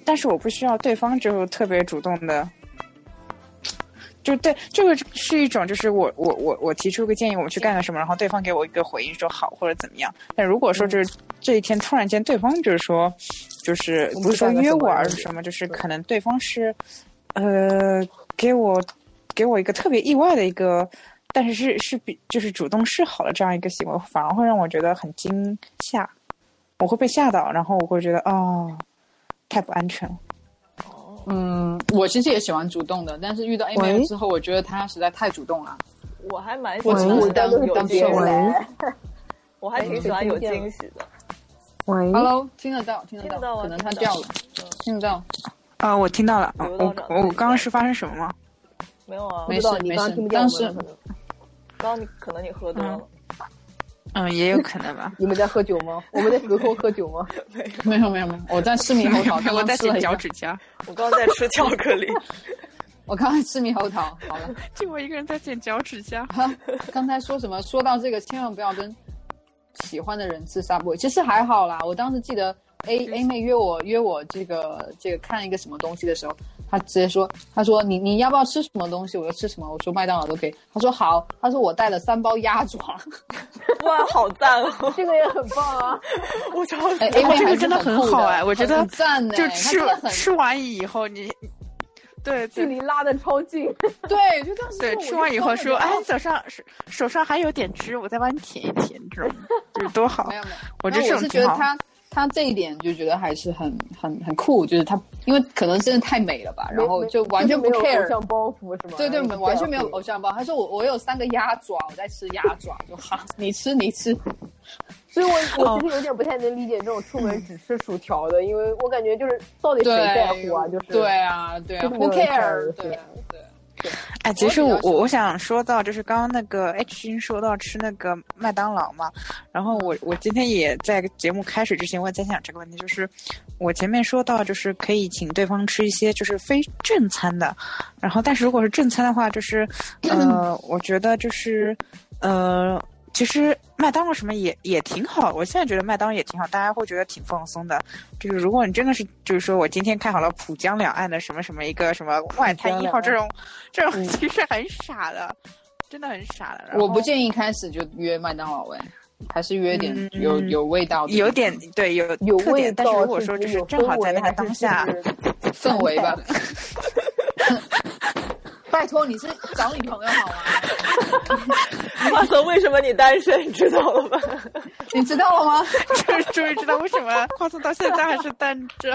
但是我不需要对方就特别主动的。就对，这个是一种，就是我我我我提出一个建议，我们去干个什么，然后对方给我一个回应，说好或者怎么样。但如果说就是这一天突然间对方就是说，就是不是说约我而是什么，就是可能对方是，呃，给我给我一个特别意外的一个，但是是是比就是主动示好的这样一个行为，反而会让我觉得很惊吓，我会被吓到，然后我会觉得哦，太不安全了。 嗯，我其实也喜欢主动的，但是遇到 A 妹之后，我觉得他实在太主动了。 我还蛮喜欢当有惊喜，我还挺喜欢有惊喜的。 喂 ，Hello， 听得到，听得到， 听得到可能他掉了，听得到。 啊、呃，我听到了。我我我刚刚是发生什么吗？ 没有啊， 没事没事。当时， 刚刚你可能你喝多了。嗯嗯，也有可能吧。 你们在喝酒吗？我们在隔空喝酒吗？ 没有没有没有，我在吃猕猴桃， 我在剪脚趾甲。 我刚刚在吃巧克力。 我刚才吃猕猴桃，好了， 就我一个人在剪脚趾甲。 刚才说什么？说到这个，千万不要跟喜欢的人吃沙布。其实还好啦，我当时记得 A A 妹约我约我这个这个看一个什么东西的时候，他直接说，他说你你要不要吃什么东西？我说吃什么？我说麦当劳都可以。他说好，他说我带了三包鸭爪。 哇，好赞哦！ 这个也很棒啊！ 我超哎 ，A 妹这个真的很好哎，我觉得赞呢。 就吃吃完以后你。对， 距离拉的超近。 对，就当时对吃完以后说，哎，手上手上还有点汁，我再帮你舔一舔，这种就是多好。 没有没有， 我这我是觉得他他这一点就觉得还是很很很酷，就是他因为可能真的太美了吧，然后就完全不 care 偶像包袱是吗？ 对对，完全没有偶像包。他说我我有三个鸭爪，我在吃鸭爪，就哈，你吃你吃。 所以我我其实有点不太能理解这种出门只吃薯条的，因为我感觉就是到底谁在乎啊？就是对啊对啊，不 care 对对。对， 哎，其实我我我想说到，就是刚刚那个 H 君说到吃那个麦当劳嘛，然后我我今天也在节目开始之前，我也在想这个问题，就是我前面说到，就是可以请对方吃一些就是非正餐的，然后但是如果是正餐的话，就是呃，我觉得就是呃。其实麦当劳什么也也挺好，我现在觉得麦当劳也挺好，大家会觉得挺放松的。就是如果你真的是，就是说我今天看好了浦江两岸的什么什么一个什么外滩一号这种，这种其实很傻的，嗯、真的很傻的。 我不建议一开始就约麦当劳哎，还是约点有、嗯、有味道的， 有点对有有味道。 但是如果说就是正好在那个当下氛围吧。拜托，你是找女朋友好吗？ 花总，为什么你单身？你知道了吗？ 你知道了吗？ 终于终于知道为什么花总到现在还是单着。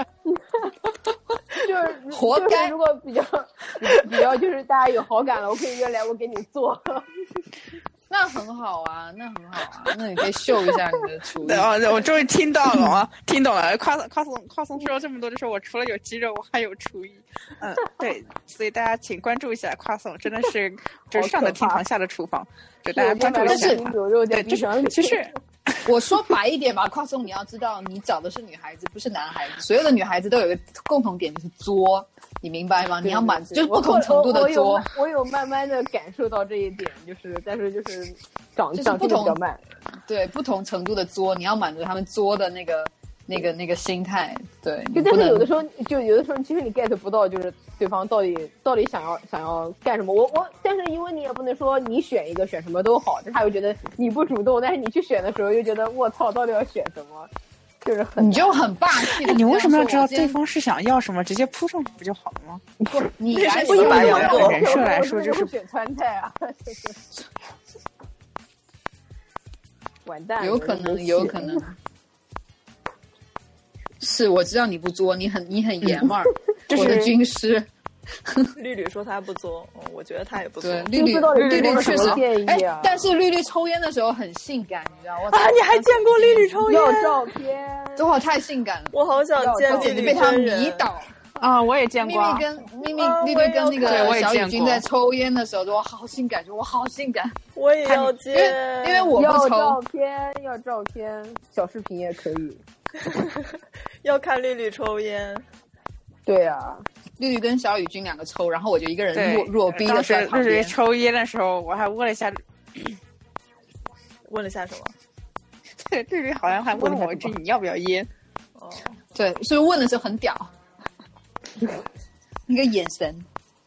就是活该。 就是、如果比较比较就是大家有好感了，我可以约来我给你做。 那很好啊，那很好啊，那你可以秀一下你的厨艺。 哦，我终于听到了啊，听懂了。夸夸松夸松说了这么多，就是我除了有肌肉，我还有厨艺。嗯，对，所以大家请关注一下夸松，真的是就是上的厅堂，下的厨房，就大家关注一下他。对，就是其实。 我说白一点吧，夸松，你要知道，你找的是女孩子，不是男孩子。所有的女孩子都有一个共同点，就是作，你明白吗？你要满足，就是不同程度的作。 我, 我, 我, 有我有慢慢的感受到这一点，就是但是就是长就是不同比较慢， 对不同程度的作，你要满足他们作的那个那个那个心态。对， 就但是有的时候，就有的时候，其实你 get 不到，就是对方到底到底想要想要干什么。我我，但是因为你也不能说你选一个选什么都好，他又觉得你不主动，但是你去选的时候又觉得我操，到底要选什么？就是很你就很霸气的、 哎。你为什么要知道对方是想要什么？直接扑上去不就好了吗？ 不， 你来不一白羊座人设来说就是选川菜啊，完蛋， 有可能，有可能。是我知道你不作，你很你很爷们儿，就是、我的军师。 绿绿说他不作，嗯，我觉得他也不作。 对，绿绿绿绿确实建议啊。但是绿绿抽烟的时候很性感，你知道吗？ 啊，你还见过绿绿抽烟？ 要照片， 哇，太性感了！ 我好想见绿绿被他迷倒。 啊，我也见过。 咪咪跟咪咪绿绿跟那个小雨君在抽烟的时候，我好性感，我好性感。 我也要见， 因为我不抽。 要照片，要照片，小视频也可以。 要看绿绿抽烟。 对啊， 绿绿跟小雨君两个抽，然后我就一个人弱弱逼的在旁边。 绿绿抽烟的时候，我还问了一下， 问了一下什么？ 对，绿绿好像还问我一句你要不要烟。 哦， 对，所以问的时候很屌。 那个眼神。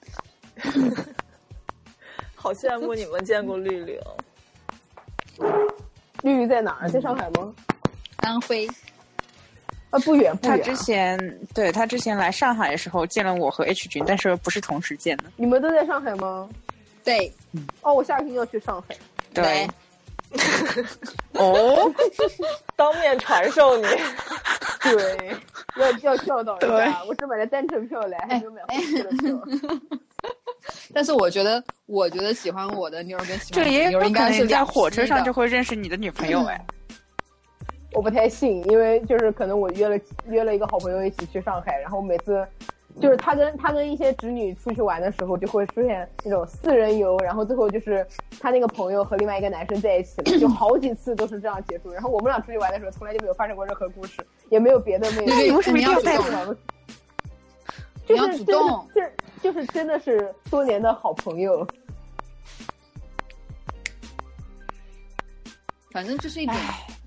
好羡慕你们见过绿绿哦。 绿绿在哪儿？在上海吗？ 安徽。 啊，不远不远、啊。 他之前对他之前来上海的时候见了我和 H 君，但是不是同时见的。 你们都在上海吗？ 对。 哦，我下个星期要去上海。 对。哦， 当面传授你。 对，要要教导一下。我只买了单程票来，还没有买回去的票。 但是我觉得，我觉得喜欢我的妞儿跟喜欢这也妞儿应该是在火车上就会认识你的女朋友哎。 我不太信，因为就是可能我约了约了一个好朋友一起去上海，然后每次就是他跟他跟一些侄女出去玩的时候，就会出现那种四人游，然后最后就是他那个朋友和另外一个男生在一起了，就好几次都是这样结束。然后我们俩出去玩的时候，从来就没有发生过任何故事，也没有别的妹妹。 你为什么一定要带我？ 你要主动， 就是就是真的是多年的好朋友。 反正就是一点。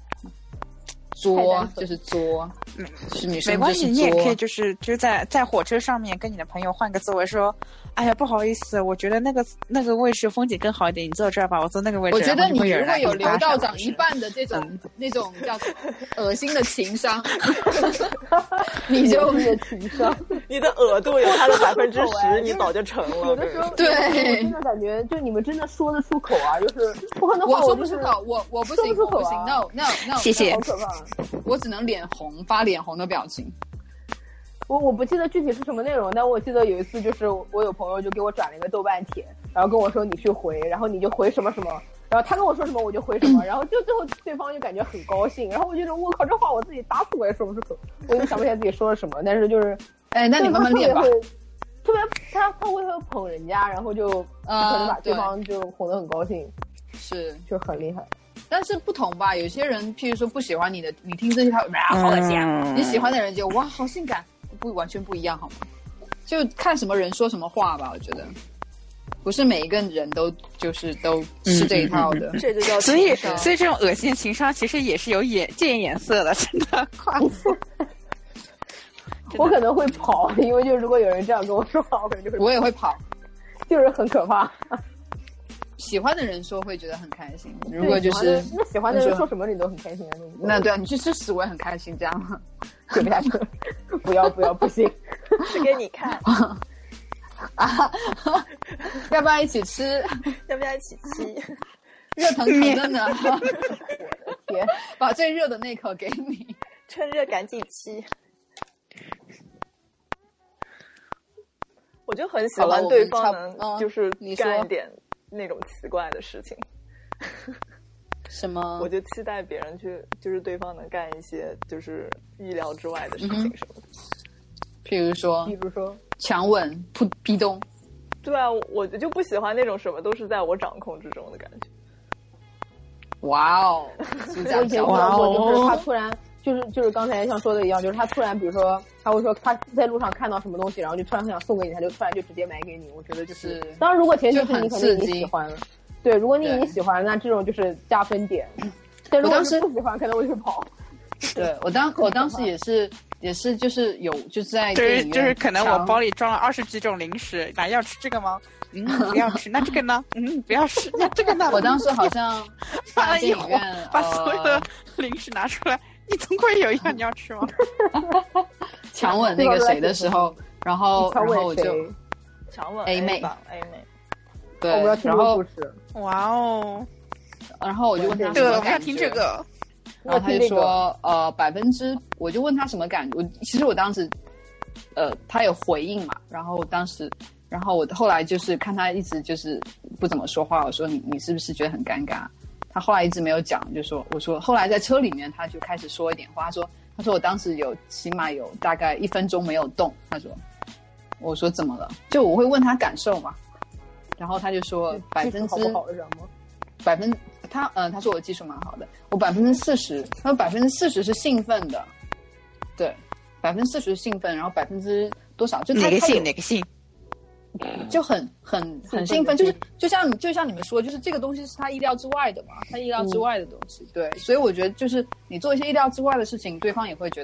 作就是作，是女生就是作。 没关系，你也可以就是就在在火车上面跟你的朋友换个座位，说，哎呀不好意思，我觉得那个那个位置风景更好一点，你坐这儿吧，我坐那个位置。 我觉得你如果有刘道长一半的这种、嗯、那种叫什么恶心的情商，你就你的情商， 你的额度有他的百分之十，你早就成了。 有的时候对， 我真的感觉就你们真的说得出口啊，就是不可能话我说不出口，我我不行， 说不出口、啊、 我不行 ，no no no， 谢谢， 好可怕。 我只能脸红，发脸红的表情。 我我不记得具体是什么内容，但我记得有一次就是我有朋友就给我转了一个豆瓣帖，然后跟我说你去回，然后你就回什么什么，然后他跟我说什么我就回什么，然后就最后对方就感觉很高兴，然后我觉得我靠这话我自己打死我也说不出口，我也想不起来自己说了什么，但是就是哎，那你慢慢练吧。 特别他他会会捧人家，然后就可能把对方就哄得很高兴， 是就很厉害。 但是不同吧，有些人譬如说不喜欢你的，你听这些他啊好恶心啊，嗯、你喜欢的人就哇好性感，不完全不一样好吗？就看什么人说什么话吧，我觉得不是每一个人都就是都是这一套的， 嗯嗯嗯、这就叫所以所以这种恶心的情商其实也是有眼见颜色的，真的夸死。 我可能会跑，因为就如果有人这样跟我说话，我可能就会跑， 我也会跑， 就是很可怕。 喜欢的人说会觉得很开心，如果就是那喜欢的人说什么你都很开心啊。 那对啊，你去吃屎我也很开心，这样接不下去，不要不要不行， 吃给你看啊！要不要一起吃？ 要不要一起吃？ 热腾腾的呢！ 我的天， 把最热的那口给你， 趁热赶紧吃。我就很喜欢对方能就是干一点那种奇怪的事情。 什么？ 我就期待别人去，就是对方能干一些就是意料之外的事情什么的。 譬如说， 比如说强吻、扑逼咚。 对啊，我就不喜欢那种什么都是在我掌控之中的感觉。 哇哦！ 我以前遇到过，就是他突然。就是就是刚才像说的一样，就是他突然比如说他会说他在路上看到什么东西，然后就突然很想送给你，他就突然就直接买给你。我觉得就是，是当然如果前提是你可能已经喜欢了，对，如果你已经喜欢了，那这种就是加分点。但如果是不喜欢，可能我就跑。 对我当我当时也是也是就是有就是在就是就是可能我包里装了二十几种零食，哪要吃这个吗？嗯，不要吃。那这个呢？嗯，不要吃。那这个呢？ 我当时好像在电影院把所有的零食拿出来。你总归有一样你要吃吗？ 强吻那个谁的时候，然后然后我就强吻 A 妹 A 妹， 对， 我要听这个故事。 哇哦！ 然后我就问他对，我们要听这个。 然后他就说呃百分之，我就问他什么感觉。我其实我当时呃他有回应嘛，然后当时然后我后来就是看他一直就是不怎么说话，我说你你是不是觉得很尴尬？他后来一直没有讲，就说我说后来在车里面他就开始说一点话，他说他说我当时有起码有大概一分钟没有动，他说我说怎么了？就我会问他感受嘛，然后他就说百分之百分他呃他说我技术蛮好的，我百分之四十，他说百分之四十是兴奋的，对，百分之四十是兴奋，然后百分之多少就他哪个兴哪个兴。 就很很很兴奋，就是就像就像你们说，就是这个东西是他意料之外的嘛，他意料之外的东西，嗯、对，所以我觉得就是你做一些意料之外的事情，对方也会觉得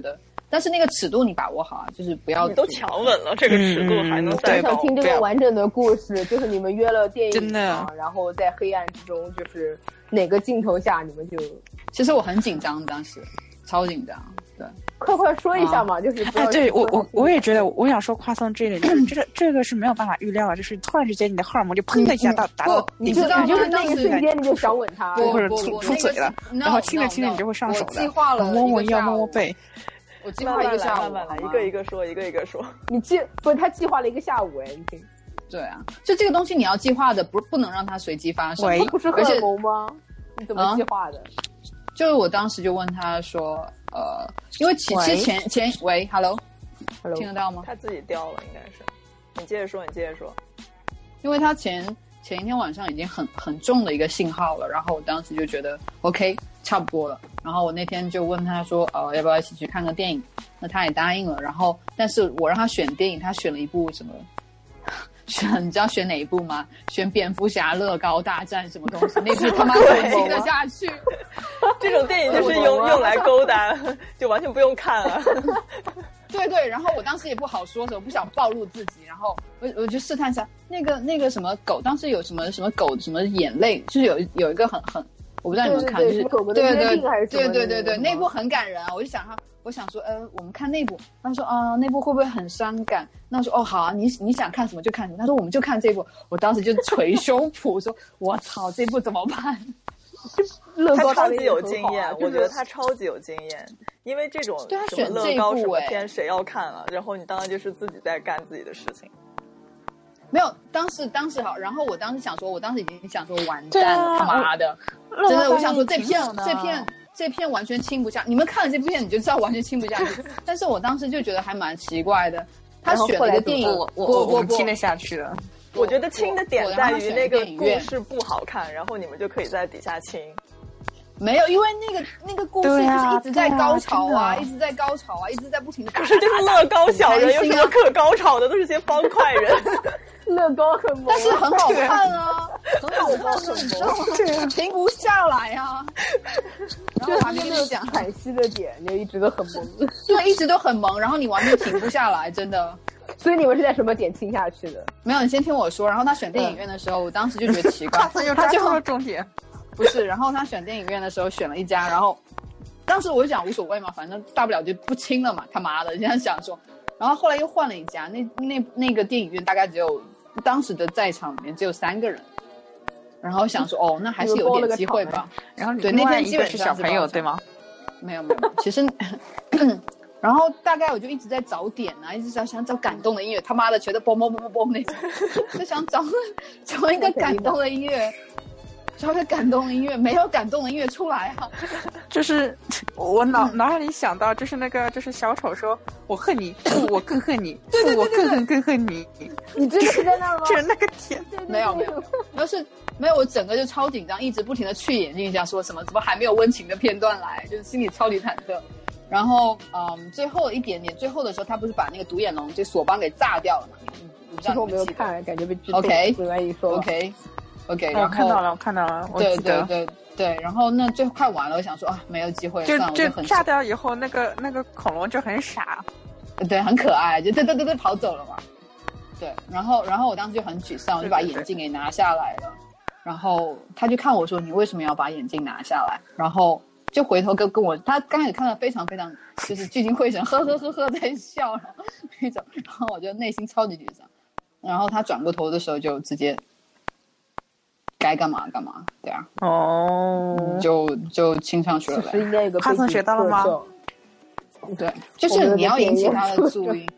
但是那个尺度你把握好啊，就是不要你都强吻了，这个尺度还能再高？ 我想听这个完整的故事，就是你们约了电影真的啊，然后在黑暗之中，就是哪个镜头下你们就， 其实我很紧张，当时超紧张，对。 快快说一下嘛，啊、就是哎，对我我我也觉得，我想说夸送这里，就是这个这个是没有办法预料的，就是突然之间你的荷尔蒙就砰的一下到达到， 你知道吗？ 就是那一瞬间你就想吻他， 或者出出嘴了，然后亲着亲着你就会上手的。 我计划了， 摸摸腰，摸摸背。 我计划一个下午， 慢慢来，一个一个说，一个一个说。 你计不是他计划了一个下午哎，你听。 对啊，就这个东西你要计划的，不不能让它随机发生。 这不是荷尔蒙吗？你怎么计划的？ 嗯就是我当时就问他说，呃，因为其实前前喂 ，hello， hello， 听得到吗？ 他自己掉了，应该是。你接着说，你接着说。 因为他前前一天晚上已经很很重的一个信号了，然后我当时就觉得 OK 差不多了，然后我那天就问他说，呃，要不要一起去看个电影？那他也答应了，然后但是我让他选电影，他选了一部什么？选你知道选哪一部吗？选蝙蝠侠乐高大战什么东西？那部他妈的听得下去。 这种电影就是用用来勾搭，就完全不用看了。 对对，然后我当时也不好说什么，不想暴露自己，然后我我就试探一下那个那个什么狗，当时有什么什么狗什么眼泪，就是有有一个很很。我不知道你们看，就是对对对对对对，那部很感人啊！我就想他，我想说，呃，我们看那部，他说啊，那部会不会很伤感？那我说哦，好啊，你你想看什么就看什么。他说我们就看这部，我当时就捶胸脯说，我操，这部怎么办？ 他超级有经验，我觉得他超级有经验，因为这种什么乐高什么片谁要看啊？然后你当然就是自己在干自己的事情。 没有，当时当时好，然后我当时想说，我当时已经想说完蛋了，他妈的，真的，我想说这片这片这片完全亲不下，你们看了这部片你就知道完全亲不下去。但是我当时就觉得还蛮奇怪的，他选了一个电影， 我我我亲得下去了。 我觉得亲的点在于那个故事不好看，然后你们就可以在底下亲。 没有，因为那个那个故事就是一直在高潮啊，一直在高潮啊，一直在不停的。 可是就是乐高小人，有什么可高潮的？都是些方块人。 乐高很萌， 但是很好看啊，很好看啊，你知道吗？停不下来啊。然后我还没跟你讲凯西的点，就一直都很萌， 对，一直都很萌，然后你完全停不下来，真的。 所以你们是在什么点亲下去的？ 没有，你先听我说。然后他选电影院的时候，我当时就觉得奇怪， 他最后重点不是。然后他选电影院的时候选了一家，然后当时我就想无所谓嘛，反正大不了就不亲了嘛，他妈的，这样想说。然后后来又换了一家，那那那个电影院大概只有当时的在场里面只有三个人，然后想说哦，那还是有点机会吧。 然后对那天基本是小朋友对吗？ 没有没有，其实。然后大概我就一直在找点啊，一直在想找感动的音乐，他妈的全都嘣嘣嘣嘣嘣那种，就想找找一个感动的音乐，找一个感动的音乐，没有感动的音乐出来啊。 就是我脑脑海里想到，就是那个就是小丑说我恨你，我更恨你， 对对对对， 我更恨更恨你。 你真的是在那儿吗？ 就是那个点， 没有没有，要是没有，我整个就超紧张，一直不停的去眼睛一下，说什么怎么还没有温情的片段来，就是心里超级忐忑。然后，嗯，最后一点点，最后的时候，他不是把那个独眼龙这索邦给炸掉了嘛？你不知道你我没有看，感觉被剧透。 OK， 不愿意说。 OK，OK， 然后我看到了，我看到了，我对对对对，然后那最后快完了，我想说啊，没有机会， 就算了， 就就很炸掉以后，那个那个恐龙就很傻， 对，很可爱，就对对对对跑走了嘛。对，然后然后我当时就很沮丧，我就把眼镜给拿下来了。然后他就看我说：“你为什么要把眼镜拿下来？”然后。就回头跟跟我，他刚开始看到非常非常就是聚精会神，呵呵呵呵在笑，然后那种，然后我就内心超级沮丧。然后他转过头的时候就直接该干嘛干嘛，对啊， 哦， 嗯、就就亲上去了呗。 是应该有个他同学到了吗？ 对，就是你要引起他的注意。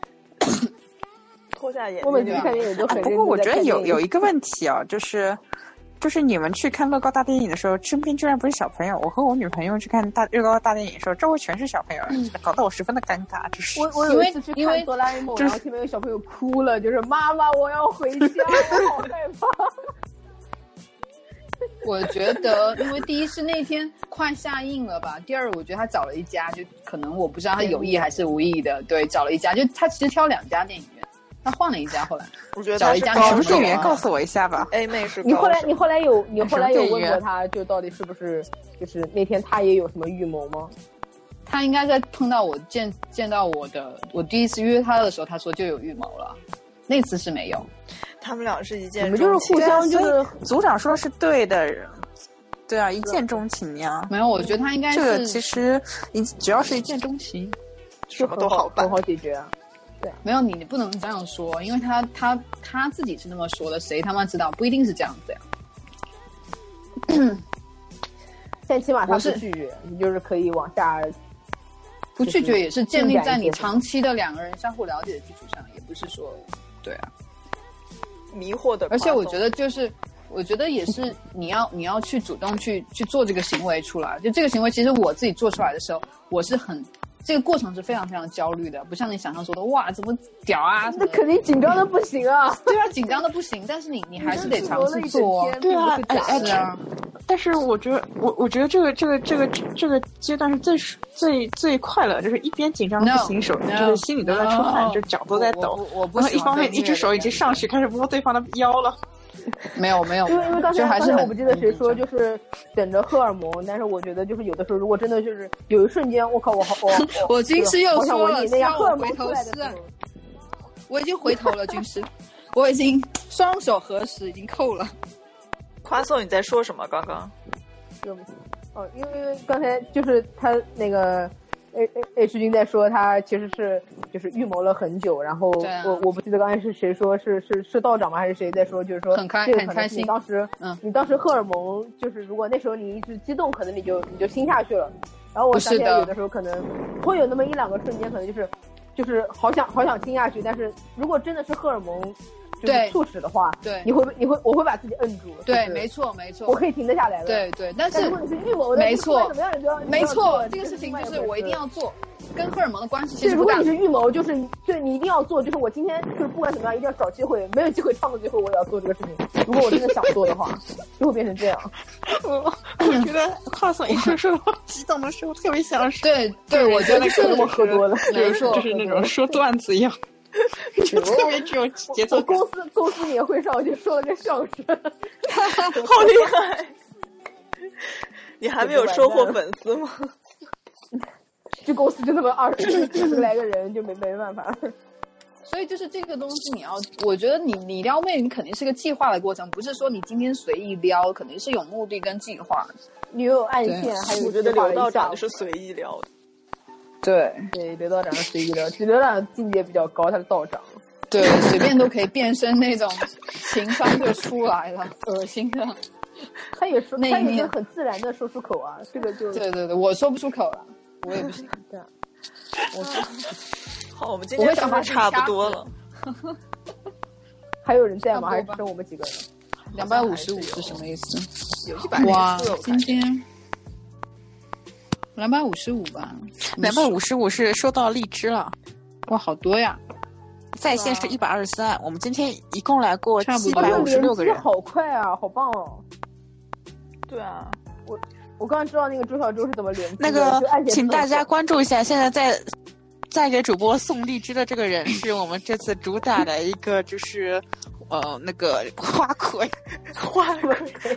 脱下眼镜， 我每次看电影都很认真。 不过我觉得有有一个问题啊，就是。就是你们去看乐高大电影的时候，身边居然不是小朋友。我和我女朋友去看大乐高大电影的时候，周围全是小朋友，嗯、搞得我十分的尴尬。这是我我有一次去看哆啦 A 梦，然后前面有小朋友哭了，就是妈妈，我要回家，我好害怕。 我觉得，因为第一是那天快下映了吧，第二我觉得他找了一家，就可能我不知道他有意还是无意的，对，找了一家，就他其实挑两家电影院。他换了一家，后来我觉得找了一家什么电影院，告诉我一下吧。 A 妹是你后来你后来有你后来有问过他，就到底是不是就是那天他也有什么预谋吗？ 他应该在碰到我见见到我的，我第一次约他的时候，他说就有预谋了，那次是没有。 他们俩是一见你们就是互相就是组长说的是对的人。对啊，一见钟情呀！ 没有，我觉得他应该是这个其实一只要是一见钟情， 什么都好办， 很好解决啊。对啊， 没有你，你不能这样说，因为他他他自己是那么说的，谁他妈知道？不一定是这样子呀。 但起码他不拒绝，你就是可以往下。 不拒绝也是建立在你长期的两个人相互了解的基础上，也不是说，对啊， 迷惑的。 而且我觉得就是。我觉得也是，你要你要去主动去去做这个行为出来。就这个行为，其实我自己做出来的时候，我是很这个过程是非常非常焦虑的，不像你想象说的哇怎么屌啊， 那肯定紧张的不行啊。 对啊，紧张的不行，但是你你还是得尝试做。 对啊，哎哎是啊。 但是我觉得我我觉得这个这个这个这个阶段是最最最快乐，就是一边紧张的不行手， no, 就是心里都在出汗， no, 就脚都在抖。 我我不然后一方面一只手已经上去开始摸对方的腰了。 没有没有， 因为因为刚才还是刚才我不记得谁说就是等着荷尔蒙，但是我觉得就是有的时候如果真的就是有一瞬间，我靠我好我我军师又说了， 那样荷尔蒙回头出来的时候， 我已经回头了，军师，我已经双手合十，已经扣了。 夸送你在说什么？刚刚？ 对不起，哦，因为因为刚才就是他那个。A A H 君在说他其实是就是预谋了很久，然后啊、 我我不记得刚才是谁说是是是道长吗还是谁在说，就是说很开这个很开心， 你当时嗯你当时荷尔蒙就是如果那时候你一直激动，可能你就你就心下去了。然后我想起来有的时候可能会有那么一两个瞬间，可能就是就是好想好想亲下去，但是如果真的是荷尔蒙就是促使的话， 对， 你会你会我会把自己摁住。 对， 就是、 没错没错， 我可以停得下来的。 对对，但是但如果你是预谋的， 没错， 怎么样你都要没错，这个事情就是我一定要做。跟荷尔蒙的关系其实不大。如果你是预谋，就是对你一定要做，就是我今天就是不管怎么样，一定要找机会，没有机会创造机会，我也要做这个事情。如果我真的想做的话，就会变成这样。 我我觉得话筒一说说到激动的时候，特别像是对对，我觉得是我喝多了， 没错，就是那种说段子一样，就特别这种节奏。 公司公司年会上我就说了个相声， 好厉害！你还没有收获粉丝吗？ 这公司就那么二十十来个人，就没没办法。 所以就是这个东西，你要，我觉得你你撩妹，你肯定是个计划的过程，不是说你今天随意撩，肯定是有目的跟计划。 你有暗线，还有我觉得刘道长是随意撩的。 对对，刘道长是随意撩，刘道长境界比较高，他是道长。 对，随便都可以变身那种情商就出来了，恶心的。 他也说，他也很自然的说出口啊，这个就对对对，我说不出口了。我也不行， 对， 我好，我们今天讲的差不多了。 还有人在吗？还是剩我们几个人？ 两百五十五是什么意思？ 有一百哇，今天两百五十五吧？ 两百五十五是收到荔枝了， 哇，好多呀！ 在线是一百二十三，我们今天一共来过七百五十六个人， 好快啊，好棒哦！ 对啊， 我。我刚刚知道那个周小周是怎么联系的。 那个，请大家关注一下，现在在在给主播送荔枝的这个人是我们这次主打的一个，就是呃那个花魁， 花魁。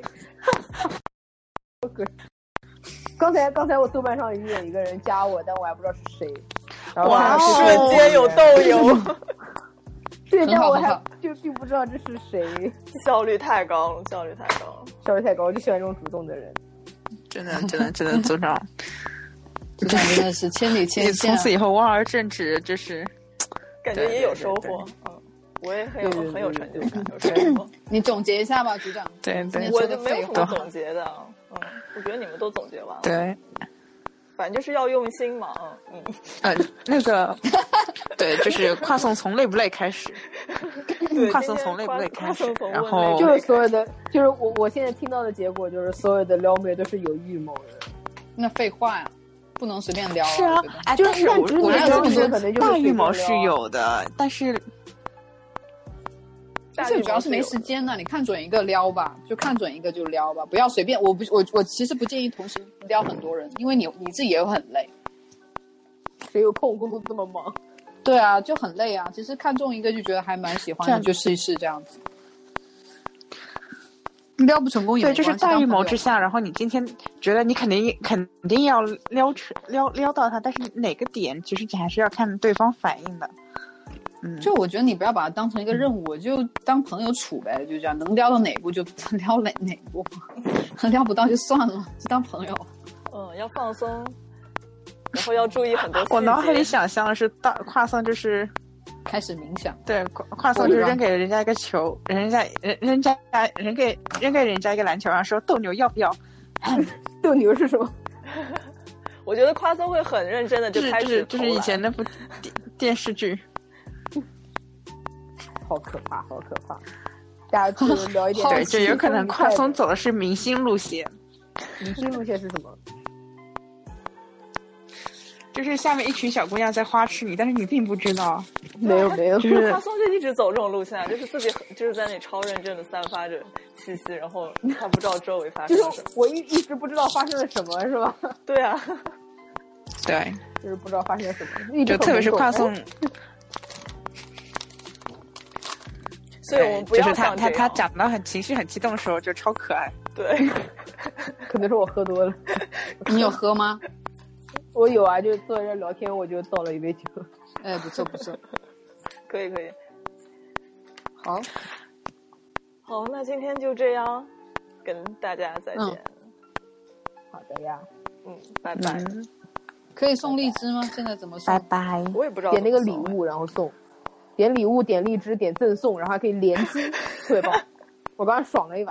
刚才刚才我豆瓣上已经有一个人加我，但我还不知道是谁。 哇，瞬间有豆油。 对，但我还就并不知道这是谁。 效率太高了，效率太高了， 效率太高，我就喜欢这种主动的人。 真的，真的，真的，组长， 组长真的是千里牵线。 从此以后望而正直，就是感觉也有收获。嗯，我也很有很有成就感，有收获。 你总结一下吧，组长。 对对， 我就没有什么总结的。嗯，我觉得你们都总结完了。 对， 反正就是要用心嘛。嗯嗯，那个，对，就是跨送从累不累开始。跨送从累不累开始，然后就是所有的，就是我我现在听到的结果就是所有的撩妹都是有预谋的。 那废话呀，不能随便撩。 是啊，哎， 就是我我哪有这可能就是大预谋是有的，但是这主要是没时间呢。你看准一个撩吧，就看准一个就撩吧，不要随便。我不我我其实不建议同时撩很多人，因为你你自己也会很累。 谁有空工作这么忙？ 对啊，就很累啊。其实看中一个就觉得还蛮喜欢的，就试一试这样子。 撩不成功也对， 没关系， 就是大预谋之下。 下，然后你今天觉得你肯定肯定要撩成撩撩到他，但是哪个点其实你还是要看对方反应的。嗯， 就我觉得你不要把它当成一个任务，就当朋友处呗，就这样，能撩到哪步就撩哪哪步，撩不到就算了，就当朋友。 嗯，要放松，然后要注意很多细节。 我脑海里想象的是大跨送就是开始冥想， 对，跨跨送就是扔给人家一个球，人家人人家人给扔给人家一个篮球，然后说斗牛要不要？ 斗牛是什么？ 我觉得夸松会很认真的就开始就是就是以前那部电电视剧。 好可怕，好可怕！大家就聊一点， 对，就有可能跨松走的是明星路线。 明星路线是什么？ 就是下面一群小姑娘在花痴你，但是你并不知道。 没有没有， 就是跨松就一直走这种路线，就是自己很就是在那里超认真的散发着气息，然后他不知道周围发生了什么。 就是我一一直不知道发生了什么，是吧？ 对啊， 对， 就是不知道发生了什么，一直就特别是跨送。 所以我们不要就是他他像这样他讲到很情绪很激动的时候就超可爱。 对， 可能是我喝多了。 你有喝吗？ 我有啊，就坐在这聊天，我就倒了一杯酒。 哎，不错不错， 可以可以。 好， 好，那今天就这样，跟大家再见。 嗯、 好的呀， 嗯，拜拜。 嗯、 可以送荔枝吗？现在怎么送？ 拜拜。 我也不知道。 点那个礼物，然后送。点礼物，点荔枝，点赠送，然后还可以联机，特别棒！我刚刚爽了一把。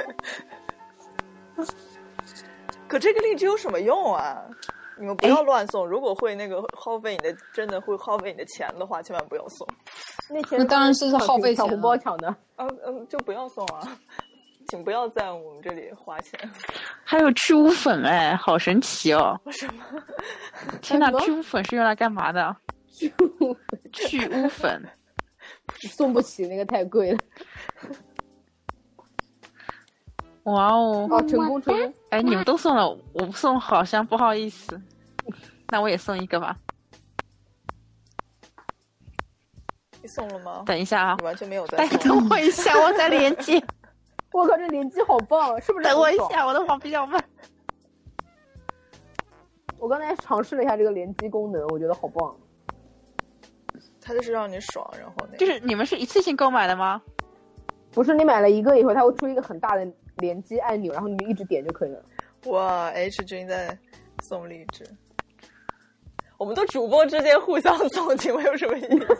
可这个荔枝有什么用啊？你们不要乱送，如果会那个耗费你的，真的会耗费你的钱的话，千万不要送。 那钱那当然是耗费钱、 抢红包抢的。 啊嗯，就不要送啊，请不要在我们这里花钱。 还有去污粉哎，好神奇哦！ 什么？ 天哪，去污粉是用来干嘛的？ 去污粉， 去污粉， 送不起，那个太贵了。 哇哦！ 哦，成功成功！ 哎，你们都送了，我不送好像不好意思，那我也送一个吧。 你送了吗？ 等一下啊， 你完全没有在。 大家等我一下，我在连接。 我靠，这连接好棒，是不是？ 等我一下，我的网比较慢。 我刚才尝试了一下这个联机功能，我觉得好棒。 它就是让你爽，然后那个、 就是你们是一次性购买的吗？ 不是，你买了一个以后，它会出一个很大的联机按钮，然后你一直点就可以了。 哇 ，H 君在送荔枝，我们都主播之间互相送，请问有什么意义？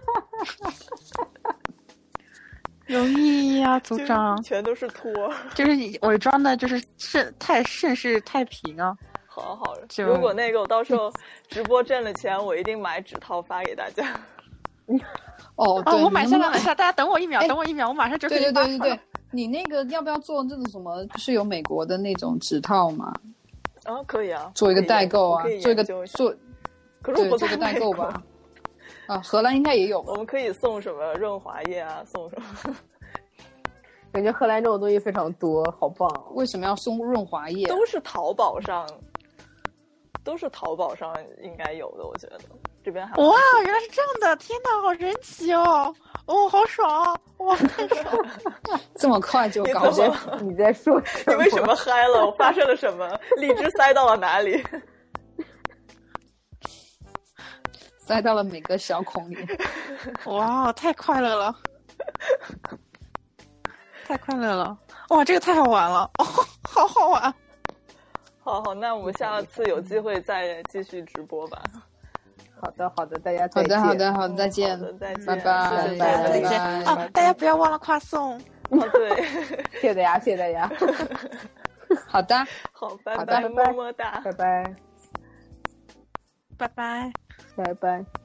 有意义啊，组长， 全都是托， 就是你伪装的，就是盛太盛世太平啊。 好好，如果那个我到时候直播挣了钱，我一定买纸套发给大家。 哦，对， 哦、我买下来，买下来，大家等我一秒，等我一秒，我马上就可以对对对对对，你那个要不要做这种什么？不是有美国的那种纸套吗？ 啊，可以啊， 做一个代购啊，做一个做， 可是我不做个代购吧。啊，荷兰应该也有。 我们可以送什么润滑液啊？送什么？ 感觉荷兰这种东西非常多，好棒！ 为什么要送润滑液？ 都是淘宝上，都是淘宝上应该有的，我觉得这边还哇，原来是这样的！天哪，好神奇哦！哦，好爽！哇，太爽了！ 这么快就搞定？ 你在说什么？ 你为什么嗨了？我发生了什么？荔枝塞到了哪里？ 塞到了每个小孔里。 哇，太快乐了！太快乐了！哇，这个太好玩了！哦，好好玩！ 好好，那我们下次有机会再继续直播吧。 好的，好的，大家再见。 好的，好的，好的，再见， 再见， 拜拜， 拜拜， 再见啊！大家不要忘了跨送。 哦，对， 谢谢大家，谢谢大家。 好的， 好，拜拜， 么么哒， 拜拜， 拜拜， 拜拜。